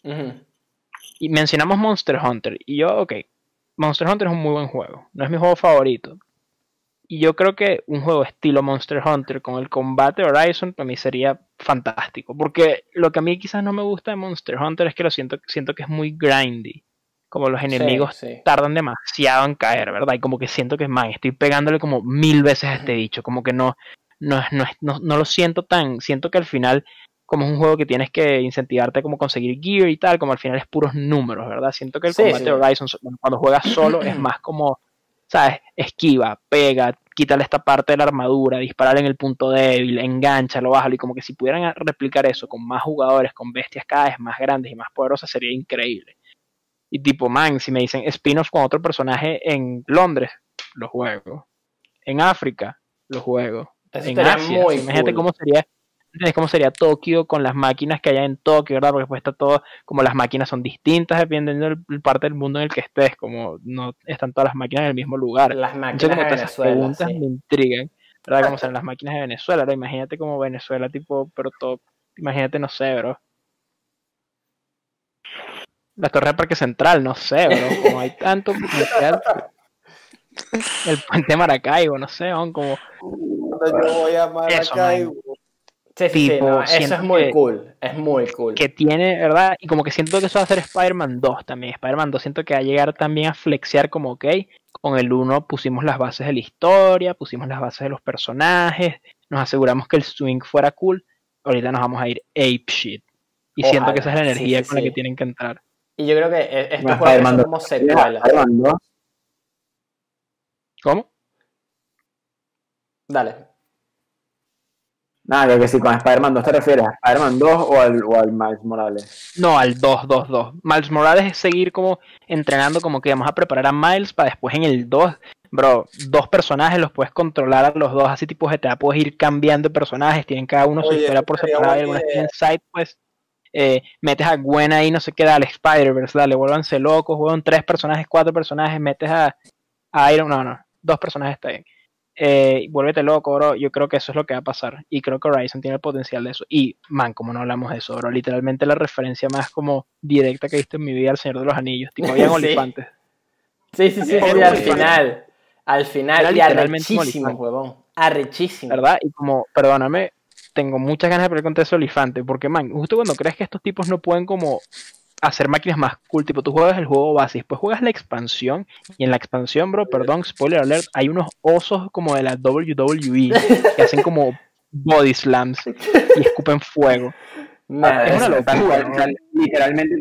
Y mencionamos Monster Hunter, y yo, ok, Monster Hunter es un muy buen juego, no es mi juego favorito. Y yo creo que un juego estilo Monster Hunter con el combate Horizon para mí sería fantástico. Porque lo que a mí quizás no me gusta de Monster Hunter es que siento que es muy grindy. Como los enemigos tardan demasiado en caer, ¿verdad? Y como que siento que, man, estoy pegándole como 1000 veces a este bicho. Como que no lo siento tan. Siento que al final, como es un juego que tienes que incentivarte como conseguir gear y tal, como al final es puros números, ¿verdad? Siento que el combate Horizon, cuando juegas solo, es más como, ¿sabes? Esquiva, pega, quítale esta parte de la armadura, disparar en el punto débil, enganchalo, bájalo. Y como que si pudieran replicar eso con más jugadores, con bestias cada vez más grandes y más poderosas, sería increíble. Y tipo, man, si me dicen spin-off con otro personaje en Londres, lo juego. En África, lo juego. Eso en Asia, muy imagínate cool. cómo sería Tokio con las máquinas que hay en Tokio, ¿verdad? Porque pues está todo, como las máquinas son distintas dependiendo del parte del mundo en el que estés, como no están todas las máquinas en el mismo lugar. Las máquinas como de todas esas Venezuela, preguntas me intrigan, ¿verdad? Como serán las máquinas de Venezuela, ¿no? Imagínate como Venezuela, tipo, pero todo, imagínate, no sé, bro. La torre de Parque Central, no sé, bro, como hay tanto potencial. El puente de Maracaibo, no sé, como Cuando yo voy a Maracaibo. Sí, sí, sí, tipo, no, eso siento es muy que- cool, es muy cool. que tiene, ¿verdad? Y como que siento que eso va a ser Spider-Man 2 también. Spider-Man 2 siento que va a llegar también a flexear como, ok, con el 1 pusimos las bases de la historia, pusimos las bases de los personajes, nos aseguramos que el swing fuera cool, ahorita nos vamos a ir ape shit. Y siento que esa es la Ojalá, sí, energía sí, con la que sí. tienen que entrar. Y yo creo que estos Bueno, juegos que son Spider-Man 2. como secuelas. Spider-Man 2. ¿Cómo? Dale. Nada, creo que si con Spider-Man 2 te refieres a Spider-Man 2 o al Miles Morales. No, al 2-2-2. Miles Morales es seguir como entrenando, como que vamos a preparar a Miles para después en el 2. Bro, 2 personajes los puedes controlar a los 2, así tipo GTA, puedes ir cambiando de personajes, tienen cada uno su Oye, historia por sería separado y buena algunas idea. tienen side pues metes a Gwen ahí, no sé qué, dale Spider-Verse, dale, vuélvanse locos, juegan 3 personajes, 4 personajes, metes a Iron, no, 2 personajes está bien. Vuélvete loco, bro. Yo creo que eso es lo que va a pasar. Y creo que Horizon tiene el potencial de eso. Y, man, como no hablamos de eso, bro. Literalmente la referencia más como directa que he visto en mi vida al Señor de los Anillos. Tipo, habían Sí. olifantes. Sí, sí, sí, Era sí, un al olifante. final. Al Era final, y literalmente un arrechísimo, olifante. huevón. Arrechísimo. ¿Verdad? Y como, perdóname, tengo muchas ganas de pelear contra ese olifante. Porque, man, justo cuando crees que estos tipos no pueden como hacer máquinas más cool, tipo, tú juegas el juego base y después juegas la expansión. Y en la expansión, bro, perdón, spoiler alert, hay unos osos como de la WWE que hacen como body slams y escupen fuego. Nah, Es una Tal locura, cual, bro. literalmente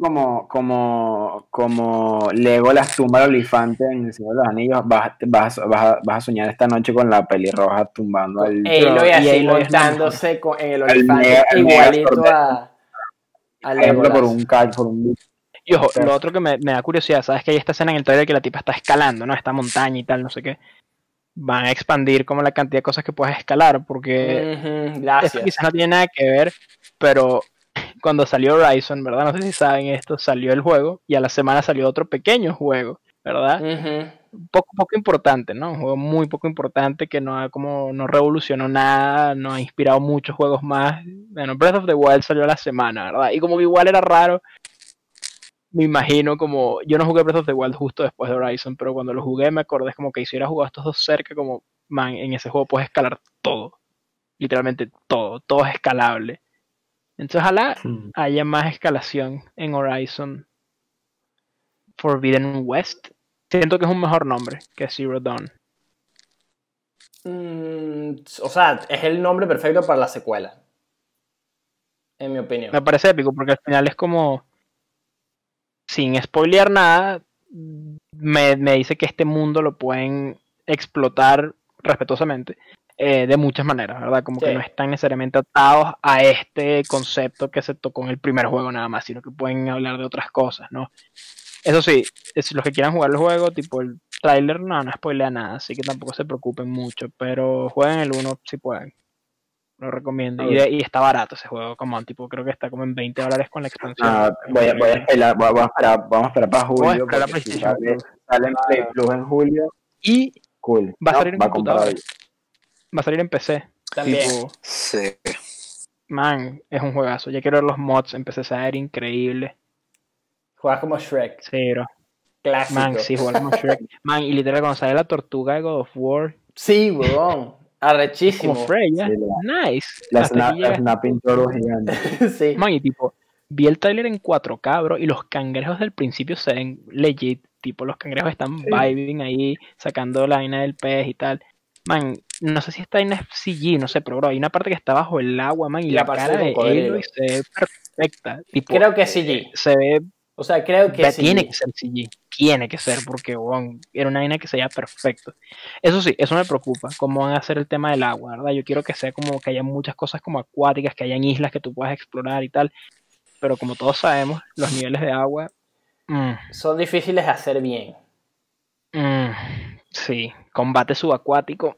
como Legolas tumba al olifante en El Señor de los Anillos, vas a soñar esta noche con la pelirroja tumbando al Aloy y así Aloy es la montándose en el al olifante, al igualito Megazord, a por ejemplo, Legolas. por un Y ojo, lo otro que me da curiosidad, ¿sabes? Que hay esta escena en el trailer que la tipa está escalando, ¿no? Esta montaña y tal, no sé qué. Van a expandir como la cantidad de cosas que puedes escalar, porque Ujú, esto gracias. quizás no tiene nada que ver, pero cuando salió Horizon, ¿verdad? No sé si saben esto, salió el juego y a la semana salió otro pequeño juego, ¿verdad? Ujú. Poco importante, ¿no? Un juego muy poco importante que no revolucionó nada, no ha inspirado muchos juegos más. Bueno, Breath of the Wild salió a la semana, ¿verdad? Y como que igual era raro, me imagino como, yo no jugué Breath of the Wild justo después de Horizon, pero cuando lo jugué me acordé como que si hubiera jugado estos dos cerca, como, man, en ese juego puedes escalar todo, literalmente todo es escalable. Entonces ojalá haya más escalación en Horizon Forbidden West. Siento que es un mejor nombre que Zero Dawn. O sea, es el nombre perfecto para la secuela. En mi opinión. Me parece épico porque al final es como, sin spoilear nada, me dice que este mundo lo pueden explotar respetuosamente de muchas maneras, ¿verdad? Como Sí. que no están necesariamente atados a este concepto que se tocó en el primer juego nada más, sino que pueden hablar de otras cosas, ¿no? Eso sí, los que quieran jugar el juego, tipo el tráiler, no spoilea nada, así que tampoco se preocupen mucho, pero jueguen el 1 si pueden. Lo recomiendo. Y está barato ese juego, como tipo, creo que está como en $20 con la expansión. voy a esperar, vamos a esperar para Voy a julio, esperar la porque si PlayStation sale, Plus. sale en Play Plus en julio, Y cool. va a No, salir en va a comprar computadora. Va a salir en PC. También. Tipo, Sí. man, es un juegazo. Ya quiero ver los mods en PC, se va a ver increíble. Juegas como Shrek. Sí, bro. Clásico. Man, sí, jugar como Shrek. Man, y literal, cuando sale la tortuga de God of War, Sí, huevón. Arrechísimo. como Freya, Sí, nice. la Hasta aquí llega. Snapping Turtle gigante. Sí. Man, y tipo, vi el trailer en 4K, bro, y los cangrejos del principio se ven legit. Tipo, los cangrejos están vibing ahí, sacando la vaina del pez y tal. Man, no sé si esta vaina es CG, no sé, pero bro, hay una parte que está bajo el agua, man, y La la parte cara del de cocodrilo. Aloy se ve perfecta. Tipo, Creo que es CG. se ve, O sea, creo que es tiene CG. que ser CG, tiene que ser, porque bueno, era una vaina que se veía perfecto. Eso sí, eso me preocupa, cómo van a hacer el tema del agua, ¿verdad? Yo quiero que sea como que haya muchas cosas como acuáticas, que hayan islas que tú puedas explorar y tal, pero como todos sabemos, los niveles de agua, Son difíciles de hacer bien. sí, combate subacuático,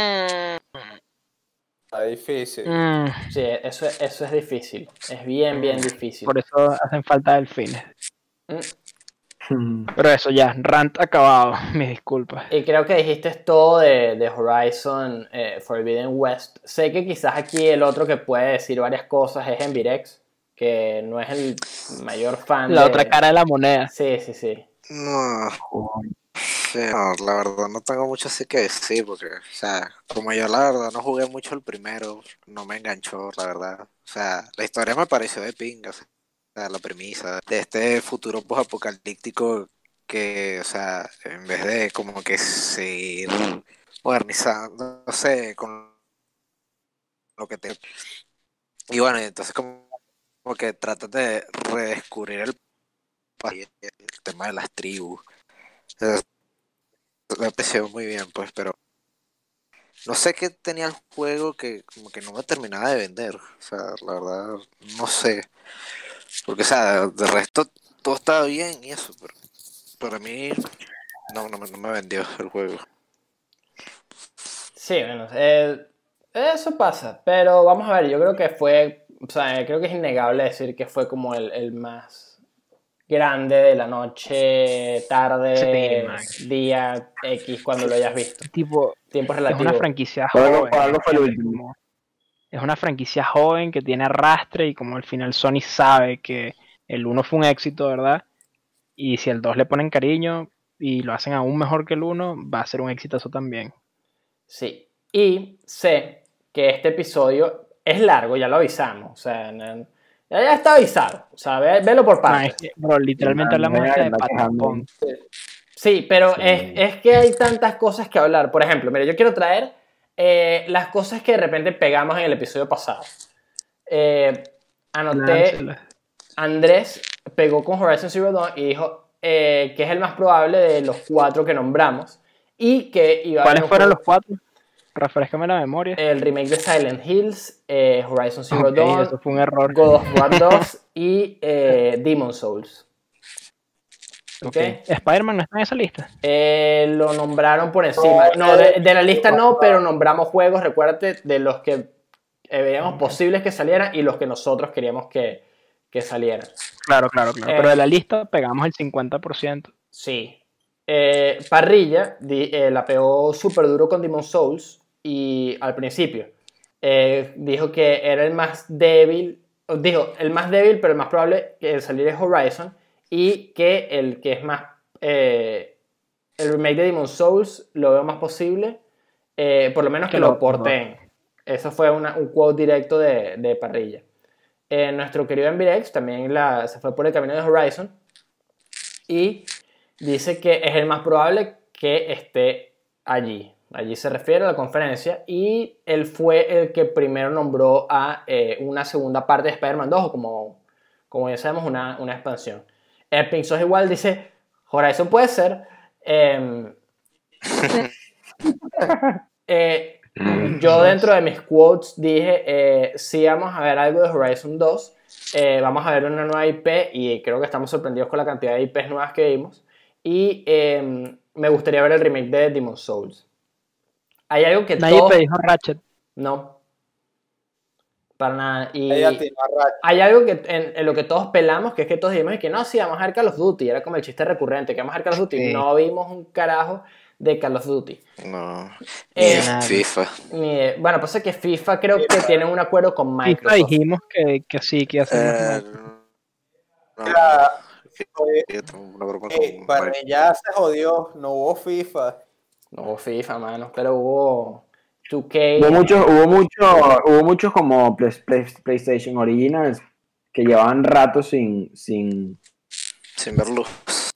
Está difícil. Sí, eso es difícil. Es bien difícil. por eso hacen falta delfines. Mm. Pero eso ya, rant acabado, mis disculpas. Y creo que dijiste todo de Horizon Forbidden West. Sé que quizás aquí el otro que puede decir varias cosas es Envirex, que no es el mayor fan La de... otra cara de la moneda. Sí, sí, sí. No. Sí, no, la verdad no tengo mucho así que decir, porque, o sea, como yo la verdad no jugué mucho el primero, no me enganchó, la verdad. O sea, la historia me pareció de pinga, o sea, la premisa de este futuro post-apocalíptico que, o sea, en vez de como que seguir modernizando, no sé, con lo que te... Y bueno, entonces como que tratas de redescubrir el país, el tema de las tribus. Entonces, me pareció muy bien, pues, pero no sé qué tenía el juego que como que no me terminaba de vender. O sea, la verdad, no sé. Porque, o sea, de resto todo estaba bien y eso, pero para mí no me vendió el juego. Sí, bueno, eso pasa, pero vamos a ver, yo creo que fue, o sea, creo que es innegable decir que fue como el más grande de la noche, Sí, tarde, man. día X, cuando lo hayas visto. Tipo, Tiempo es una relativo. franquicia Por algo, joven, por algo fue el ¿entiendes? último. Como, es una franquicia joven que tiene arrastre y como al final Sony sabe que el uno fue un éxito, ¿verdad? Y si el 2 le ponen cariño y lo hacen aún mejor que el uno, va a ser un exitazo también. Sí, y sé que este episodio es largo, ya lo avisamos, o sea, ya está avisado, o sea, velo por Man, es partes. que, bro, literalmente No hablamos vengan hasta a de estar quejando. Patapón. Sí, pero Sí. es que hay tantas cosas que hablar. Por ejemplo, mira, yo quiero traer las cosas que de repente pegamos en el episodio pasado. Anoté, Láncela. Andrés pegó con Horizon Zero Dawn y dijo que es el más probable de los 4 que nombramos y que iba a haber ¿Cuáles un fueron juego, los 4? Refrescame la memoria. el remake de Silent Hills, Horizon Zero Ok, Dawn, eso fue un error. God of War 2 y Demon's Souls. ¿Ok? Ok. Spider-Man no está en esa lista. Lo nombraron por encima. No, de la lista no, pero nombramos juegos, recuérdate, de los que veíamos posibles que salieran y los que nosotros queríamos que salieran. Claro, claro, claro. Pero de la lista pegamos el 50%. Sí. Parrilla la pegó súper duro con Demon's Souls y al principio dijo que era el más débil, dijo el más débil, pero el más probable que salir es Horizon y que el que es más el remake de Demon's Souls lo veo más posible, por lo menos Que que los lo otros dos. porten. Eso fue un quote directo de Parrilla. Nuestro querido Envirex también se fue por el camino de Horizon y dice que es el más probable que esté allí. Allí se refiere a la conferencia y él fue el que primero nombró a una segunda parte de Spider-Man 2 o como ya sabemos una expansión. Pinzos igual dice Horizon puede ser. Yo dentro de mis quotes dije sí vamos a ver algo de Horizon 2. Vamos a ver una nueva IP y creo que estamos sorprendidos con la cantidad de IPs nuevas que vimos. Y me gustaría ver el remake de Demon's Souls. Hay algo que Nadie todos... te dijo Ratchet. No, para nada. Ella Y tiene a Ratchet. hay algo que en lo que todos pelamos, que es que todos dijimos que no, sí, vamos a ver Call of Duty. Era como el chiste recurrente, que vamos a ver Call of Duty. Sí. No vimos un carajo de Call of Duty. No, ni de Eh, FIFA. Bueno, pasa que FIFA creo que tiene un acuerdo con FIFA Microsoft. dijimos que sí, que iba a ser más Eh, Microsoft. no, Mira, yo tengo una broma con Parrilla se jodió, no hubo FIFA. No hubo FIFA, mano, pero hubo 2K. Hubo muchos como PlayStation Originals que llevaban rato sin sin ver luz.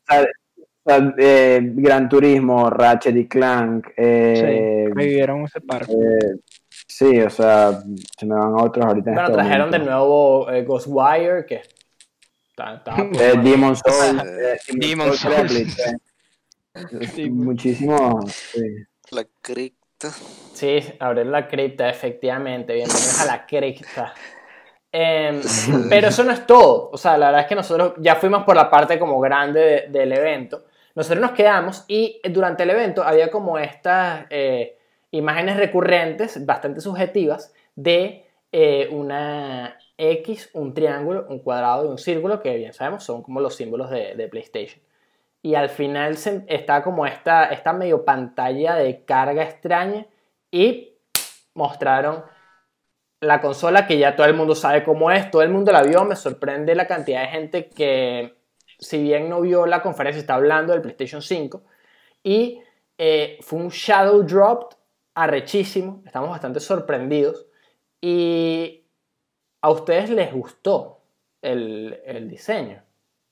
Gran Turismo, Ratchet y Clank. Sí, revivieron ese par. Sí, o sea, se me van a otros ahorita en Bueno, este trajeron momento. de nuevo Ghostwire, que estaba por Demon's Souls, Demon's Souls. Sí, muchísimo. Sí. La cripta. Sí, abrir la cripta, efectivamente. Bienvenidos a la cripta. Pero eso no es todo. O sea, la verdad es que nosotros ya fuimos por la parte como grande del evento. Nosotros nos quedamos y durante el evento había como estas imágenes recurrentes, bastante subjetivas, de una X, un triángulo, un cuadrado y un círculo, que bien sabemos son como los símbolos de PlayStation. Y al final está como esta medio pantalla de carga extraña y mostraron la consola que ya todo el mundo sabe cómo es, todo el mundo la vio, me sorprende la cantidad de gente que si bien no vio la conferencia está hablando del PlayStation 5 Y fue un shadow drop arrechísimo, estamos bastante sorprendidos. Y a ustedes les gustó el diseño.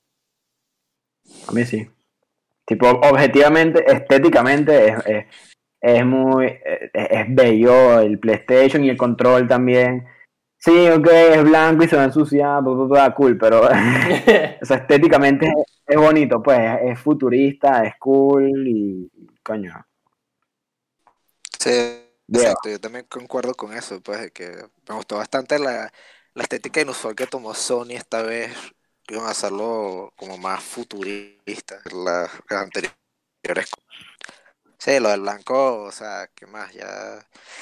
A mí sí. Tipo, objetivamente, estéticamente, es muy. Es bello el PlayStation y el control también. Sí, ok, es blanco y se va a ensuciar, bla, bla, bla, cool, pero o sea, estéticamente es bonito, pues, es futurista, es cool y coño. Sí, Yeah. exacto, yo también concuerdo con eso, pues, de que me gustó bastante la estética inusual que tomó Sony esta vez, que iban a hacerlo como más futurista, las anteriores. Sí, lo del blanco, o sea, ¿qué más? Ya.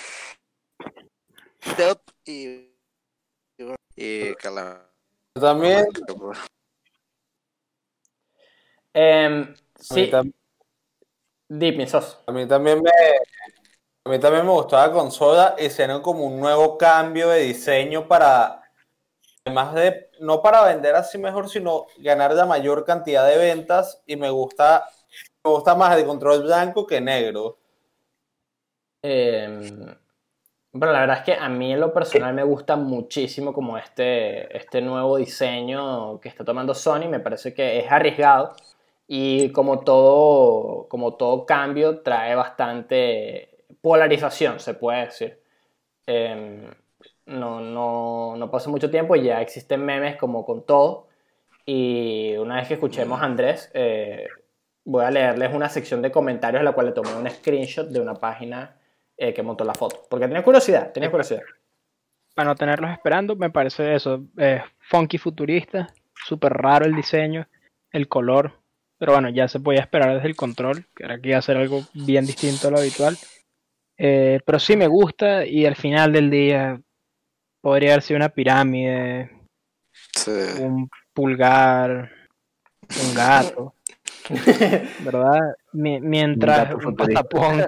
Step y También, a mí, Sí, dime, Sos. a mí también a mí también me gustó la consola. Hicieron como un nuevo cambio de diseño para, además de, no para vender así mejor, sino ganar la mayor cantidad de ventas. Y me gusta más el control blanco que negro. Bueno, la verdad es que a mí en lo personal me gusta muchísimo como este nuevo diseño que está tomando Sony. Me parece que es arriesgado y como todo cambio trae bastante polarización, se puede decir. No pasó mucho tiempo y ya existen memes como con todo. Y una vez que escuchemos a Andrés, voy a leerles una sección de comentarios en la cual le tomé un screenshot de una página que montó la foto. Porque tenía curiosidad. Para no tenerlos esperando, me parece eso, funky futurista, súper raro el diseño, el color, pero bueno, ya se podía esperar desde el control, que era que iba a ser algo bien distinto a lo habitual. Pero sí me gusta y al final del día podría haber sido una pirámide, sí. un pulgar, un gato, ¿verdad? Mientras gato un futurista. patapón,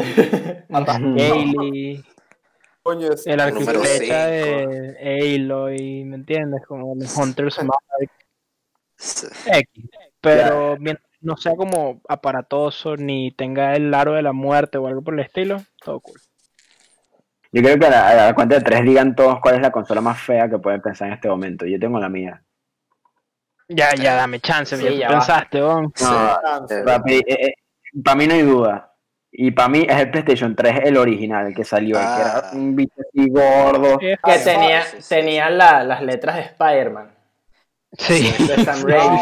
Gaily, Coño, el arco y Número flecha 5. de Aloy, ¿me entiendes? Como el Hunter's Mark Sí. X. Pero mientras no sea como aparatoso ni tenga el aro de la muerte o algo por el estilo, todo cool. Yo creo que a la cuenta de 3 digan todos cuál es la consola más fea que pueden pensar en este momento. Yo tengo la mía. Ya, dame chance, Sí, ya tú ya pensaste, Bon. Sí. Para mí no hay duda. Y para mí es el PlayStation 3 el original, el que salió, el que era un bicho así gordo. Es Que feo. tenía las letras de Spider-Man. Sí. De Sam Raimi.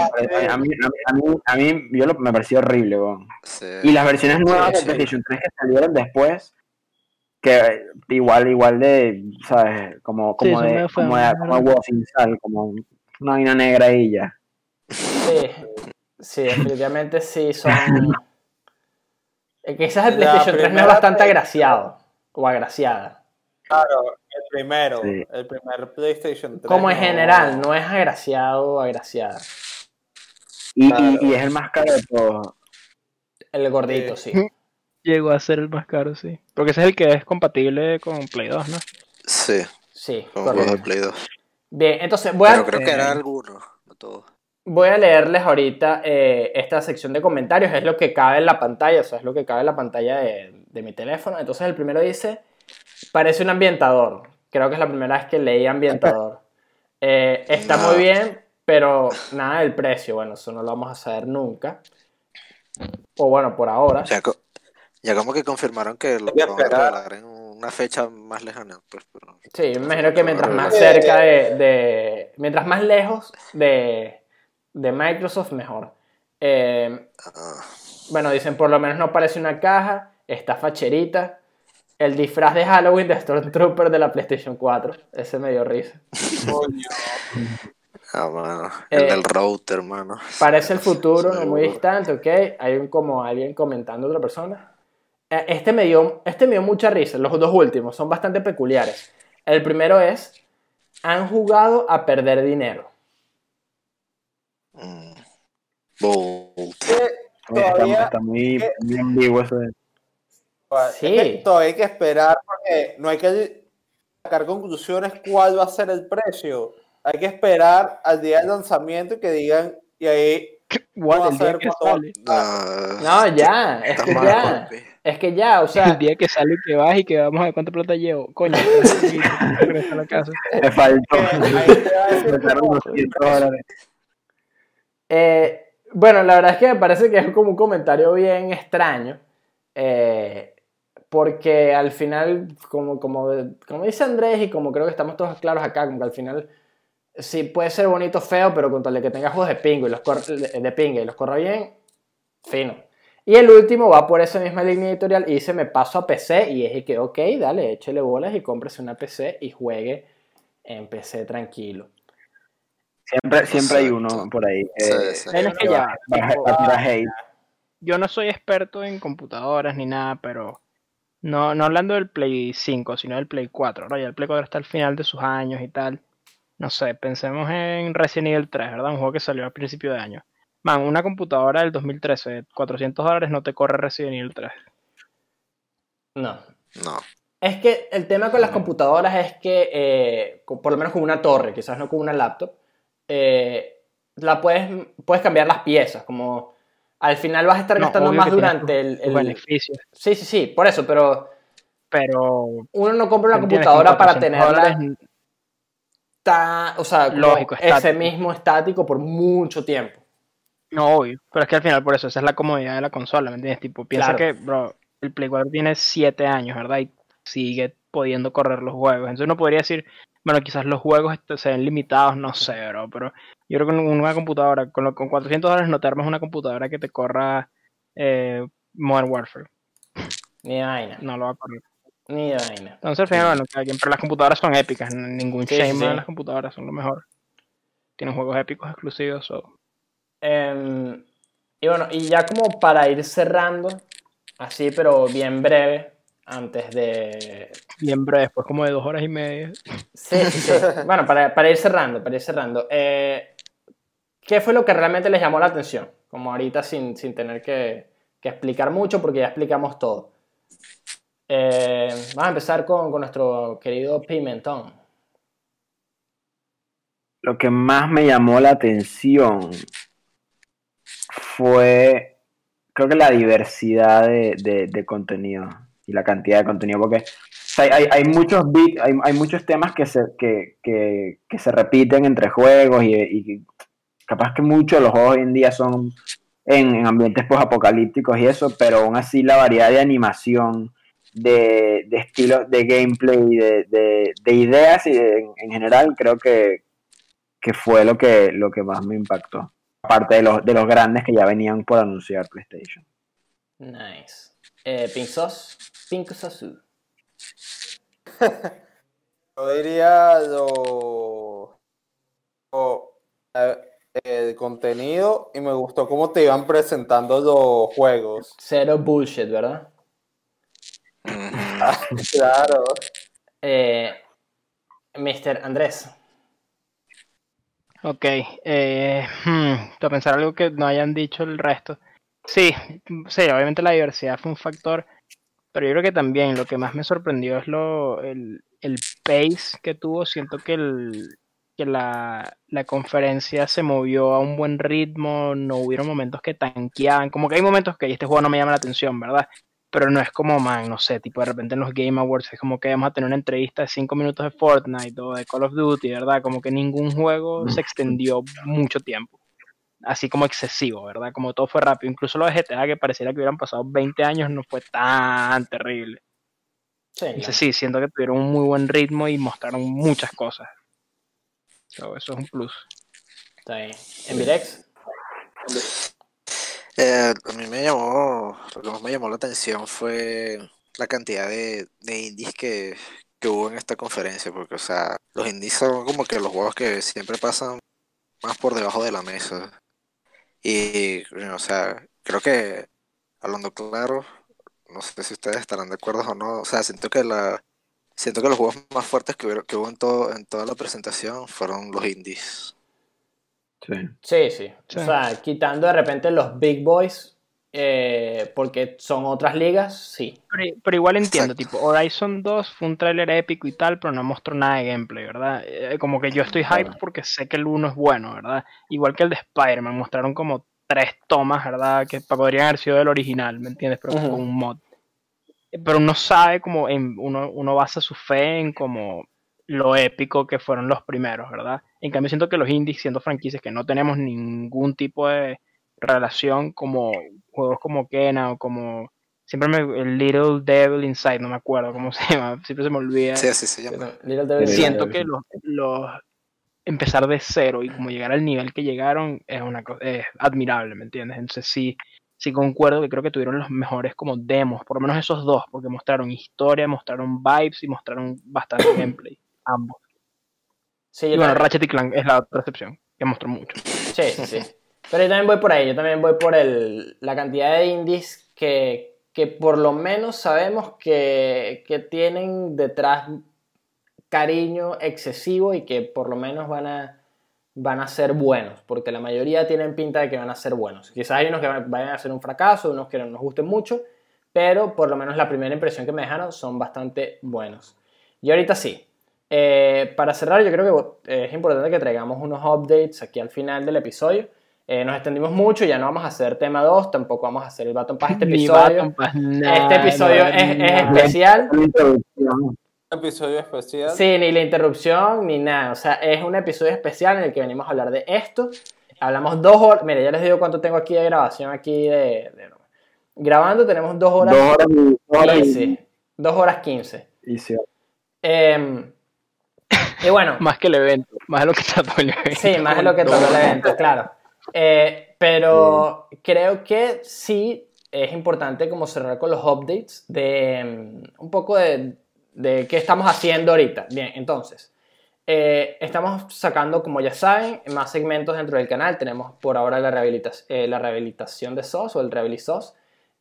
Me pareció horrible, weón. Sí. Y las versiones nuevas Sí, del sí. PlayStation 3 que salieron después, que igual de, ¿sabes? Como Sí, son medio como feos, como huevo sin sal, como una vaina negra y ya. Sí, definitivamente sí son... Quizás el La PlayStation 3 no es primera bastante Play- agraciado o agraciada. Claro, Sí. el primer PlayStation 3. Como en general, no es agraciado o agraciada. Y es el más caro de todos. El gordito, sí. Llegó a ser el más caro, sí. Porque ese es el que es compatible con Play 2, ¿no? Sí, Sí, con juegos de correcto. Play 2. Bien, entonces Pero creo que era alguno, no todos. voy a leerles ahorita esta sección de comentarios. Es lo que cabe en la pantalla, o sea, es lo que cabe en la pantalla de mi teléfono. Entonces el primero dice, parece un ambientador. Creo que es la primera vez que leí ambientador. Está No. muy bien, pero nada del precio. Bueno, eso no lo vamos a saber nunca. O bueno, por ahora. Ya como que confirmaron que lo Hay que van a esperar. regalar en una fecha más lejana, pues, pero Sí, me no sé imagino que cuánto mientras van a más regalar. cerca mientras más lejos de Microsoft, mejor. Ah, Bueno, dicen, por lo menos no parece una caja, está facherita. El disfraz de Halloween de Stormtrooper de la PlayStation 4. Ese me dio risa. mano, el del router, mano. Parece el Ese futuro, me no dio muy burro. distante, ¿ok? Hay como alguien comentando a otra persona. Este me dio mucha risa. Los dos últimos son bastante peculiares. El primero es, han jugado a perder dinero. Bolt. Todavía, Está muy ambiguo eso de... Sí. es que todavía hay que esperar porque no hay que sacar conclusiones cuál va a ser el precio. Hay que esperar al día del lanzamiento y que digan, y ahí What, va a el día ser que cuando- sale. No, ya, es Estás que mal, ya. papi. Es que ya, o El sea, día que sale y que vas y que vamos a ver cuánta plata llevo. Coño, regresa a la casa. Me faltó. ahí te va a decir Me faltaron unos $100. bueno, la verdad es que me parece que es como un comentario bien extraño, porque al final, como dice Andrés y como creo que estamos todos claros acá, como que al final sí puede ser bonito o feo, pero con tal de que tenga juegos de pingo y los corra bien, fino. Y el último va por esa misma línea editorial y dice, me paso a PC, y es que, ok, dale, échele bolas y cómprese una PC y juegue en PC tranquilo. Siempre hay Exacto. uno por ahí Sí, sí. La vaina es que ya, tipo, va a tirar hate. yo no soy experto en computadoras ni nada, pero no hablando del Play 5, sino del Play 4, ¿no? Ya el Play 4 está al final de sus años y tal. No sé, pensemos en Resident Evil 3, ¿verdad? Un juego que salió a principio de año. Man, una computadora del 2013, $400 no te corre Resident Evil 3. No. No. Es que el tema con las computadoras es que, por lo menos con una torre, quizás no con una laptop, puedes cambiar las piezas, como al final vas a estar No, gastando obvio más que tiene durante sus beneficios, Sí, por eso, pero pero uno no compra una ¿me entiendes? Con computadora para $400, tenerla, o sea, como lógico, ese estático. mismo estático por mucho tiempo. No, obvio, pero es que al final por eso, esa es la comodidad de la consola, ¿me entiendes? Tipo, piensa Claro. que, bro, el Play 4 tiene 7 años, ¿verdad? Y sigue pudiendo correr los juegos. Entonces uno podría decir, bueno, quizás los juegos se ven limitados, no sé, bro, pero yo creo que con una computadora, con $400 no te armas una computadora que te corra Modern Warfare. Ni de vaina, No lo va a correr. ni de vaina. Entonces al final, bueno, cada quien, pero las computadoras son épicas, ningún Sí, shame sí, sí. en las computadoras, son lo mejor. Tienen juegos épicos exclusivos, so. Y bueno, y ya como para ir cerrando, así pero bien breve, antes de... Bien breve, después como de 2 horas y media. Sí. Bueno, para ir cerrando, ¿qué fue lo que realmente les llamó la atención? Como ahorita sin tener que explicar mucho porque ya explicamos todo. Vamos a empezar con nuestro querido Pimentón. Lo que más me llamó la atención fue, creo que la diversidad de contenido y la cantidad de contenido, porque o sea, hay muchos hay muchos temas que se repiten entre juegos y capaz que muchos de los juegos hoy en día son en ambientes post-apocalípticos y eso, pero aún así la variedad de animación, de estilos, de gameplay, de ideas y en general creo que fue lo que más me impactó. Aparte de los grandes que ya venían por anunciar PlayStation. Nice. Pink Sauce. Yo diría el contenido y me gustó cómo te iban presentando los juegos. Cero bullshit, ¿verdad? Claro. Mr. Andrés. Ok, para pensar algo que no hayan dicho el resto. Sí, sí, obviamente la diversidad fue un factor, pero yo creo que también lo que más me sorprendió es el pace que tuvo. Siento que, que la conferencia se movió a un buen ritmo, no hubieron momentos que tanqueaban, como que hay momentos que este juego no me llama la atención, ¿verdad? Pero no es como, man, no sé, tipo de repente en los Game Awards es como que vamos a tener una entrevista de 5 minutos de Fortnite o de Call of Duty, ¿verdad? Como que ningún juego se extendió mucho tiempo, así como excesivo, ¿verdad? Como todo fue rápido, incluso lo de GTA que pareciera que hubieran pasado 20 años no fue tan terrible. Sí, Entonces sí, siento que tuvieron un muy buen ritmo y mostraron muchas cosas. So, eso es un plus. está bien. ¿En Virex? A mí lo que más me llamó la atención fue la cantidad de indies que hubo en esta conferencia, porque, o sea, los indies son como que los juegos que siempre pasan más por debajo de la mesa. Y, o sea, creo que, hablando claro, no sé si ustedes estarán de acuerdo o no, o sea, siento que los juegos más fuertes que hubo en toda la presentación fueron los indies. Sí. Sí. O sea, quitando de repente los big boys, porque son otras ligas, sí. Pero igual entiendo, Exacto. tipo, Horizon 2 fue un tráiler épico y tal, pero no mostró nada de gameplay, ¿verdad? Como que yo estoy hype porque sé que el 1 es bueno, ¿verdad? Igual que el de Spider-Man, mostraron como 3 tomas, ¿verdad? Que podrían haber sido del original, ¿me entiendes? Pero con un mod. Pero uno sabe como, uno basa su fe en como lo épico que fueron los primeros, ¿verdad? En cambio siento que los indies, siendo franquicias que no tenemos ningún tipo de relación, como juegos como Kena o como el Little Devil Inside, no me acuerdo cómo se llama, siempre se me olvida. Sí, así se llama. Little Devil Siento Inside. que los empezar de cero y como llegar al nivel que llegaron es es admirable, ¿me entiendes? Entonces sí concuerdo que creo que tuvieron los mejores como demos, por lo menos esos dos, porque mostraron historia, mostraron vibes y mostraron bastante gameplay, ambos. Sí, Y bueno, Ratchet y Clank es la otra excepción, que mostró mucho. Sí. Pero yo también voy por ahí, yo también voy por la cantidad de indies que por lo menos sabemos que tienen detrás cariño excesivo y que por lo menos van a ser buenos, porque la mayoría tienen pinta de que van a ser buenos. Quizás hay unos que vayan a ser un fracaso, unos que no nos gusten mucho, pero por lo menos la primera impresión que me dejaron son bastante buenos. Y ahorita sí, para cerrar yo creo que es importante que traigamos unos updates aquí al final del episodio. Nos extendimos mucho, ya no vamos a hacer tema 2, tampoco vamos a hacer el Baton Pass este episodio. Este episodio es especial. Episodio especial. Sí, ni la interrupción ni nada. O sea, es un episodio especial en el que venimos a hablar de esto. Hablamos 2 horas. Mire, ya les digo cuánto tengo aquí de grabación. Grabando tenemos 2 horas. 2 horas 15. Y sí. Y bueno. Más que el evento. Más de lo que trató el evento. Sí, más de lo que trató el evento, claro. Pero creo que sí es importante como cerrar con los updates de un poco de qué estamos haciendo ahorita. Bien, entonces, estamos sacando, como ya saben, más segmentos dentro del canal. Tenemos por ahora la rehabilitación de SOS o el Rehabilisos.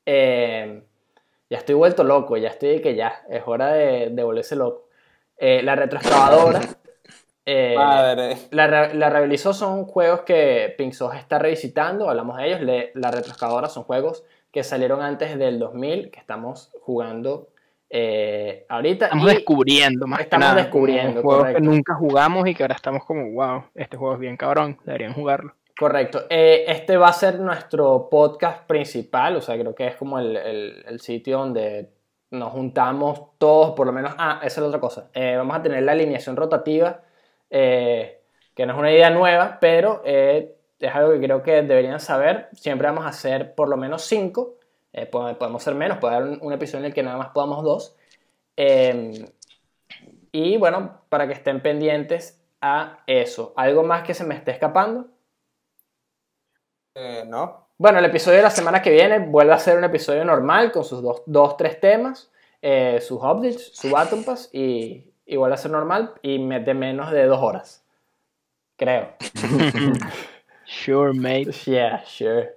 Ya estoy vuelto loco, ya estoy que ya, es hora de volverse loco. La retroexcavadora. Madre. La Rehabilisos son juegos que Pinksos está revisitando, hablamos de ellos. La retroexcavadora son juegos que salieron antes del 2000, que estamos jugando ahorita. Estamos descubriendo, más estamos que nada, descubriendo, juegos correcto. que nunca jugamos y que ahora estamos como, wow, este juego es bien cabrón, deberían jugarlo. Correcto. Este va a ser nuestro podcast principal, o sea, creo que es como el sitio donde nos juntamos todos, por lo menos. Esa es la otra cosa. Vamos a tener la alineación rotativa, que no es una idea nueva, pero es algo que creo que deberían saber. Siempre vamos a hacer por lo menos 5. Podemos ser menos, puede haber un episodio en el que nada más podamos 2. Y bueno, para que estén pendientes a eso. ¿Algo más que se me esté escapando? No. Bueno, el episodio de la semana que viene vuelve a ser un episodio normal con sus 3 temas, sus updates, su Baton Pass y vuelve a ser normal y de menos de 2 horas. Creo. Sure, mate. Yeah, sure.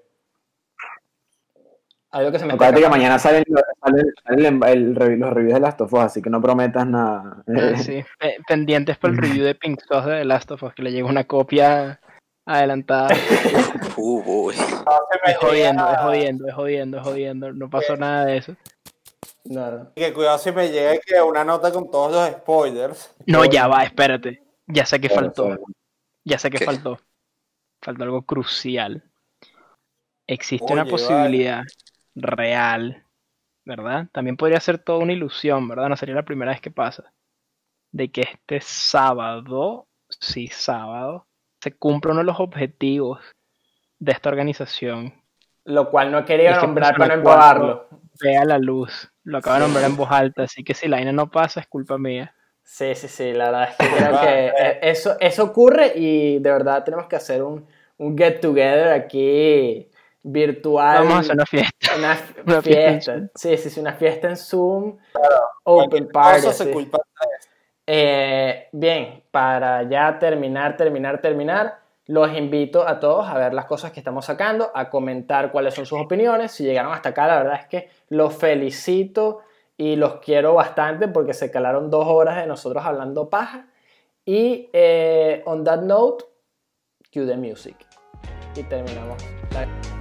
Algo que se me Acuérdate que escapa. mañana salen los reviews de Last of Us, así que no prometas nada. Sí, pendientes por el review de Pink Sauce de The Last of Us, que le llegó una copia adelantada. Uy. Es jodiendo. No pasó nada de eso. No. Que cuidado si me llega que una nota con todos los spoilers. No, ya va, espérate. Ya sé que faltó. Claro. ¿Qué? Faltó algo crucial. Existe Oye, una posibilidad real, ¿verdad? También podría ser toda una ilusión, ¿verdad? No sería la primera vez que pasa. De que este sábado, se cumpla uno de los objetivos de esta organización. Lo cual no quería Es que nombrar para no Persona 4 embobarlo. vea la luz. Lo acabo de nombrar en voz alta, así que si la vaina no pasa es culpa mía. Sí, la verdad es que creo que eso ocurre y de verdad tenemos que hacer un get together aquí virtual. Vamos a hacer una fiesta. Una fiesta. Sí, una fiesta en Zoom. Open party. Eso se sí. culpa. Bien, para ya terminar, los invito a todos a ver las cosas que estamos sacando, a comentar cuáles son sus opiniones. Si llegaron hasta acá, la verdad es que los felicito y los quiero bastante porque se calaron 2 horas de nosotros hablando paja. Y on that note, cue the music. Y terminamos.